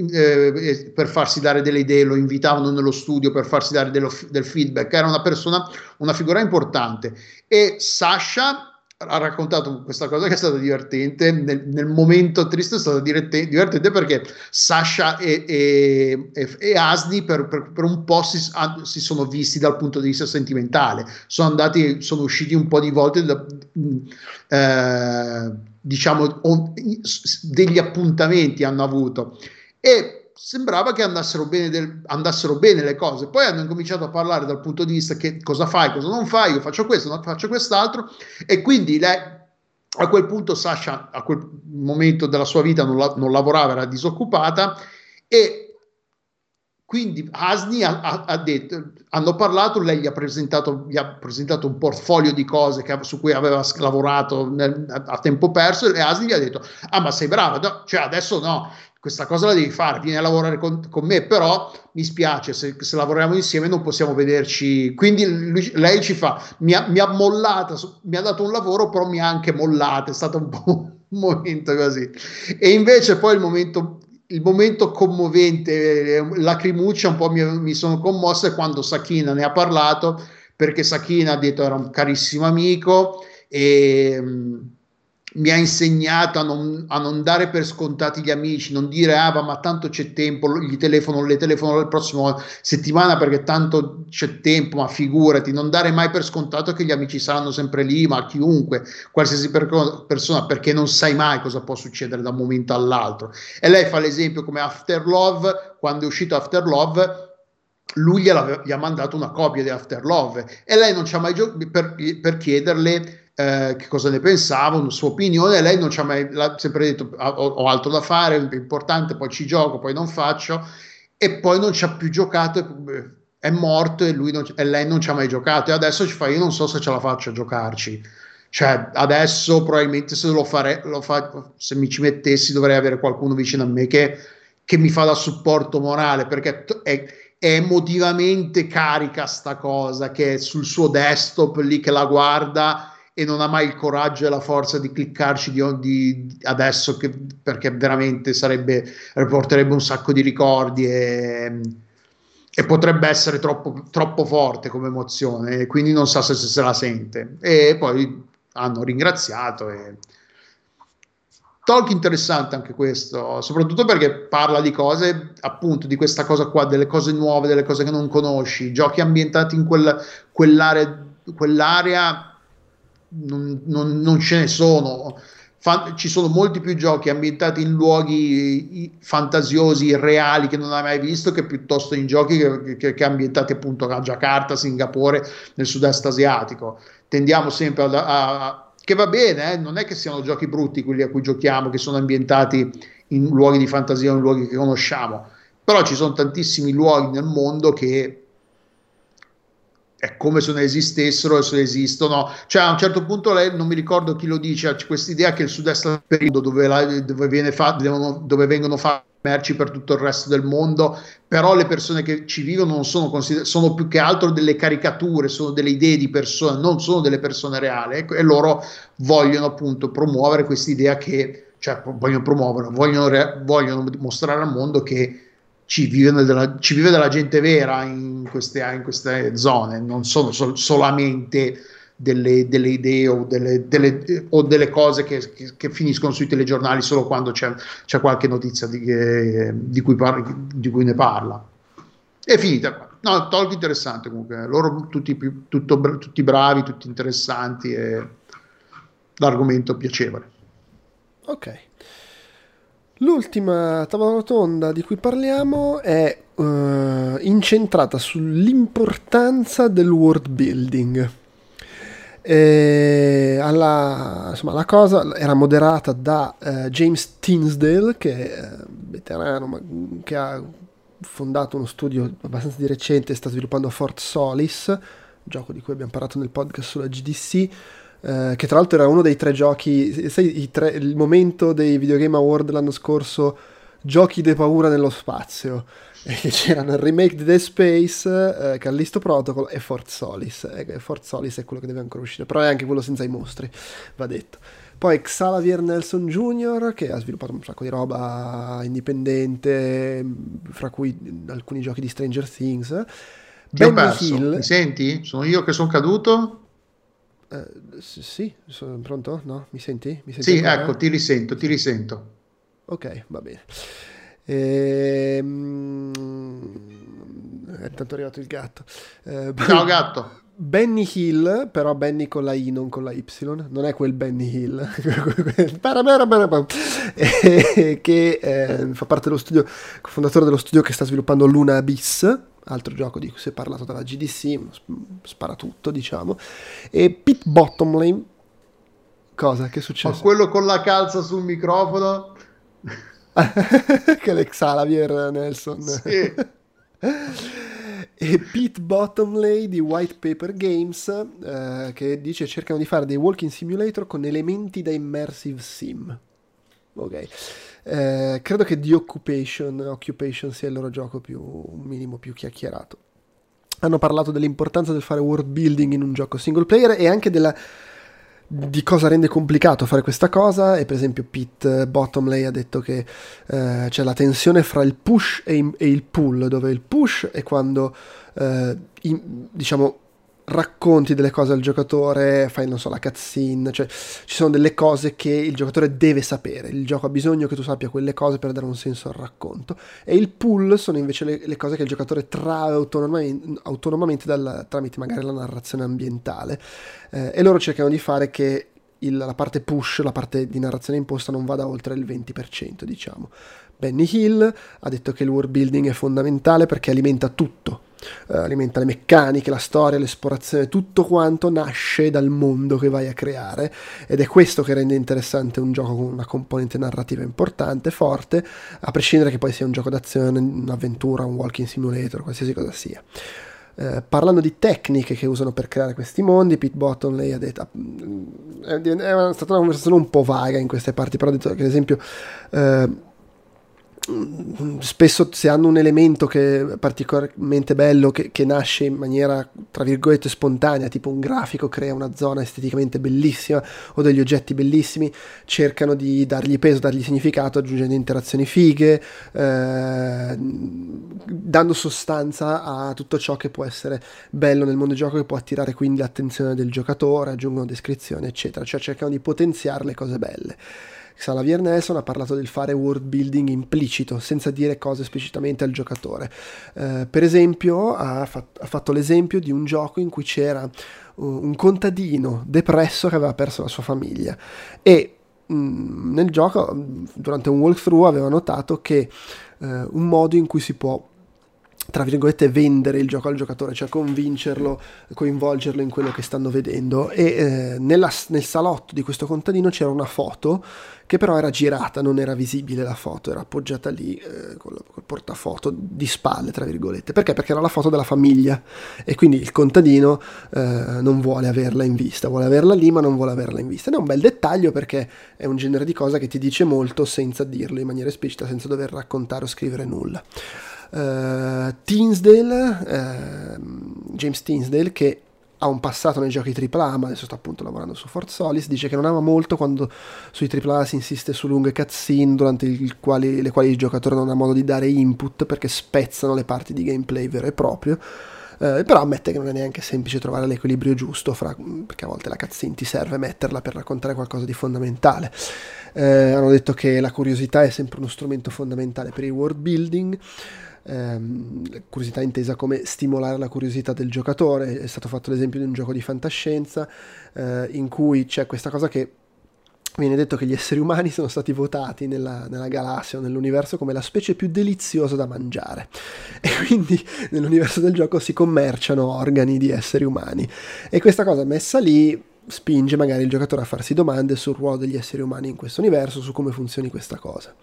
eh, per farsi dare delle idee, lo invitavano nello studio per farsi dare dello, del feedback. Era una persona, una figura importante. E Sasha ha raccontato questa cosa che è stata divertente, nel, nel momento triste è stata divertente, divertente perché Sasha e, e, e Asni per, per, per un po' si, si sono visti dal punto di vista sentimentale, sono andati, sono usciti un po' di volte da, eh, diciamo degli appuntamenti hanno avuto e sembrava che andassero bene, del, andassero bene le cose. Poi hanno cominciato a parlare dal punto di vista che cosa fai, cosa non fai, io faccio questo, non faccio quest'altro, e quindi lei, a quel punto Sasha a quel momento della sua vita non, la, non lavorava, era disoccupata, e quindi Asni ha, ha, ha detto, hanno parlato, lei gli ha presentato, gli ha presentato un portfolio di cose che, su cui aveva lavorato nel, a, a tempo perso, e Asni gli ha detto, ah ma sei brava, no, cioè adesso no, questa cosa la devi fare, vieni a lavorare con, con me, però mi spiace, se, se lavoriamo insieme non possiamo vederci, quindi lui, lei ci fa, mi ha, mi ha mollata, mi ha dato un lavoro, però mi ha anche mollata, è stato un po' un momento così, e invece poi il momento il momento commovente, lacrimuccia, un po' mi, mi sono commosso, è quando Sakina ne ha parlato, perché Sakina ha detto era un carissimo amico e mh, mi ha insegnato a non, a non dare per scontati gli amici, non dire ah ma tanto c'è tempo, gli telefono, le telefono la prossima settimana perché tanto c'è tempo, ma figurati, non dare mai per scontato che gli amici saranno sempre lì, ma chiunque, qualsiasi per- persona, perché non sai mai cosa può succedere da un momento all'altro. E lei fa l'esempio come After Love, quando è uscito After Love, lui gli ha mandato una copia di After Love e lei non ci ha mai giocato per, per chiederle eh, che cosa ne pensava, una sua opinione, e lei non ci ha mai, l'ha sempre detto ho, ho altro da fare, è importante, poi ci gioco, poi non faccio, e poi non ci ha più giocato, è morto e, lui non, e lei non ci ha mai giocato, e adesso ci fa, io non so se ce la faccio a giocarci, cioè adesso probabilmente se lo farei, lo fa, se mi ci mettessi dovrei avere qualcuno vicino a me che, che mi fa da supporto morale, perché è, è emotivamente carica sta cosa, che è sul suo desktop lì che la guarda e non ha mai il coraggio e la forza di cliccarci di, di adesso, che, perché veramente sarebbe, porterebbe un sacco di ricordi e, e potrebbe essere troppo, troppo forte come emozione, quindi non sa se, se se la sente. E poi hanno ringraziato e talk interessante anche questo, soprattutto perché parla di cose, appunto, di questa cosa qua, delle cose nuove, delle cose che non conosci, giochi ambientati in quel, quell'area, quell'area non, non, non ce ne sono, Fan- ci sono molti più giochi ambientati in luoghi fantasiosi, reali, che non hai mai visto, che piuttosto in giochi che, che, che ambientati appunto a Giacarta, Singapore, nel sud-est asiatico. Tendiamo sempre a, a che va bene, eh, non è che siano giochi brutti quelli a cui giochiamo, che sono ambientati in luoghi di fantasia, in luoghi che conosciamo, però ci sono tantissimi luoghi nel mondo che è come se non esistessero e se esistono. Cioè, a un certo punto lei, non mi ricordo chi lo dice, c'è questa idea che il sud-est è un periodo dove, la, dove, viene fa, devono, dove vengono fatte merci per tutto il resto del mondo, però le persone che ci vivono non sono consider- sono più che altro delle caricature, sono delle idee di persone, non sono delle persone reali, ecco, e loro vogliono appunto promuovere questa idea che, cioè vogliono promuovere, vogliono, re- vogliono mostrare al mondo che Ci vive, della, ci vive della gente vera in queste, in queste zone, non sono sol, solamente delle, delle idee o delle, delle, o delle cose che, che, che finiscono sui telegiornali solo quando c'è, c'è qualche notizia di, eh, di, cui par- di cui ne parla. È finita qua. No, Tolkien interessante comunque, loro tutti, più, tutto, tutti bravi, tutti interessanti e l'argomento piacevole. Ok. L'ultima tavola rotonda di cui parliamo è uh, incentrata sull'importanza del world building. E alla, insomma, la cosa era moderata da uh, James Tinsdale, che è veterano, ma che ha fondato uno studio abbastanza di recente, sta sviluppando Fort Solis, gioco di cui abbiamo parlato nel podcast sulla G D C. Uh, che tra l'altro era uno dei tre giochi, sai, i tre, il momento dei Video Game Award l'anno scorso, giochi de paura nello spazio, e che c'erano il remake di Dead Space, uh, Callisto Protocol e Fort Solis. Eh, Fort Solis è quello che deve ancora uscire, però è anche quello senza i mostri, va detto. Poi Xavier Nelson junior, che ha sviluppato un sacco di roba indipendente, fra cui alcuni giochi di Stranger Things. Ti ho perso. Hill. Mi senti? Sono io che sono caduto? Uh, sì, sono pronto? No? Mi senti? Mi senti sì, ancora? Ecco, ti risento, ti risento. Ok, va bene. Ehm... È intanto arrivato il gatto. Eh, Ciao gatto. Benny Hill, però Benny con la I, non con la Y, non è quel Benny Hill, che eh, fa parte dello studio, fondatore dello studio che sta sviluppando Luna Abyss, altro gioco di cui si è parlato dalla G D C, spara tutto, diciamo, e Pete Bottomley. Cosa? Che è successo? Ma quello con la calza sul microfono? Che è Xavier Nelson. Sì. E Pete Bottomley di White Paper Games, eh, che dice cercano di fare dei walking simulator con elementi da immersive sim. Ok. Eh, credo che The Occupation, Occupation sia il loro gioco più, un minimo più chiacchierato. Hanno parlato dell'importanza del fare world building in un gioco single player e anche della, di cosa rende complicato fare questa cosa. E per esempio Pete Bottomley ha detto che eh, c'è la tensione fra il push e, in, e il pull, dove il push è quando eh, in, diciamo racconti delle cose al giocatore, fai non so la cutscene, cioè ci sono delle cose che il giocatore deve sapere, il gioco ha bisogno che tu sappia quelle cose per dare un senso al racconto, e il pull sono invece le, le cose che il giocatore trae autonomamente, autonomamente dal, tramite magari la narrazione ambientale, eh, e loro cercano di fare che il, la parte push, la parte di narrazione imposta non vada oltre il venti per cento, diciamo. Benny Hill ha detto che il world building è fondamentale perché alimenta tutto. Uh, alimenta le meccaniche, la storia, l'esplorazione, tutto quanto nasce dal mondo che vai a creare, ed è questo che rende interessante un gioco con una componente narrativa importante, forte, a prescindere che poi sia un gioco d'azione, un'avventura, un walking simulator, qualsiasi cosa sia. Uh, parlando di tecniche che usano per creare questi mondi, Pete Bottomley ha detto, è, è stata una conversazione un po' vaga in queste parti, però ha detto che ad esempio uh, spesso se hanno un elemento che è particolarmente bello, che, che nasce in maniera tra virgolette spontanea, tipo un grafico crea una zona esteticamente bellissima o degli oggetti bellissimi, cercano di dargli peso, dargli significato, aggiungendo interazioni fighe, eh, dando sostanza a tutto ciò che può essere bello nel mondo del gioco, che può attirare quindi l'attenzione del giocatore, aggiungono descrizioni eccetera, cioè cercano di potenziare le cose belle. Xavier Nelson ha parlato del fare world building implicito, senza dire cose esplicitamente al giocatore. Uh, per esempio, ha, fat- ha fatto l'esempio di un gioco in cui c'era uh, un contadino depresso che aveva perso la sua famiglia e mh, nel gioco, durante un walkthrough, aveva notato che eh, un modo in cui si può, tra virgolette, vendere il gioco al giocatore, cioè convincerlo, coinvolgerlo in quello che stanno vedendo, e eh, nella, nel salotto di questo contadino c'era una foto che però era girata, non era visibile la foto, era appoggiata lì eh, col, col portafoto di spalle, tra virgolette. Perché? Perché era la foto della famiglia, e quindi il contadino eh, non vuole averla in vista, vuole averla lì ma non vuole averla in vista. Ed è un bel dettaglio, perché è un genere di cosa che ti dice molto senza dirlo in maniera esplicita, senza dover raccontare o scrivere nulla. Uh, Tinsdale, uh, James Tinsdale, che ha un passato nei giochi tripla A, ma adesso sta appunto lavorando su Fort Solis, dice che non ama molto quando sui tripla A si insiste su lunghe cutscene durante il quali, le quali il giocatore non ha modo di dare input, perché spezzano le parti di gameplay vero e proprio. Uh, però ammette che non è neanche semplice trovare l'equilibrio giusto fra, perché a volte la cutscene ti serve metterla per raccontare qualcosa di fondamentale. Uh, hanno detto che la curiosità è sempre uno strumento fondamentale per il world building. Ehm, curiosità intesa come stimolare la curiosità del giocatore. È stato fatto l'esempio di un gioco di fantascienza eh, in cui c'è questa cosa che viene detto che gli esseri umani sono stati votati nella, nella galassia o nell'universo come la specie più deliziosa da mangiare, e quindi nell'universo del gioco si commerciano organi di esseri umani, e questa cosa messa lì spinge magari il giocatore a farsi domande sul ruolo degli esseri umani in questo universo, su come funzioni questa cosa.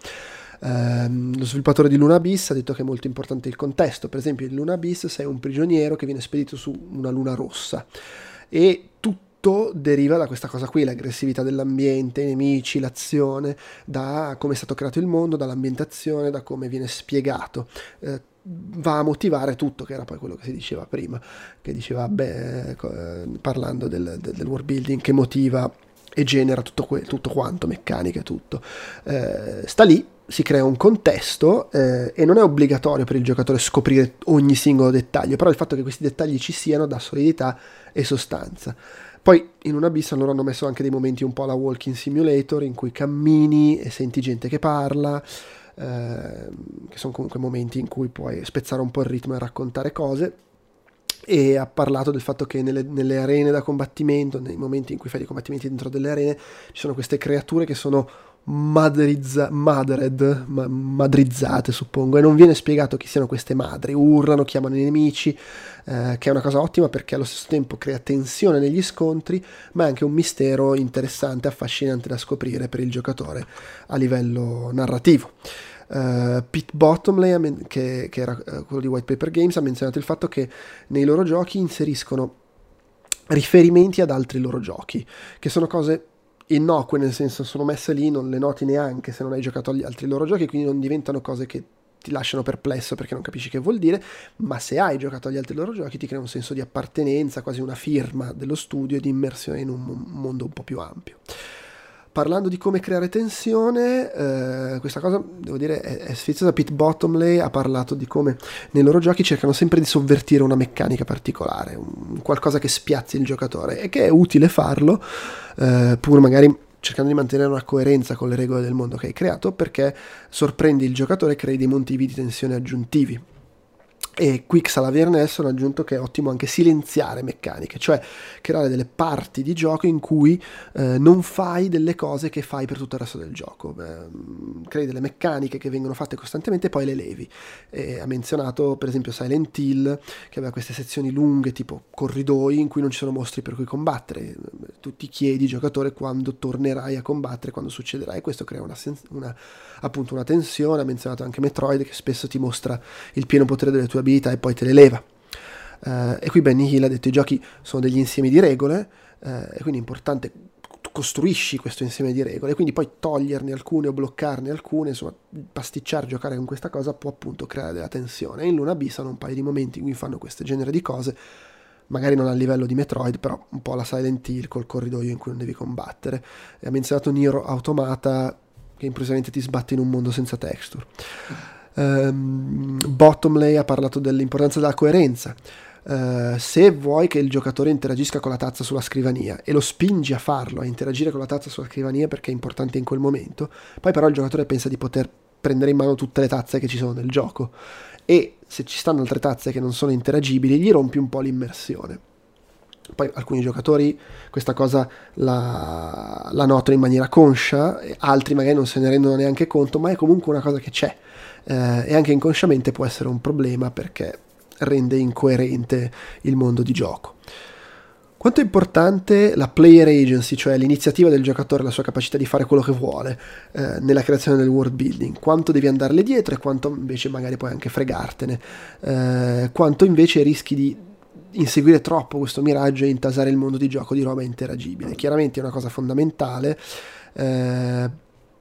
Um, lo sviluppatore di Luna Abyss ha detto che è molto importante il contesto. Per esempio in Luna Abyss sei un prigioniero che viene spedito su una luna rossa, e tutto deriva da questa cosa qui: l'aggressività dell'ambiente, i nemici, l'azione, da come è stato creato il mondo, dall'ambientazione, da come viene spiegato. Eh, va a motivare tutto, che era poi quello che si diceva prima, che diceva beh, eh, parlando del, del, del world building, che motiva e genera tutto, que- tutto quanto, meccanica e tutto. Eh, sta lì, si crea un contesto eh, e non è obbligatorio per il giocatore scoprire ogni singolo dettaglio, però il fatto che questi dettagli ci siano dà solidità e sostanza. Poi in Luna Abyss loro hanno messo anche dei momenti un po' alla walking simulator, in cui cammini e senti gente che parla, eh, che sono comunque momenti in cui puoi spezzare un po' il ritmo e raccontare cose. E ha parlato del fatto che nelle, nelle arene da combattimento, nei momenti in cui fai dei combattimenti dentro delle arene, ci sono queste creature che sono madrizza, madred, ma, madrizzate suppongo, e non viene spiegato chi siano queste madri. Urlano, chiamano i nemici, eh, che è una cosa ottima perché allo stesso tempo crea tensione negli scontri, ma è anche un mistero interessante, affascinante da scoprire per il giocatore a livello narrativo. Uh, Pete Bottomley, che, che era uh, quello di White Paper Games, ha menzionato il fatto che nei loro giochi inseriscono riferimenti ad altri loro giochi, che sono cose innocue, nel senso sono messe lì, non le noti neanche se non hai giocato agli altri loro giochi, quindi non diventano cose che ti lasciano perplesso perché non capisci che vuol dire, ma se hai giocato agli altri loro giochi ti crea un senso di appartenenza, quasi una firma dello studio e di immersione in un mondo un po' più ampio. Parlando di come creare tensione, eh, questa cosa, devo dire, è, è sfiziosa. Pete Bottomley ha parlato di come nei loro giochi cercano sempre di sovvertire una meccanica particolare, un, qualcosa che spiazzi il giocatore, e che è utile farlo, eh, pur magari cercando di mantenere una coerenza con le regole del mondo che hai creato, perché sorprendi il giocatore e crei dei motivi di tensione aggiuntivi. E Quixel Averness hanno aggiunto che è ottimo anche silenziare meccaniche, cioè creare delle parti di gioco in cui eh, non fai delle cose che fai per tutto il resto del gioco. Eh, crei delle meccaniche che vengono fatte costantemente e poi le levi. E ha menzionato per esempio Silent Hill, che aveva queste sezioni lunghe tipo corridoi in cui non ci sono mostri per cui combattere. Tu ti chiedi, giocatore, quando tornerai a combattere, quando succederà, e questo crea una, una, appunto una tensione. Ha menzionato anche Metroid, che spesso ti mostra il pieno potere delle tue abilità e poi te le leva. Uh, e qui Benny Hill ha detto: i giochi sono degli insiemi di regole, uh, e quindi è importante tu costruisci questo insieme di regole, quindi poi toglierne alcune o bloccarne alcune, insomma pasticciare, giocare con questa cosa può appunto creare della tensione. E in Luna Abyss hanno un paio di momenti in cui fanno questo genere di cose, magari non a livello di Metroid, però un po' alla Silent Hill col corridoio in cui non devi combattere. E ha menzionato Nier Automata, che improvvisamente ti sbatte in un mondo senza texture. Um, Bottomley ha parlato dell'importanza della coerenza. Uh, se vuoi che il giocatore interagisca con la tazza sulla scrivania e lo spingi a farlo, a interagire con la tazza sulla scrivania perché è importante in quel momento, poi però il giocatore pensa di poter prendere in mano tutte le tazze che ci sono nel gioco, e se ci stanno altre tazze che non sono interagibili gli rompi un po' l'immersione. Poi alcuni giocatori questa cosa la, la notano in maniera conscia, altri magari non se ne rendono neanche conto, ma è comunque una cosa che c'è, eh, e anche inconsciamente può essere un problema perché rende incoerente il mondo di gioco. Quanto è importante la player agency, cioè l'iniziativa del giocatore, la sua capacità di fare quello che vuole eh, nella creazione del world building, quanto devi andarle dietro e quanto invece magari puoi anche fregartene, eh, quanto invece rischi di inseguire troppo questo miraggio e intasare il mondo di gioco di roba interagibile. Chiaramente è una cosa fondamentale, eh,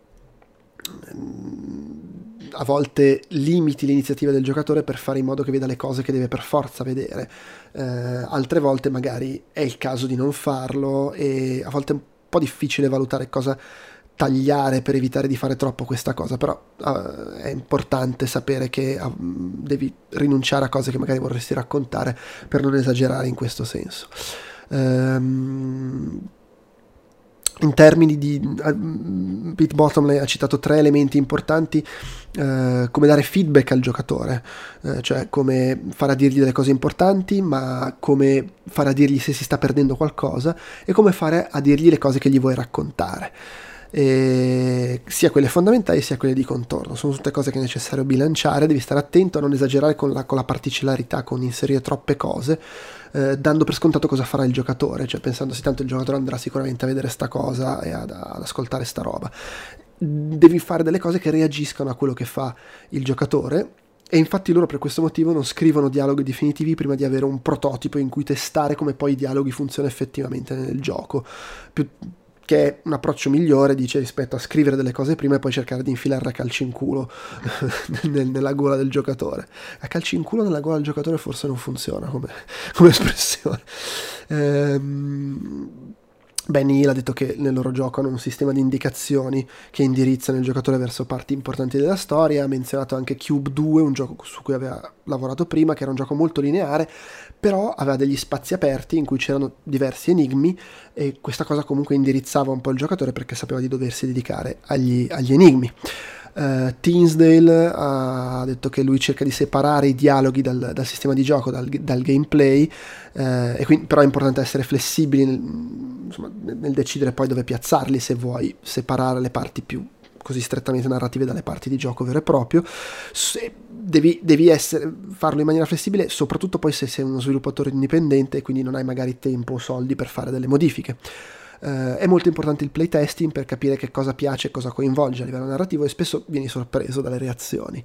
a volte limiti l'iniziativa del giocatore per fare in modo che veda le cose che deve per forza vedere, eh, altre volte magari è il caso di non farlo e a volte è un po' difficile valutare cosa tagliare per evitare di fare troppo questa cosa, però uh, è importante sapere che uh, devi rinunciare a cose che magari vorresti raccontare per non esagerare in questo senso. Um, in termini di uh, Pete Bottomley ha citato tre elementi importanti, uh, come dare feedback al giocatore, uh, cioè come fare a dirgli delle cose importanti, ma come fare a dirgli se si sta perdendo qualcosa, e come fare a dirgli le cose che gli vuoi raccontare. E sia quelle fondamentali sia quelle di contorno sono tutte cose che è necessario bilanciare. Devi stare attento a non esagerare con la, con la particolarità, con inserire troppe cose, eh, dando per scontato cosa farà il giocatore, cioè pensandosi tanto il giocatore andrà sicuramente a vedere sta cosa e ad, ad ascoltare sta roba. Devi fare delle cose che reagiscano a quello che fa il giocatore, e infatti loro per questo motivo non scrivono dialoghi definitivi prima di avere un prototipo in cui testare come poi i dialoghi funzionano effettivamente nel gioco, più che è un approccio migliore, dice, rispetto a scrivere delle cose prima e poi cercare di infilarle a calci in culo nella gola del giocatore. A calci in culo nella gola del giocatore forse non funziona come, come espressione. Ehm... Benny Hill ha detto che nel loro gioco hanno un sistema di indicazioni che indirizzano il giocatore verso parti importanti della storia. Ha menzionato anche Cube due, un gioco su cui aveva lavorato prima, che era un gioco molto lineare, però aveva degli spazi aperti in cui c'erano diversi enigmi, e questa cosa comunque indirizzava un po' il giocatore perché sapeva di doversi dedicare agli, agli enigmi. Uh, Tinsdale ha detto che lui cerca di separare i dialoghi dal, dal sistema di gioco, dal, dal gameplay, uh, e quindi però è importante essere flessibili nel, insomma, nel decidere poi dove piazzarli, se vuoi separare le parti più così strettamente narrative dalle parti di gioco vero e proprio. Se devi, devi essere, farlo in maniera flessibile, soprattutto poi se sei uno sviluppatore indipendente e quindi non hai magari tempo o soldi per fare delle modifiche. Uh, è molto importante il playtesting per capire che cosa piace e cosa coinvolge a livello narrativo, e spesso vieni sorpreso dalle reazioni.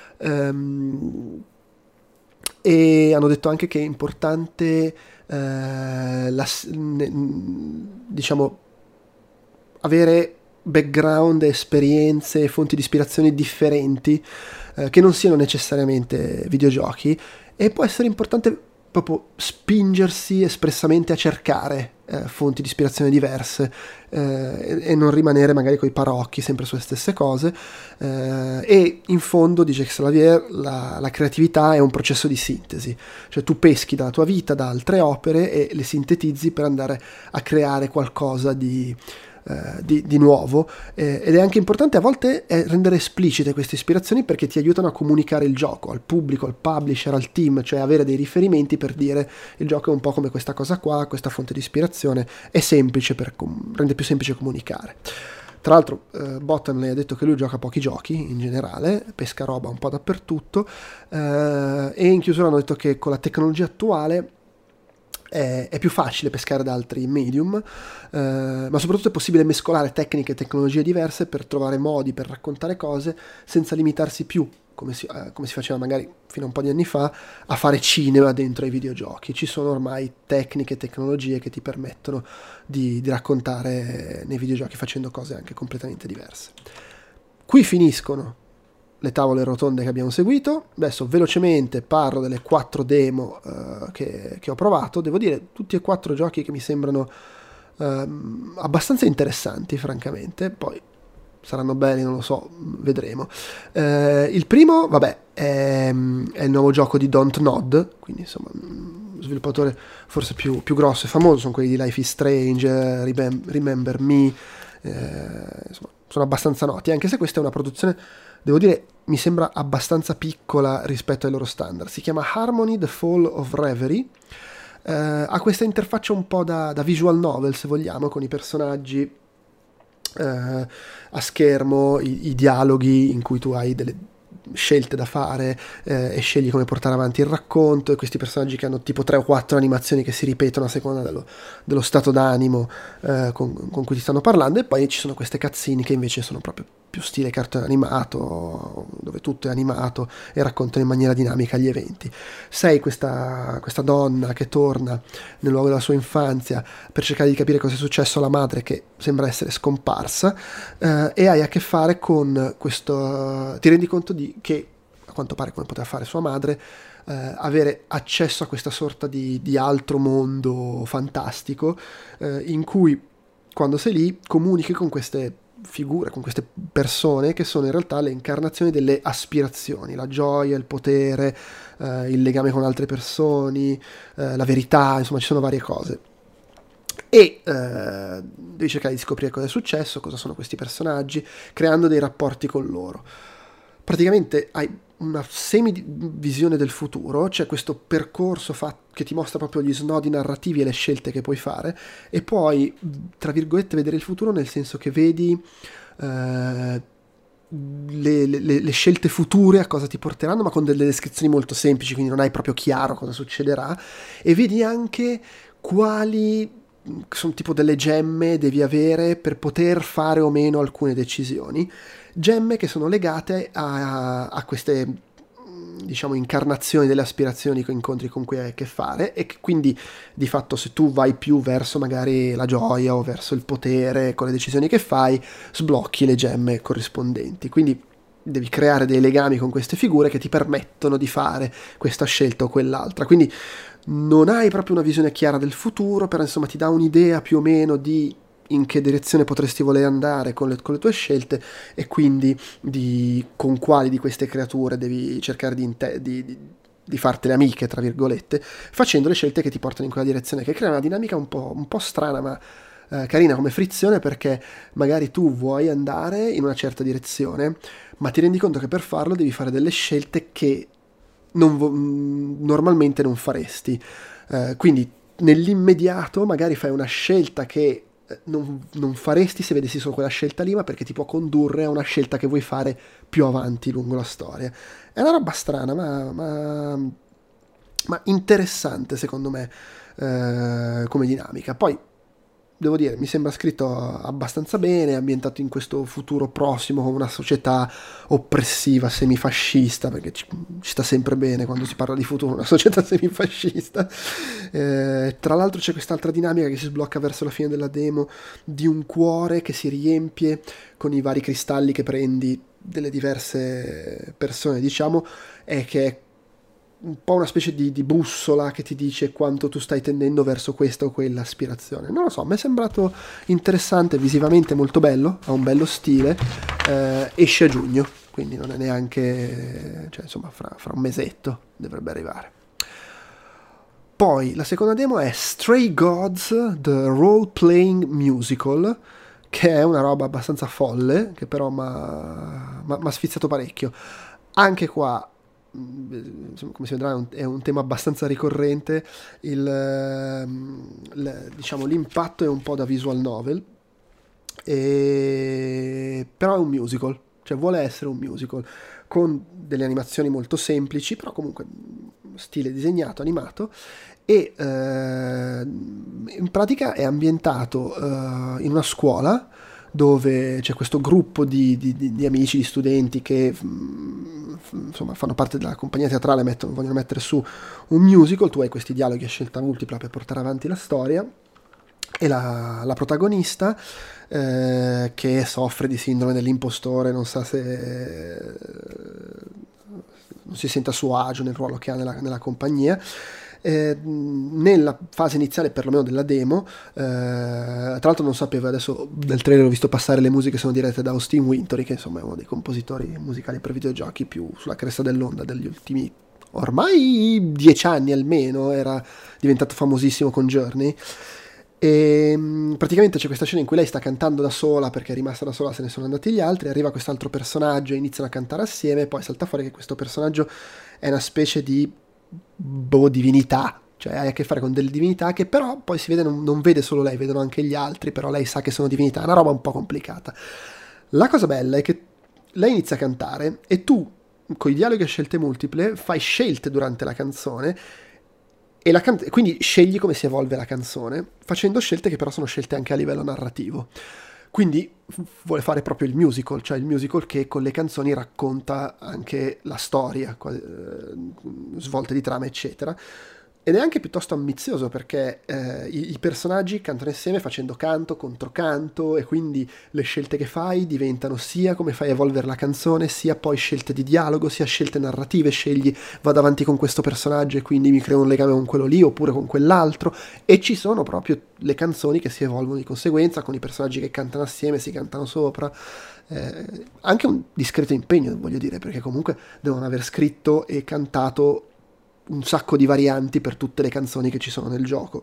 Um, e hanno detto anche che è importante uh, la, ne, diciamo avere background, esperienze, fonti di ispirazione differenti, uh, che non siano necessariamente videogiochi, e può essere importante proprio spingersi espressamente a cercare eh, fonti di ispirazione diverse, eh, e, e non rimanere magari coi parocchi sempre sulle stesse cose, eh, e in fondo, dice Xavier, la, la creatività è un processo di sintesi, cioè tu peschi dalla tua vita, da altre opere, e le sintetizzi per andare a creare qualcosa di Uh, di, di nuovo, eh, ed è anche importante a volte eh, rendere esplicite queste ispirazioni, perché ti aiutano a comunicare il gioco al pubblico, al publisher, al team, cioè avere dei riferimenti per dire il gioco è un po' come questa cosa qua, questa fonte di ispirazione è semplice, per com- rende più semplice comunicare. Tra l'altro eh, Bottomley ha detto che lui gioca pochi giochi in generale, pesca roba un po' dappertutto, eh, e in chiusura hanno detto che con la tecnologia attuale È, è più facile pescare da altri medium, eh, ma soprattutto è possibile mescolare tecniche e tecnologie diverse per trovare modi per raccontare cose senza limitarsi più, come si, eh, come si faceva magari fino a un po' di anni fa, a fare cinema dentro ai videogiochi. Ci sono ormai tecniche e tecnologie che ti permettono di, di raccontare nei videogiochi facendo cose anche completamente diverse. Qui finiscono le tavole rotonde che abbiamo seguito. Adesso velocemente parlo delle quattro demo uh, che, che ho provato. Devo dire, tutti e quattro giochi che mi sembrano uh, abbastanza interessanti, francamente. Poi saranno belli, non lo so, vedremo. Uh, il primo, vabbè, è, è il nuovo gioco di Don't Nod, quindi insomma un sviluppatore forse più, più grosso e famoso. Sono quelli di Life is Strange, Remem- Remember Me, uh, insomma sono abbastanza noti, anche se questa è una produzione, devo dire, mi sembra abbastanza piccola rispetto ai loro standard. Si chiama Harmony: The Fall of Reverie, eh, ha questa interfaccia un po' da, da visual novel, se vogliamo, con i personaggi eh, a schermo, i, i dialoghi in cui tu hai delle scelte da fare eh, e scegli come portare avanti il racconto, e questi personaggi che hanno tipo tre o quattro animazioni che si ripetono a seconda dello, dello stato d'animo eh, con, con cui ti stanno parlando, e poi ci sono queste cutscene che invece sono proprio più stile cartone animato, dove tutto è animato e raccontano in maniera dinamica gli eventi. Sei questa, questa donna che torna nel luogo della sua infanzia per cercare di capire cosa è successo alla madre che sembra essere scomparsa, eh, e hai a che fare con questo, ti rendi conto di che, a quanto pare come poteva fare sua madre, eh, avere accesso a questa sorta di, di altro mondo fantastico, eh, in cui quando sei lì comunichi con queste figure, con queste persone che sono in realtà le incarnazioni delle aspirazioni, la gioia, il potere, eh, il legame con altre persone, eh, la verità, insomma ci sono varie cose. E eh, devi cercare di scoprire cosa è successo, cosa sono questi personaggi, creando dei rapporti con loro. Praticamente hai una semi-visione del futuro, c'è questo percorso fatto che ti mostra proprio gli snodi narrativi e le scelte che puoi fare, e puoi, tra virgolette, vedere il futuro nel senso che vedi eh, le, le, le scelte future a cosa ti porteranno, ma con delle descrizioni molto semplici, quindi non hai proprio chiaro cosa succederà, e vedi anche quali sono tipo delle gemme devi avere per poter fare o meno alcune decisioni, gemme che sono legate a, a queste, diciamo, incarnazioni delle aspirazioni che incontri con cui hai a che fare, e che quindi di fatto se tu vai più verso magari la gioia o verso il potere con le decisioni che fai, sblocchi le gemme corrispondenti, quindi devi creare dei legami con queste figure che ti permettono di fare questa scelta o quell'altra, quindi non hai proprio una visione chiara del futuro, però insomma ti dà un'idea più o meno di in che direzione potresti voler andare con le, con le tue scelte, e quindi di con quali di queste creature devi cercare di, inte- di, di, di fartele amiche, tra virgolette, facendo le scelte che ti portano in quella direzione, che crea una dinamica un po', un po' strana, ma eh, carina come frizione, perché magari tu vuoi andare in una certa direzione, ma ti rendi conto che per farlo devi fare delle scelte che non vo- normalmente non faresti, eh, quindi nell'immediato magari fai una scelta che Non, non faresti se vedessi solo quella scelta lì, ma perché ti può condurre a una scelta che vuoi fare più avanti lungo la storia. È una roba strana, ma, ma, ma interessante secondo me eh, come dinamica. Poi devo dire, mi sembra scritto abbastanza bene, ambientato in questo futuro prossimo con una società oppressiva, semifascista, perché ci, ci sta sempre bene quando si parla di futuro, una società semifascista. Eh, tra l'altro c'è quest'altra dinamica che si sblocca verso la fine della demo, di un cuore che si riempie con i vari cristalli che prendi delle diverse persone, diciamo, e che è un po' una specie di, di bussola che ti dice quanto tu stai tendendo verso questa o quella aspirazione. Non lo so, mi è sembrato interessante, visivamente molto bello, ha un bello stile, eh, esce a giugno, quindi non è neanche, cioè insomma fra, fra un mesetto dovrebbe arrivare. Poi la seconda demo è Stray Gods, The Role Playing Musical, che è una roba abbastanza folle, che però mi ha sfizzato parecchio. Anche qua, insomma, come si vedrà, è un, è un tema abbastanza ricorrente. Il, il, diciamo, l'impatto è un po' da visual novel, e, però è un musical, cioè vuole essere un musical con delle animazioni molto semplici, però comunque stile disegnato, animato, e eh, in pratica è ambientato eh, in una scuola dove c'è questo gruppo di, di, di amici, di studenti che insomma fanno parte della compagnia teatrale, mettono, vogliono mettere su un musical. Tu hai questi dialoghi a scelta multipla per portare avanti la storia, e la, la protagonista eh, che soffre di sindrome dell'impostore, non sa se non si sente a suo agio nel ruolo che ha nella, nella compagnia. Eh, nella fase iniziale perlomeno della demo, eh, tra l'altro non sapevo, adesso nel trailer ho visto passare le musiche sono dirette da Austin Wintory, che insomma è uno dei compositori musicali per videogiochi più sulla cresta dell'onda degli ultimi ormai dieci anni almeno, era diventato famosissimo con Journey. E praticamente c'è questa scena in cui lei sta cantando da sola perché è rimasta da sola, se ne sono andati gli altri, arriva quest'altro personaggio e iniziano a cantare assieme, e poi salta fuori che questo personaggio è una specie di boh, divinità cioè hai a che fare con delle divinità che però poi si vede, non, non vede solo lei, vedono anche gli altri, però lei sa che sono divinità, è una roba un po' complicata. La cosa bella è che lei inizia a cantare e tu, con i dialoghi a scelte multiple, fai scelte durante la canzone e la can- quindi scegli come si evolve la canzone, facendo scelte che però sono scelte anche a livello narrativo. Quindi vuole fare proprio il musical, cioè il musical che con le canzoni racconta anche la storia, eh, svolte di trama, eccetera. Ed è anche piuttosto ambizioso perché eh, i, i personaggi cantano insieme facendo canto, controcanto, e quindi le scelte che fai diventano sia come fai evolvere la canzone, sia poi scelte di dialogo, sia scelte narrative, scegli vado avanti con questo personaggio e quindi mi creo un legame con quello lì oppure con quell'altro, e ci sono proprio le canzoni che si evolvono di conseguenza con i personaggi che cantano assieme, si cantano sopra. Eh, anche un discreto impegno, voglio dire, perché comunque devono aver scritto e cantato un sacco di varianti per tutte le canzoni che ci sono nel gioco.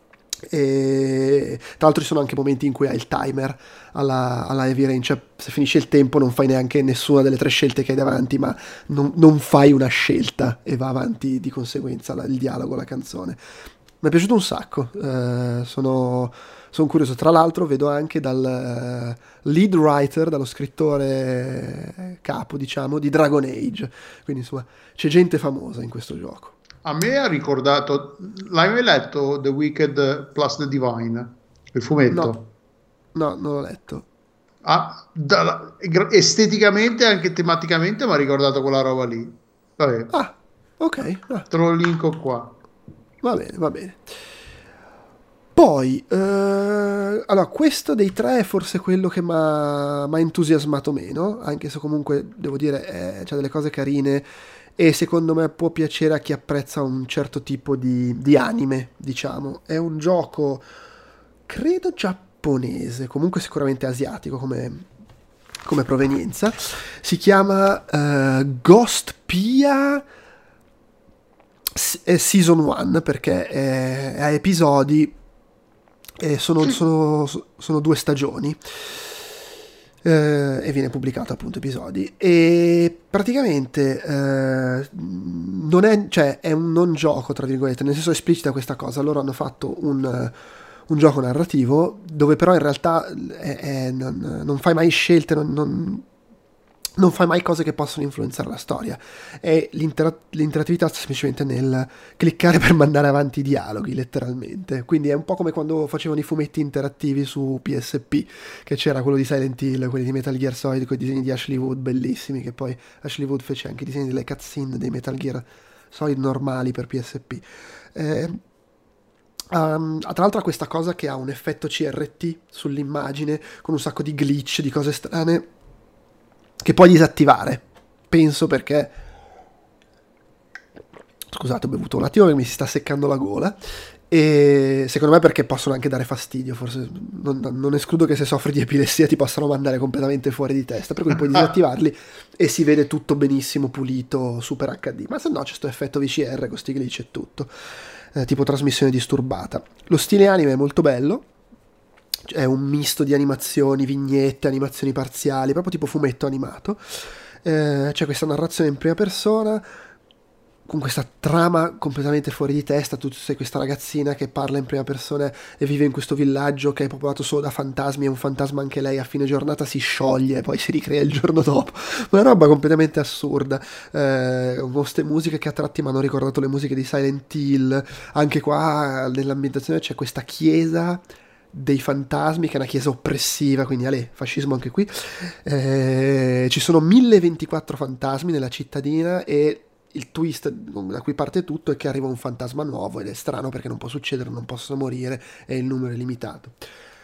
E tra l'altro ci sono anche momenti in cui hai il timer alla, alla Heavy Rain, cioè se finisce il tempo non fai neanche nessuna delle tre scelte che hai davanti, ma non, non fai una scelta e va avanti di conseguenza la, il dialogo, la canzone. Mi è piaciuto un sacco, eh, sono, sono curioso. Tra l'altro vedo anche dal uh, lead writer, dallo scrittore capo, diciamo, di Dragon Age, quindi insomma c'è gente famosa in questo gioco. A me ha ricordato, l'hai mai letto The Wicked plus the Divine, il fumetto? No, no, non l'ho letto. Ah, da, esteticamente e anche tematicamente mi ha ricordato quella roba lì. Vabbè. Ah, ok. Ah. Te lo linko qua. Va bene, va bene. Poi, eh, allora, questo dei tre è forse quello che mi ha entusiasmato meno, anche se comunque, devo dire, c'ha delle cose carine e secondo me può piacere a chi apprezza un certo tipo di, di anime, diciamo. È un gioco, credo giapponese, comunque sicuramente asiatico come, come provenienza. Si chiama uh, Ghostpia Season uno, perché è a episodi. E sono, sono, sono due stagioni eh, e viene pubblicato appunto episodi, e praticamente eh, non è, cioè è un non gioco tra virgolette, nel senso esplicita questa cosa. Loro hanno fatto un, un gioco narrativo dove però in realtà è, è, non, non fai mai scelte, non, non non fai mai cose che possono influenzare la storia, e l'intera- l'interattività sta semplicemente nel cliccare per mandare avanti i dialoghi, letteralmente. Quindi è un po' come quando facevano i fumetti interattivi su P S P, che c'era quello di Silent Hill, quelli di Metal Gear Solid con i disegni di Ashley Wood bellissimi, che poi Ashley Wood fece anche i disegni delle cutscene dei Metal Gear Solid normali per P S P. Eh, Um, tra l'altro ha questa cosa che ha un effetto C R T sull'immagine con un sacco di glitch, di cose strane che puoi disattivare, penso, perché scusate, ho bevuto un attimo perché mi si sta seccando la gola, e secondo me perché possono anche dare fastidio, forse non, non escludo che se soffri di epilessia ti possano mandare completamente fuori di testa, per cui puoi disattivarli e si vede tutto benissimo, pulito, super acca di, ma se no c'è questo effetto V C R con sti glitch e tutto, eh, tipo trasmissione disturbata. Lo stile anime è molto bello, è un misto di animazioni, vignette, animazioni parziali, proprio tipo fumetto animato. Eh, c'è questa narrazione in prima persona con questa trama completamente fuori di testa. Tu sei questa ragazzina che parla in prima persona e vive in questo villaggio che è popolato solo da fantasmi, e un fantasma anche lei a fine giornata si scioglie e poi si ricrea il giorno dopo. Una roba completamente assurda, eh, con queste musiche che a tratti mi hanno ricordato le musiche di Silent Hill. Anche qua nell'ambientazione c'è questa chiesa dei fantasmi, che è una chiesa oppressiva, quindi ale, fascismo anche qui. Eh, ci sono mille e ventiquattro fantasmi nella cittadina, e il twist da cui parte tutto è che arriva un fantasma nuovo, ed è strano perché non può succedere, non possono morire, e il numero è limitato.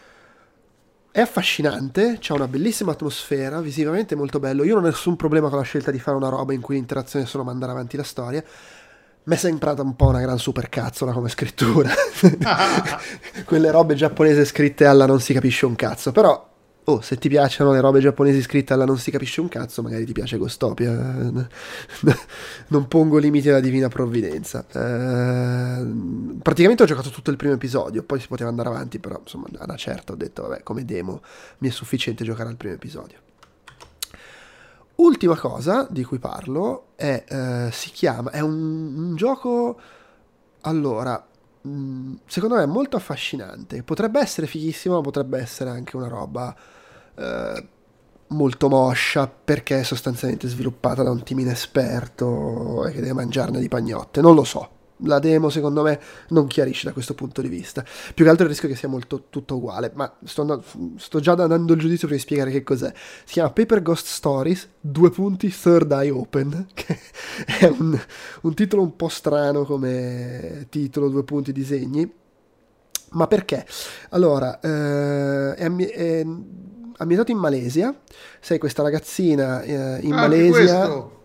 È affascinante, c'ha una bellissima atmosfera, visivamente molto bello. Io non ho nessun problema con la scelta di fare una roba in cui l'interazione è solo mandare avanti la storia. Mi è sembrata un po' una gran supercazzola come scrittura. Quelle robe giapponesi scritte alla non si capisce un cazzo. Però, oh, se ti piacciono le robe giapponesi scritte alla non si capisce un cazzo, magari ti piace Ghostopia. Non pongo limiti alla divina provvidenza. Eh, praticamente ho giocato tutto il primo episodio, poi si poteva andare avanti, però insomma a una certa ho detto vabbè, come demo mi è sufficiente giocare al primo episodio. Ultima cosa di cui parlo è, eh, si chiama, è un, un gioco Allora, mh, secondo me è molto affascinante. Potrebbe essere fighissimo, ma potrebbe essere anche una roba eh, molto moscia, perché è sostanzialmente sviluppata da un team inesperto e che deve mangiarne di pagnotte. Non lo so. La demo, secondo me, non chiarisce da questo punto di vista. Più che altro il rischio che sia molto tutto uguale. Ma sto, andando- sto già dando il giudizio per spiegare che cos'è. Si chiama Paper Ghost Stories, due punti, Third Eye Open, che è un, un titolo un po' strano come titolo, due punti disegni. Ma perché? Allora, eh, è, ambi- è ambientato in Malesia. Sei questa ragazzina eh, in Ah, anche Malesia. questo.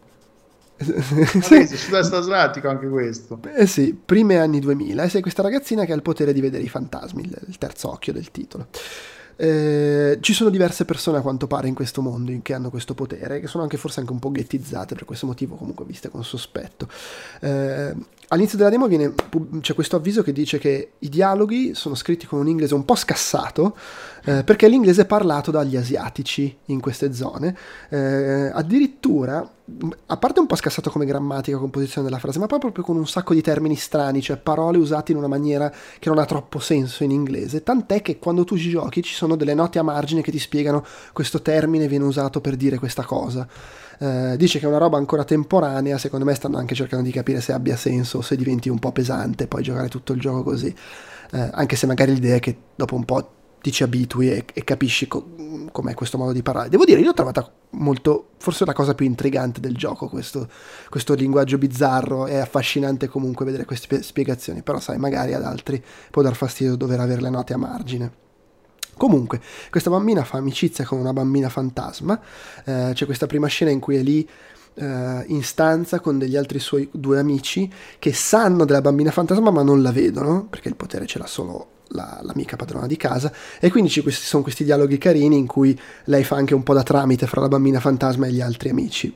Sì, Malese, sud-est asiatico, anche questo. eh sì, primi anni duemila, e sei questa ragazzina che ha il potere di vedere i fantasmi, il, il terzo occhio del titolo. Eh, ci sono diverse persone a quanto pare in questo mondo in- che hanno questo potere, che sono anche forse anche un po' ghettizzate per questo motivo, comunque viste con sospetto. Eh, all'inizio della demo viene, pub- c'è questo avviso che dice che i dialoghi sono scritti con un inglese un po' scassato, eh, perché l'inglese è parlato dagli asiatici in queste zone. Eh, addirittura, a parte un po' scassato come grammatica, composizione della frase, ma poi proprio con un sacco di termini strani, cioè parole usate in una maniera che non ha troppo senso in inglese, tant'è che quando tu ci giochi ci sono delle note a margine che ti spiegano questo termine viene usato per dire questa cosa. Eh, dice che è una roba ancora temporanea, secondo me stanno anche cercando di capire se abbia senso o se diventi un po' pesante poi giocare tutto il gioco così. Eh, anche se magari l'idea è che dopo un po' ti ci abitui e, e capisci co- com'è questo modo di parlare. Devo dire, io l'ho trovata molto, forse la cosa più intrigante del gioco, questo, questo linguaggio bizzarro. È affascinante comunque vedere queste spie- spiegazioni, però sai, magari ad altri può dar fastidio dover avere le note a margine. Comunque, questa bambina fa amicizia con una bambina fantasma. Eh, c'è questa prima scena in cui è lì eh, in stanza con degli altri suoi due amici che sanno della bambina fantasma ma non la vedono, perché il potere ce l'ha solo la, l'amica padrona di casa, e quindi ci questi, sono questi dialoghi carini in cui lei fa anche un po' da tramite fra la bambina fantasma e gli altri amici.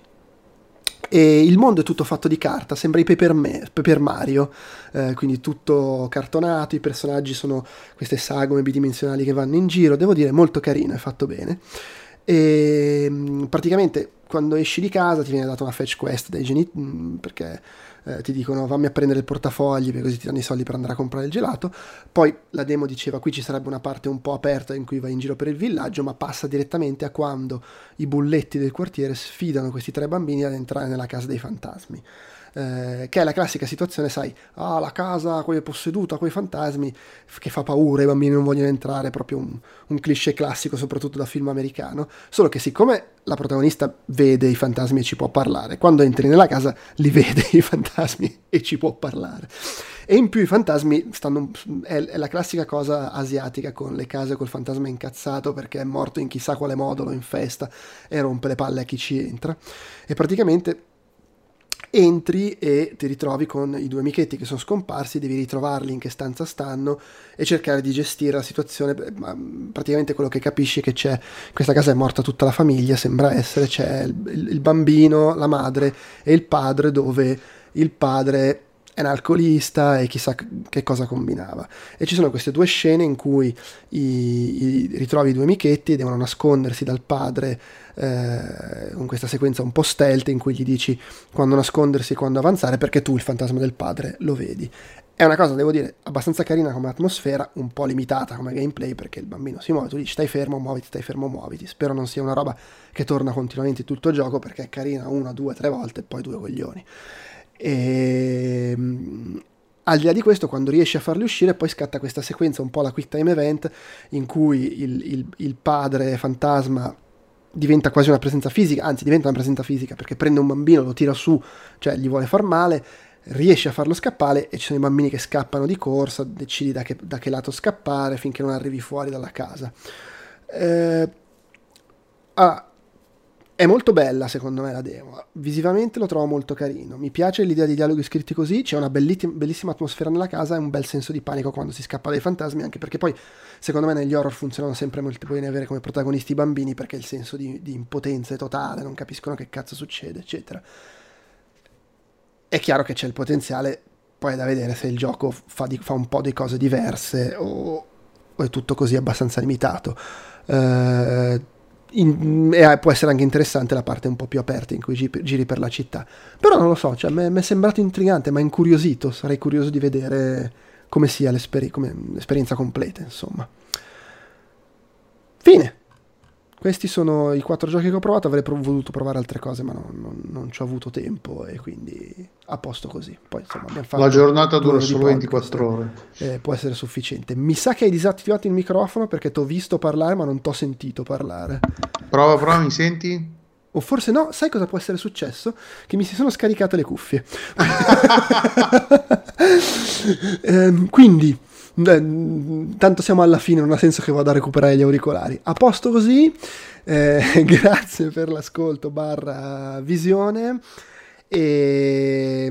E il mondo è tutto fatto di carta, sembra i Paper, Me- Paper Mario, eh, quindi tutto cartonato, i personaggi sono queste sagome bidimensionali che vanno in giro, devo dire molto carino, è fatto bene. E mh, praticamente quando esci di casa ti viene data una fetch quest dai genitori, perché eh, ti dicono fammi a prendere il portafogli, perché così ti danno i soldi per andare a comprare il gelato. Poi la demo diceva qui ci sarebbe una parte un po' aperta in cui vai in giro per il villaggio, ma passa direttamente a quando i bulletti del quartiere sfidano questi tre bambini ad entrare nella casa dei fantasmi. Eh, che è la classica situazione, sai, ah, la casa è posseduta quei fantasmi, f- che fa paura, i bambini non vogliono entrare, proprio un, un cliché classico, soprattutto da film americano, solo che siccome la protagonista vede i fantasmi e ci può parlare, quando entri nella casa li vede i fantasmi e ci può parlare. E in più i fantasmi stanno, è, è la classica cosa asiatica con le case col fantasma incazzato perché è morto in chissà quale modo, lo infesta e rompe le palle a chi ci entra. E praticamente entri e ti ritrovi con i due amichetti che sono scomparsi, devi ritrovarli in che stanza stanno e cercare di gestire la situazione. Ma praticamente quello che capisci è che c'è, in questa casa è morta tutta la famiglia, sembra essere, c'è il, il bambino, la madre e il padre, dove il padre è un alcolista e chissà che cosa combinava. E ci sono queste due scene in cui i, i, ritrovi i due amichetti e devono nascondersi dal padre, eh, con questa sequenza un po' stealth in cui gli dici quando nascondersi e quando avanzare, perché tu il fantasma del padre lo vedi. È una cosa, devo dire, abbastanza carina come atmosfera, un po' limitata come gameplay, perché il bambino si muove, tu dici stai fermo, muoviti, stai fermo, muoviti. Spero non sia una roba che torna continuamente in tutto il gioco, perché è carina una, due, tre volte e poi due coglioni. E al di là di questo, quando riesci a farli uscire, poi scatta questa sequenza, un po' la quick time event, in cui il, il, il padre fantasma diventa quasi una presenza fisica, anzi diventa una presenza fisica perché prende un bambino, lo tira su, cioè gli vuole far male, riesce a farlo scappare e ci sono i bambini che scappano di corsa, decidi da che, da che lato scappare finché non arrivi fuori dalla casa. Eh, ah, È molto bella secondo me la demo, visivamente lo trovo molto carino, mi piace l'idea di dialoghi scritti così, c'è una bellissima, bellissima atmosfera nella casa e un bel senso di panico quando si scappa dai fantasmi, anche perché poi secondo me negli horror funzionano sempre molto bene avere come protagonisti i bambini, perché il senso di, di impotenza è totale, non capiscono che cazzo succede, eccetera. È chiaro che c'è il potenziale, poi è da vedere se il gioco fa, di, fa un po' di cose diverse o, o è tutto così abbastanza limitato. Eh, In, e può essere anche interessante la parte un po' più aperta in cui giri, giri per la città. Però non lo so, cioè, mi è sembrato intrigante, ma incuriosito. Sarei curioso di vedere come sia l'esperi- come l'esperienza completa, insomma. Fine. Questi sono i quattro giochi che ho provato. Avrei prov- voluto provare altre cose, ma non, non, non ci ho avuto tempo, e quindi a posto così. Poi insomma abbiamo fatto La giornata due dura ore di solo podcast, ventiquattro ore. eh, può essere sufficiente. Mi sa che hai disattivato il microfono, perché ti ho visto parlare ma non ti ho sentito parlare. Prova, prova, mi senti? O forse no, sai cosa può essere successo? Che mi si sono scaricate le cuffie. ehm, quindi, eh, tanto siamo alla fine, non ha senso che vado a recuperare gli auricolari. A posto così, eh, grazie per l'ascolto barra visione, e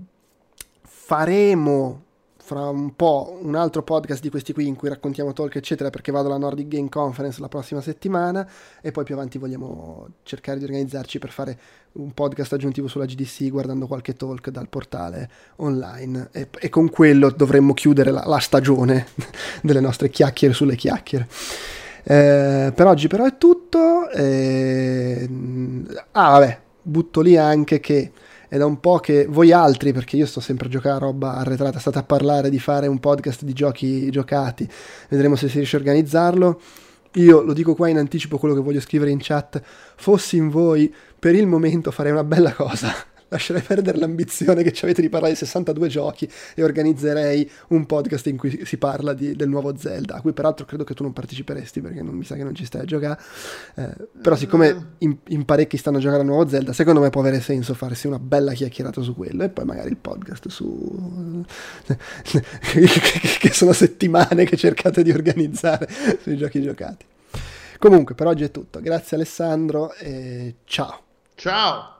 faremo fra un po' un altro podcast di questi qui in cui raccontiamo talk eccetera, perché vado alla Nordic Game Conference la prossima settimana, e poi più avanti vogliamo cercare di organizzarci per fare un podcast aggiuntivo sulla G D C guardando qualche talk dal portale online, e, e con quello dovremmo chiudere la, la stagione delle nostre chiacchiere sulle chiacchiere. Eh, per oggi però è tutto. eh... ah vabbè, butto lì anche che è da un po' che voi altri, perché io sto sempre a giocare a roba arretrata, state a parlare di fare un podcast di giochi giocati, vedremo se si riesce a organizzarlo. Io lo dico qua in anticipo quello che voglio scrivere in chat: fossi in voi, per il momento farei una bella cosa, lascerei perdere l'ambizione che ci avete di parlare di sessantadue giochi e organizzerei un podcast in cui si parla di, del nuovo Zelda, a cui peraltro credo che tu non parteciperesti, perché non mi sa che non ci stai a giocare, eh, però siccome in, in parecchi stanno a giocare al nuovo Zelda, secondo me può avere senso farsi una bella chiacchierata su quello, e poi magari il podcast su che sono settimane che cercate di organizzare sui giochi giocati. Comunque per oggi è tutto, grazie Alessandro e ciao. Ciao.